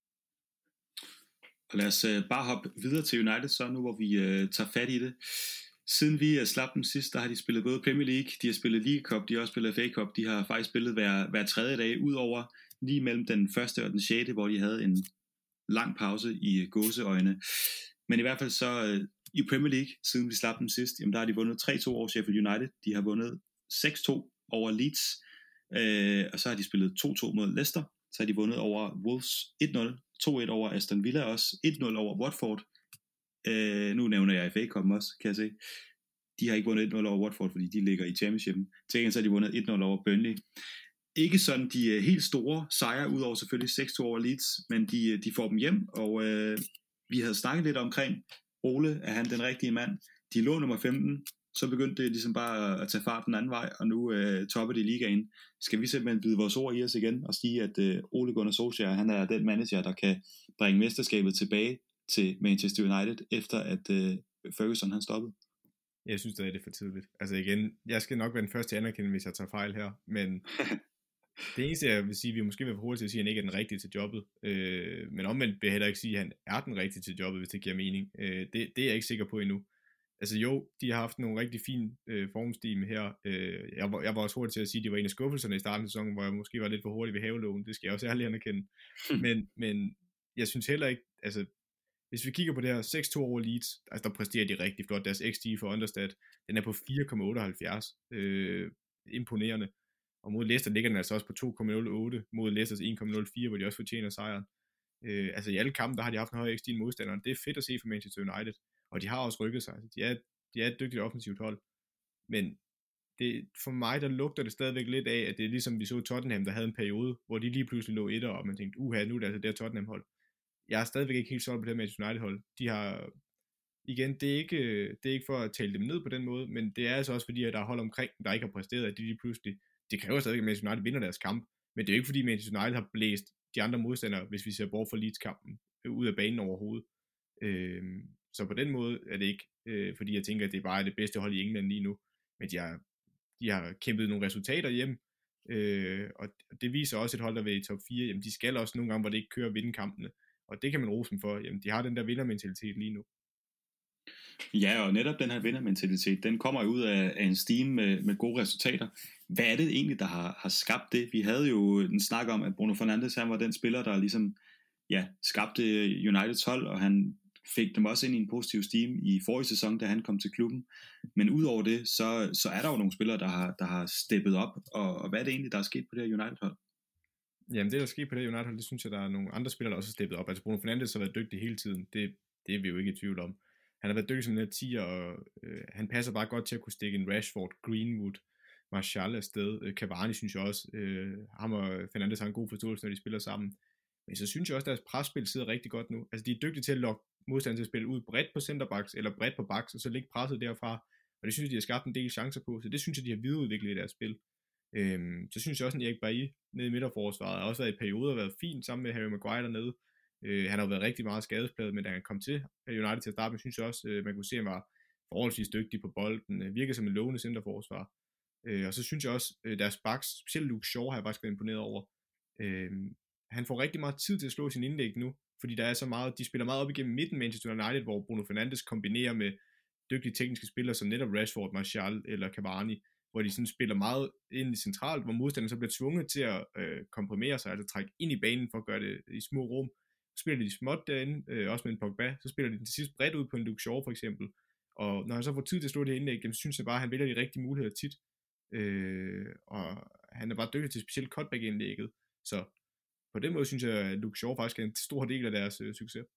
Og lad os bare hoppe videre til United så nu, hvor vi tager fat i det. Siden vi slap dem sidst, der har de spillet både Premier League, de har spillet League Cup, de har også spillet FA Cup, de har faktisk spillet hver tredje dag, udover lige mellem den første og den 6., hvor de havde lang pause i gåseøjne. Men i hvert fald så i Premier League, siden vi slap dem sidst, jamen der har de vundet 3-2 over Sheffield United. De har vundet 6-2 over Leeds. Og så har de spillet 2-2 mod Leicester. Så har de vundet over Wolves 1-0, 2-1 over Aston Villa også, 1-0 over Watford. Nu nævner jeg FA Cup'en også, kan jeg se. De har ikke vundet 1-0 over Watford, fordi de ligger i Championshipen. Til gengæld så har de vundet 1-0 over Burnley. Ikke sådan de helt store sejre, udover selvfølgelig 6-2 over Leeds, men de får dem hjem, og vi havde snakket lidt omkring Ole, er han den rigtige mand? De lå nummer 15, så begyndte det ligesom bare at tage fart den anden vej, og nu topper de ligaen. Skal vi simpelthen byde vores ord i os igen og sige, at Ole Gunnar Solskjaer, han er den manager, der kan bringe mesterskabet tilbage til Manchester United, efter at Ferguson han stoppede? Jeg synes, det er for tidligt. Altså igen, jeg skal nok være den første til at anerkende, hvis jeg tager fejl her, men det eneste, jeg vil sige, vi måske vil for hurtigt til at sige, at han ikke er den rigtige til jobbet, men omvendt vil jeg heller ikke sige, at han er den rigtige til jobbet, hvis det giver mening. Det er jeg ikke sikker på endnu. Altså jo, de har haft nogle rigtig fine formstime her. Jeg var også hurtigt til at sige, at de var en af skuffelserne i starten af sæsonen, hvor jeg måske var lidt for hurtig ved havelågen. Det skal jeg også ærligt anerkende. Men jeg synes heller ikke, altså hvis vi kigger på det her 6-2 over Leeds, altså der præsterer de rigtig flot. Deres XG for understat, den er på 4,78. Imponerende. Og mod Leicester ligger den altså også på 2,08, mod Leicesters 1,04, hvor de også fortjener sejren. Altså i alle kampe, der har de haft en høj XG end modstanderen. Det er fedt at se for Manchester United. Og de har også rykket sig. Altså, de er et dygtigt offensivt hold. Men for mig, der lugter det stadigvæk lidt af, at det er ligesom vi så Tottenham, der havde en periode, hvor de lige pludselig lå etter, og man tænkte, nu er det altså det her Tottenham-hold. Jeg er stadigvæk ikke helt solgt på det her Manchester United-hold. De har, igen, det er ikke for at tale dem ned på den måde, men det er altså også fordi, at der er hold omkring, der ikke har præsteret, at de lige pludselig, det kræver stadigvæk, at Manchester United vinder deres kamp, men det er jo ikke fordi Manchester United har blæst de andre modstandere, hvis vi ser bort fra Leeds-kampen, ud af banen overhovedet. Så på den måde er det ikke, fordi jeg tænker, at det bare er det bedste hold i England lige nu, men de har kæmpet nogle resultater hjem, og det viser også et hold, der vil i top 4, jamen de skal også nogle gange, hvor det ikke kører og vinde kampene, og det kan man rose dem for, jamen de har den der vindermentalitet lige nu. Ja, og netop den her vindermentalitet, den kommer jo ud af en steam med gode resultater. Hvad er det egentlig, der har skabt det? Vi havde jo en snak om, at Bruno Fernandes, han var den spiller, der ligesom skabte Uniteds hold, og han fik dem også ind i en positiv steam i forrige sæson, da han kom til klubben. Men udover det, så er der jo nogle spillere, der har steppet op, og hvad er det egentlig, der er sket på det her United-hold? Jamen det, der er sket på det her United-hold, det synes jeg, der er nogle andre spillere, der også har steppet op. Altså Bruno Fernandes har været dygtig hele tiden, det er vi jo ikke i tvivl om. Han har været dygtig som en 10'er, og han passer bare godt til at kunne stikke en Rashford, Greenwood, Martial afsted. Cavani synes jeg også, ham og Fernandes har en god forståelse, når de spiller sammen. Men så synes jeg også, at deres presspil sidder rigtig godt nu. Altså de er dygtige til at lokke modstanderen til at spille ud bredt på centerbacks, eller bredt på backs, og så ligge presset derfra. Og det synes jeg, de har skabt en del chancer på, så det synes jeg, de har videreudviklet i deres spil. Så synes jeg også, at Erik Bailly nede i midterforsvaret har også været i perioder været fint sammen med Harry Maguire dernede. Han har jo været rigtig meget skadespladet, men da han kom til United til at starte med, synes jeg også, man kunne se, at han var forholdsvis dygtig på bolden, virkede som en lovende centerforsvar. Og så synes jeg også, deres backs, specielt Luke Shaw, har jeg faktisk været imponeret over. Han får rigtig meget tid til at slå sin indlæg nu, fordi der er så meget, de spiller meget op igennem midten Manchester United, hvor Bruno Fernandes kombinerer med dygtige tekniske spillere, som netop Rashford, Martial eller Cavani, hvor de sådan spiller meget ind i centralt, hvor modstanderen så bliver tvunget til at komprimere sig, altså trække ind i banen for at gøre det i små rum. Så spiller de småt derinde, også med en Pogba, så spiller de til sidst bredt ud på en Luke Shaw for eksempel, og når han så får tid til at slå det her indlæg, så synes jeg bare, at han vælger de rigtige muligheder tit, og han er bare dygtig til specielt cutback-indlægget, så på den måde synes jeg, at Luke Shaw faktisk er en stor del af deres succes.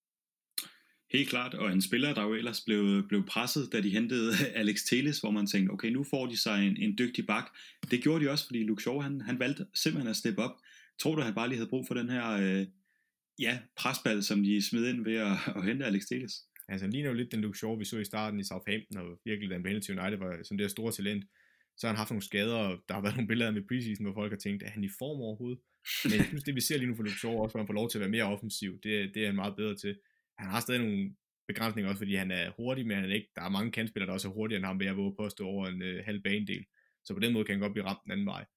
Helt klart, og en spiller, der jo ellers blev presset, da de hentede Alex Telles, hvor man tænkte, okay, nu får de sig en dygtig bak. Det gjorde de også, fordi Luke Shaw, han valgte simpelthen at steppe op. Tror du, han bare lige havde brug for den her presball, som de smed ind ved at hente Alex Telles? Altså, han ligner jo lidt den Luke Shaw, vi så i starten i Southampton, og virkelig, da han blev hentet til United, var sådan det her store talent. Så har han haft nogle skader, og der har været nogle billeder med preseason, hvor folk har tænkt, er han i form overhovedet? Men jeg synes, det vi ser lige nu for Luke Shaw, også hvor han får lov til at være mere offensiv, det er han meget bedre til. Han har stadig nogle begrænsninger også, fordi han er hurtig, men han er ikke. Der er mange kantspillere, der også er hurtigere end ham, ved at våge påstå over en halv banedel. Så på den måde kan han godt blive ramt den anden vej.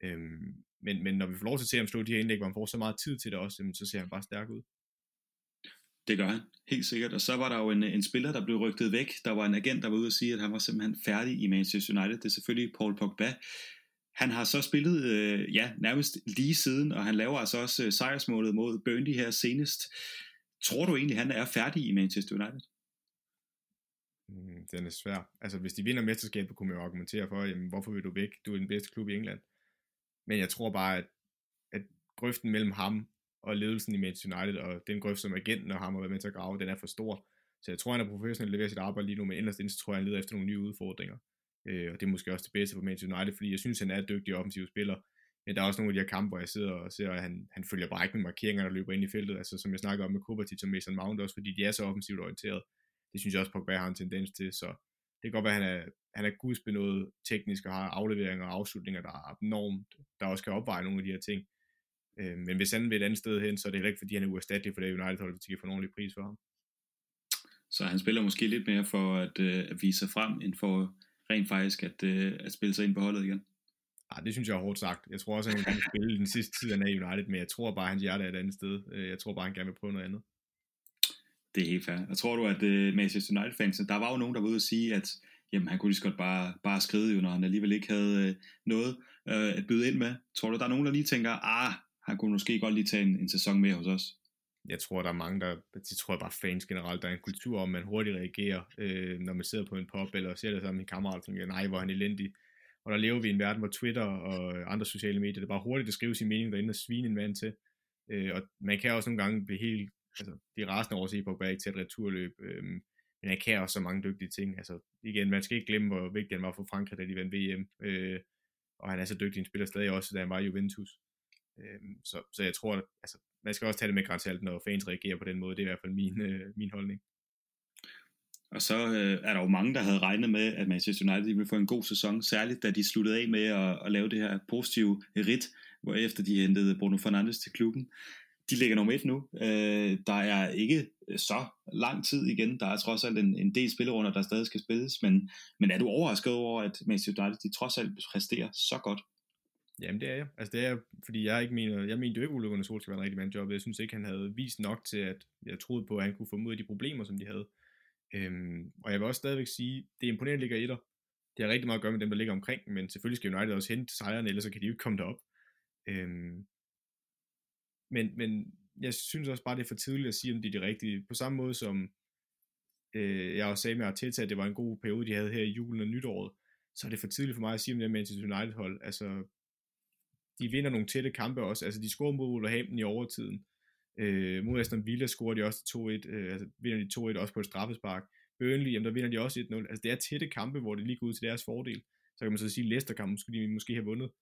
Men når vi får lov til at se ham slå de her indlæg, hvor han får så meget tid til det også, så ser han bare stærk ud. Det gør han, helt sikkert. Og så var der jo en spiller, der blev rygtet væk. Der var en agent, der var ude at sige, at han var simpelthen færdig i Manchester United. Det er selvfølgelig Paul Pogba. Han har så spillet nærmest lige siden, og han laver altså også sejrsmålet mod Burnley her senest. Tror du egentlig, han er færdig i Manchester United? Den er svær. Altså, hvis de vinder mesterskabet, kunne man jo argumentere for, jamen, hvorfor vil du væk? Du er den bedste klub i England. Men jeg tror bare, at grøften mellem ham og ledelsen i Manchester United, og den grøft, som agenten og ham har været med til at grave, den er for stor. Så jeg tror, han er professionel, leverer sit arbejde lige nu, men inderst så tror jeg, han leder efter nogle nye udfordringer. Og det er måske også det bedste for Manchester United, fordi jeg synes, han er en dygtig offensiv spiller. Men der er også nogle af de her kampe, hvor jeg sidder og ser, at han følger bare ikke med markeringer, der løber ind i feltet. Altså som jeg snakker om med Kovacic og Mason Mount også, fordi de er så offensivt orienteret. Det synes jeg også, Pogba har en tendens til. Så det kan godt være, at han er gudsbenået teknisk og har afleveringer og afslutninger, der er abnormt, der også kan opveje nogle af de her ting. Men hvis han vil et andet sted hen, så er det heller ikke, fordi han er uerstattelig for det United-hold, hvis de kan få en ordentlig pris for ham. Så han spiller måske lidt mere for at vise sig frem, end for rent faktisk at spille sig ind på holdet igen. Det synes jeg er hårdt sagt. Jeg tror også, at han kan spille den sidste tid, han er i United, men jeg tror bare, at hans hjerte er et andet sted. Jeg tror bare, han gerne vil prøve noget andet. Det er helt fair. Jeg tror du, at Manchester United-fansene, der var jo nogen, der var ude at sige, at jamen, han kunne lige så godt bare skride, jo, når han alligevel ikke havde noget at byde ind med. Tror du, der er nogen, der lige tænker, han kunne måske godt lige tage en sæson mere hos os? Jeg tror, der er mange, de tror bare fans generelt, der er en kultur om, man hurtigt reagerer, når man sidder på en pub, eller ser det sammen med en kammerat, og tænker, nej, hvor er han elendig. Og der lever vi i en verden, hvor Twitter og andre sociale medier, det er bare hurtigt at skrive sin mening derinde og svine en mand til. Og man kan også nogle gange blive helt, altså de er rasende over at se på bag til et returløb, men han kan også så mange dygtige ting. Altså igen, man skal ikke glemme, hvor vigtig han var for Frankrig, da de vandt VM, og han er så dygtig en spiller stadig også, da han var i Juventus. Så jeg tror, at altså, man skal også tage det med grænsalt, når fans reagerer på den måde. Det er i hvert fald min holdning. Og så er der jo mange, der havde regnet med, at Manchester United ville få en god sæson, særligt da de sluttede af med at lave det her positive ridt, hvor efter de hentede Bruno Fernandes til klubben. De ligger nummer 1 nu. Der er ikke så lang tid igen. Der er trods alt en del spillerunder, der stadig skal spilles. Men er du overrasket over, at Manchester United de trods alt præsterer så godt? Jamen det er jeg. Altså det er fordi jeg mente jo ikke, Ole Gunnar Solskjaer var en rigtig mand job. Jeg synes ikke, han havde vist nok til, at jeg troede på, at han kunne få ud af de problemer, som de havde. Og jeg vil også stadigvæk sige, det er imponerende ligger etter. Det har rigtig meget at gøre med dem, der ligger omkring, men selvfølgelig skal United også hente sejrene, ellers så kan de jo ikke komme derop. Men jeg synes også bare, det er for tidligt at sige, om det er de rigtige. På samme måde som jeg også sagde med Arteta, at det var en god periode, de havde her i julen og nytåret, så er det for tidligt for mig at sige, om det er Manchester United-hold. Altså, de vinder nogle tætte kampe også. Altså, de scorer mod Wolverhampton i overtiden. Mod Aston Villa scorer de også 2-1. Altså, vinder de 2-1 også på et straffespark. Burnley, jamen, der vinder de også 1-0. Altså, det er tætte kampe, hvor det lige går ud til deres fordel. Så kan man så sige, at Leicester-kampen skulle de måske have vundet.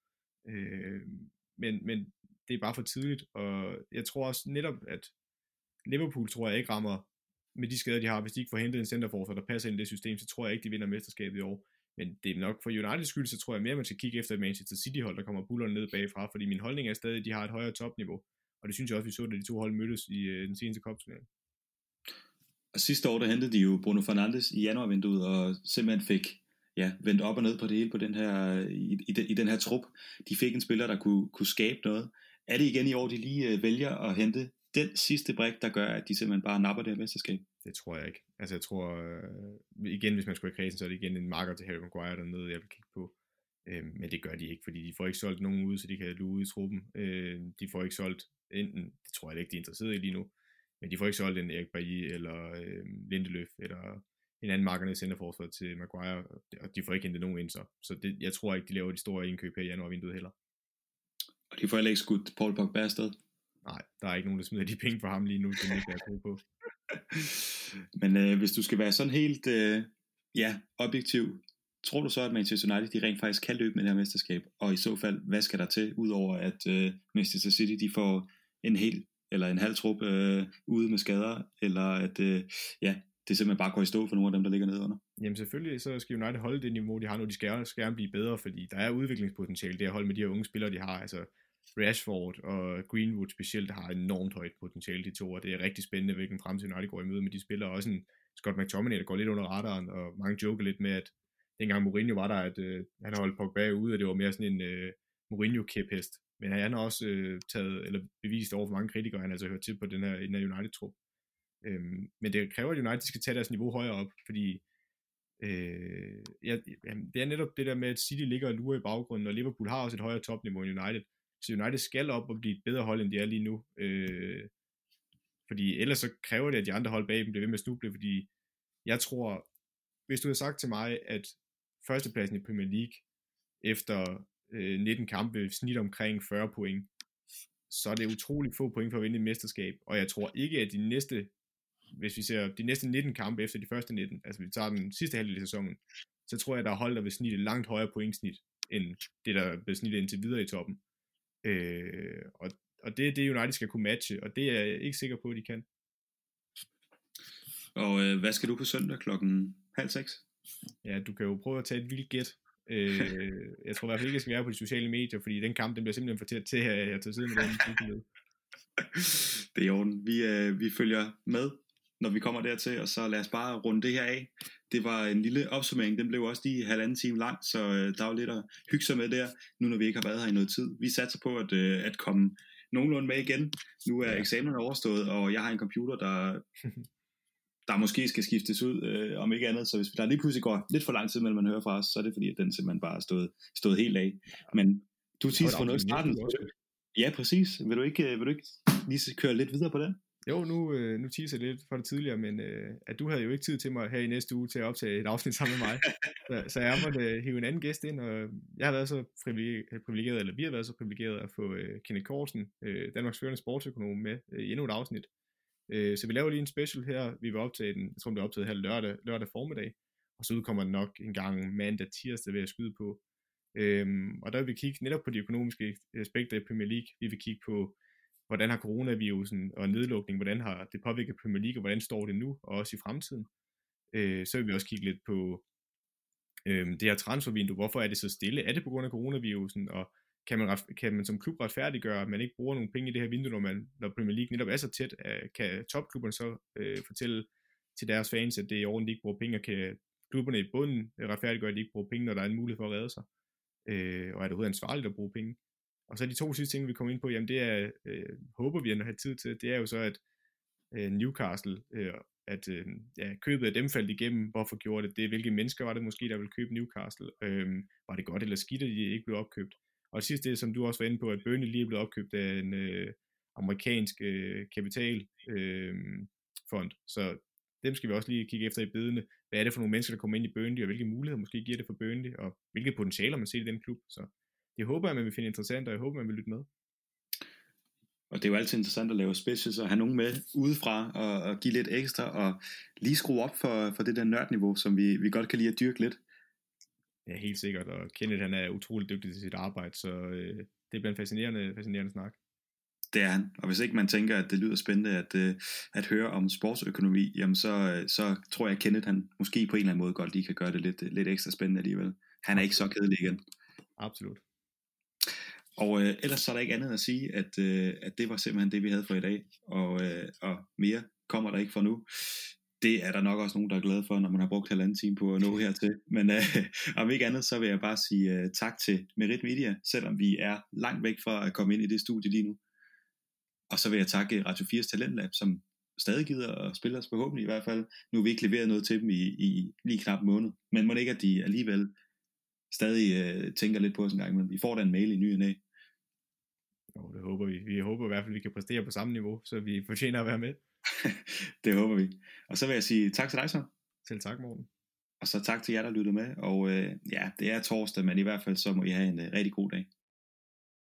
Men det er bare for tidligt. Og jeg tror også netop, at Liverpool, tror jeg ikke rammer med de skader, de har. Hvis de ikke får hentet en centerforsvar, der passer ind i det system, så tror jeg ikke, de vinder mesterskabet i år. Men det er nok for Uniteds skyld, så tror jeg mere, man skal kigge efter et Manchester City-hold, der kommer bullerne ned bagfra, fordi min holdning er stadig, at de har et højere topniveau. Og det synes jeg også, vi så, da de to hold mødtes i den seneste cupturnering. Og sidste år, der hentede de jo Bruno Fernandes i januarvinduet, og simpelthen fik vendt op og ned på det hele på den her, i den her trup. De fik en spiller, der kunne skabe noget. Er det igen i år, de lige vælger at hente den sidste brik, der gør, at de simpelthen bare napper det her mesterskab? Det tror jeg ikke. Altså jeg tror, igen hvis man skulle have kredsen, så er det igen en marker til Harry Maguire dernede, jeg vil kigge på. Men det gør de ikke, fordi de får ikke solgt nogen ud, så de kan luge i truppen. De får ikke solgt enten, det tror jeg ikke, de er interesseret i lige nu, men de får ikke solgt en Erik Bailly eller Lindeløf eller en anden marker ned i centerforsvar til Maguire, og de får ikke hentet nogen ind så det, jeg tror ikke, de laver de store indkøb her i januarvinduet heller. Og de får heller ikke skudt Paul Pogba afsted? Nej, der er ikke nogen, der smider de penge for ham lige nu, det er ikke jeg tro på. Men hvis du skal være sådan helt objektiv, tror du så, at Manchester United de rent faktisk kan løbe med det her mesterskab? Og i så fald, hvad skal der til, udover at Manchester City de får en hel eller en halv trup ude med skader, eller at det simpelthen bare går i stå for nogle af dem, der ligger nede under? Jamen selvfølgelig, så skal United holde det niveau, de har nu. De skal gerne blive bedre, fordi der er udviklingspotentiale, det at holde med de her unge spillere, de har. Altså Rashford og Greenwood specielt har enormt højt potentiale, de to, og det er rigtig spændende, hvilken fremtid United går i møde med de spillere. Også en Scott McTominay, der går lidt under radaren, og mange joker lidt med, at dengang Mourinho var der, at han holdt Pogba ude, og det var mere sådan en Mourinho-kæphest. Men han har også bevist over for mange kritikere, han har altså hørt til på den her United-trup. Men det kræver, at United skal tage deres niveau højere op, fordi Det er netop det der med, at City ligger og lurer i baggrunden, og Liverpool har også et højere topniveau end United. Så United skal op og blive et bedre hold, end de er lige nu. Fordi ellers så kræver det, at de andre hold bag dem bliver ved med at snuble, fordi jeg tror, hvis du havde sagt til mig, at førstepladsen i Premier League efter 19 kampe vil snit omkring 40 point, så er det utroligt få point for at vinde et mesterskab, og jeg tror ikke, at hvis vi ser de næste 19 kampe efter de første 19, altså vi tager den sidste halvdel af sæsonen, så tror jeg, der er hold, der vil snitte langt højere pointsnit, end det, der vil snitte indtil videre i toppen. Og det er det, United skal kunne matche, og det er jeg ikke sikker på, at de kan. Og hvad skal du på søndag 5:30? Ja, du kan jo prøve at tage et vildt gæt. Jeg tror i hvert fald ikke, jeg skal være på de sociale medier, fordi den kamp, den bliver simpelthen for tæt til, at jeg tager siden med den. Det er i orden. Vi følger med, når vi kommer dertil, og så lad os bare runde det her af. Det var en lille opsummering, den blev også lige 1,5 time lang, så der var lidt at hygge sig med der, nu når vi ikke har været her i noget tid. Vi satser på at komme nogenlunde med igen. Nu er eksamenerne overstået, og jeg har en computer, der måske skal skiftes ud, om ikke andet. Så hvis der lige pludselig går lidt for lang tid, mellem man hører fra os, så er det fordi, at den simpelthen bare er stået helt af. Men du teaser for noget i starten. Ja, præcis. Vil du ikke lige køre lidt videre på den? Jo, nu teaser jeg lidt for det tidligere, men at du havde jo ikke tid til mig her i næste uge til at optage et afsnit sammen med mig. så jeg måtte hive en anden gæst ind, og jeg har været så privilegeret, eller vi har været så privilegeret at få Kenneth Corsen, Danmarks førende sportsøkonom, med i endnu et afsnit. Så vi laver lige en special her. Vi vil optage den, jeg tror, den bliver optaget her lørdag formiddag, og så udkommer den nok en gang mandag tirsdag ved at skyde på. Og der vil vi kigge netop på de økonomiske aspekter i Premier League. Vi vil kigge på, hvordan har coronavirusen og nedlukning, hvordan har det påvirket Premier League, og hvordan står det nu, og også i fremtiden. Så vil vi også kigge lidt på det her transfervindue. Hvorfor er det så stille? Er det på grund af coronavirusen, og kan man som klub retfærdiggøre, at man ikke bruger nogle penge i det her vindue, når Premier League netop er så tæt? Kan topklubberne så fortælle til deres fans, at det er i orden, de ikke bruger penge, og kan klubberne i bunden retfærdiggøre, at de ikke bruger penge, når der er en mulighed for at redde sig? Og er det overhovedet ansvarligt at bruge penge? Og så de to sidste ting, vi kommer ind på, jamen det er, håber vi at have tid til, det er jo så, at Newcastle, købet af dem faldt igennem. Hvorfor gjorde det? Hvilke mennesker var det måske, der ville købe Newcastle? Var det godt eller skidt, at de ikke blev opkøbt? Og det sidste, som du også var inde på, at Burnley lige er blevet opkøbt af en amerikansk kapitalfond. Så dem skal vi også lige kigge efter i bedene. Hvad er det for nogle mennesker, der kommer ind i Burnley, og hvilke muligheder måske giver det for Burnley, og hvilke potentialer man ser i den klub. Så det håber jeg, man vil finde interessant, og jeg håber, man vil lytte med. Og det er jo altid interessant at lave specials og have nogen med udefra og give lidt ekstra og lige skrue op for det der nørdniveau, som vi godt kan lide at dyrke lidt. Ja, helt sikkert, og Kenneth han er utrolig dygtig til sit arbejde, så det bliver en fascinerende snak. Det er han, og hvis ikke man tænker, at det lyder spændende at høre om sportsøkonomi, jamen så tror jeg, at Kenneth han måske på en eller anden måde godt lige kan gøre det lidt ekstra spændende alligevel. Han er ikke så kedelig igen. Absolut. Og ellers så er der ikke andet at sige, at det var simpelthen det, vi havde for i dag, og mere kommer der ikke fra nu. Det er der nok også nogen, der er glade for, når man har brugt 1,5 time på at nå hertil. Men om ikke andet, så vil jeg bare sige tak til Merit Media, selvom vi er langt væk fra at komme ind i det studie lige nu. Og så vil jeg takke Radio 4's Talentlab, som stadig gider at spille os forhåbentlig i hvert fald. Nu har vi ikke leveret noget til dem i lige knap en måned. Men må det ikke, at de alligevel stadig tænker lidt på os en gang, men vi får da en mail i ny og næ. Jo, det håber vi. Vi håber i hvert fald, at vi kan præstere på samme niveau, så vi fortjener at være med. Det håber vi. Og så vil jeg sige tak til dig så. Selv tak, Morten. Og så tak til jer, der lyttede med. Og det er torsdag, men i hvert fald så må I have en rigtig god dag.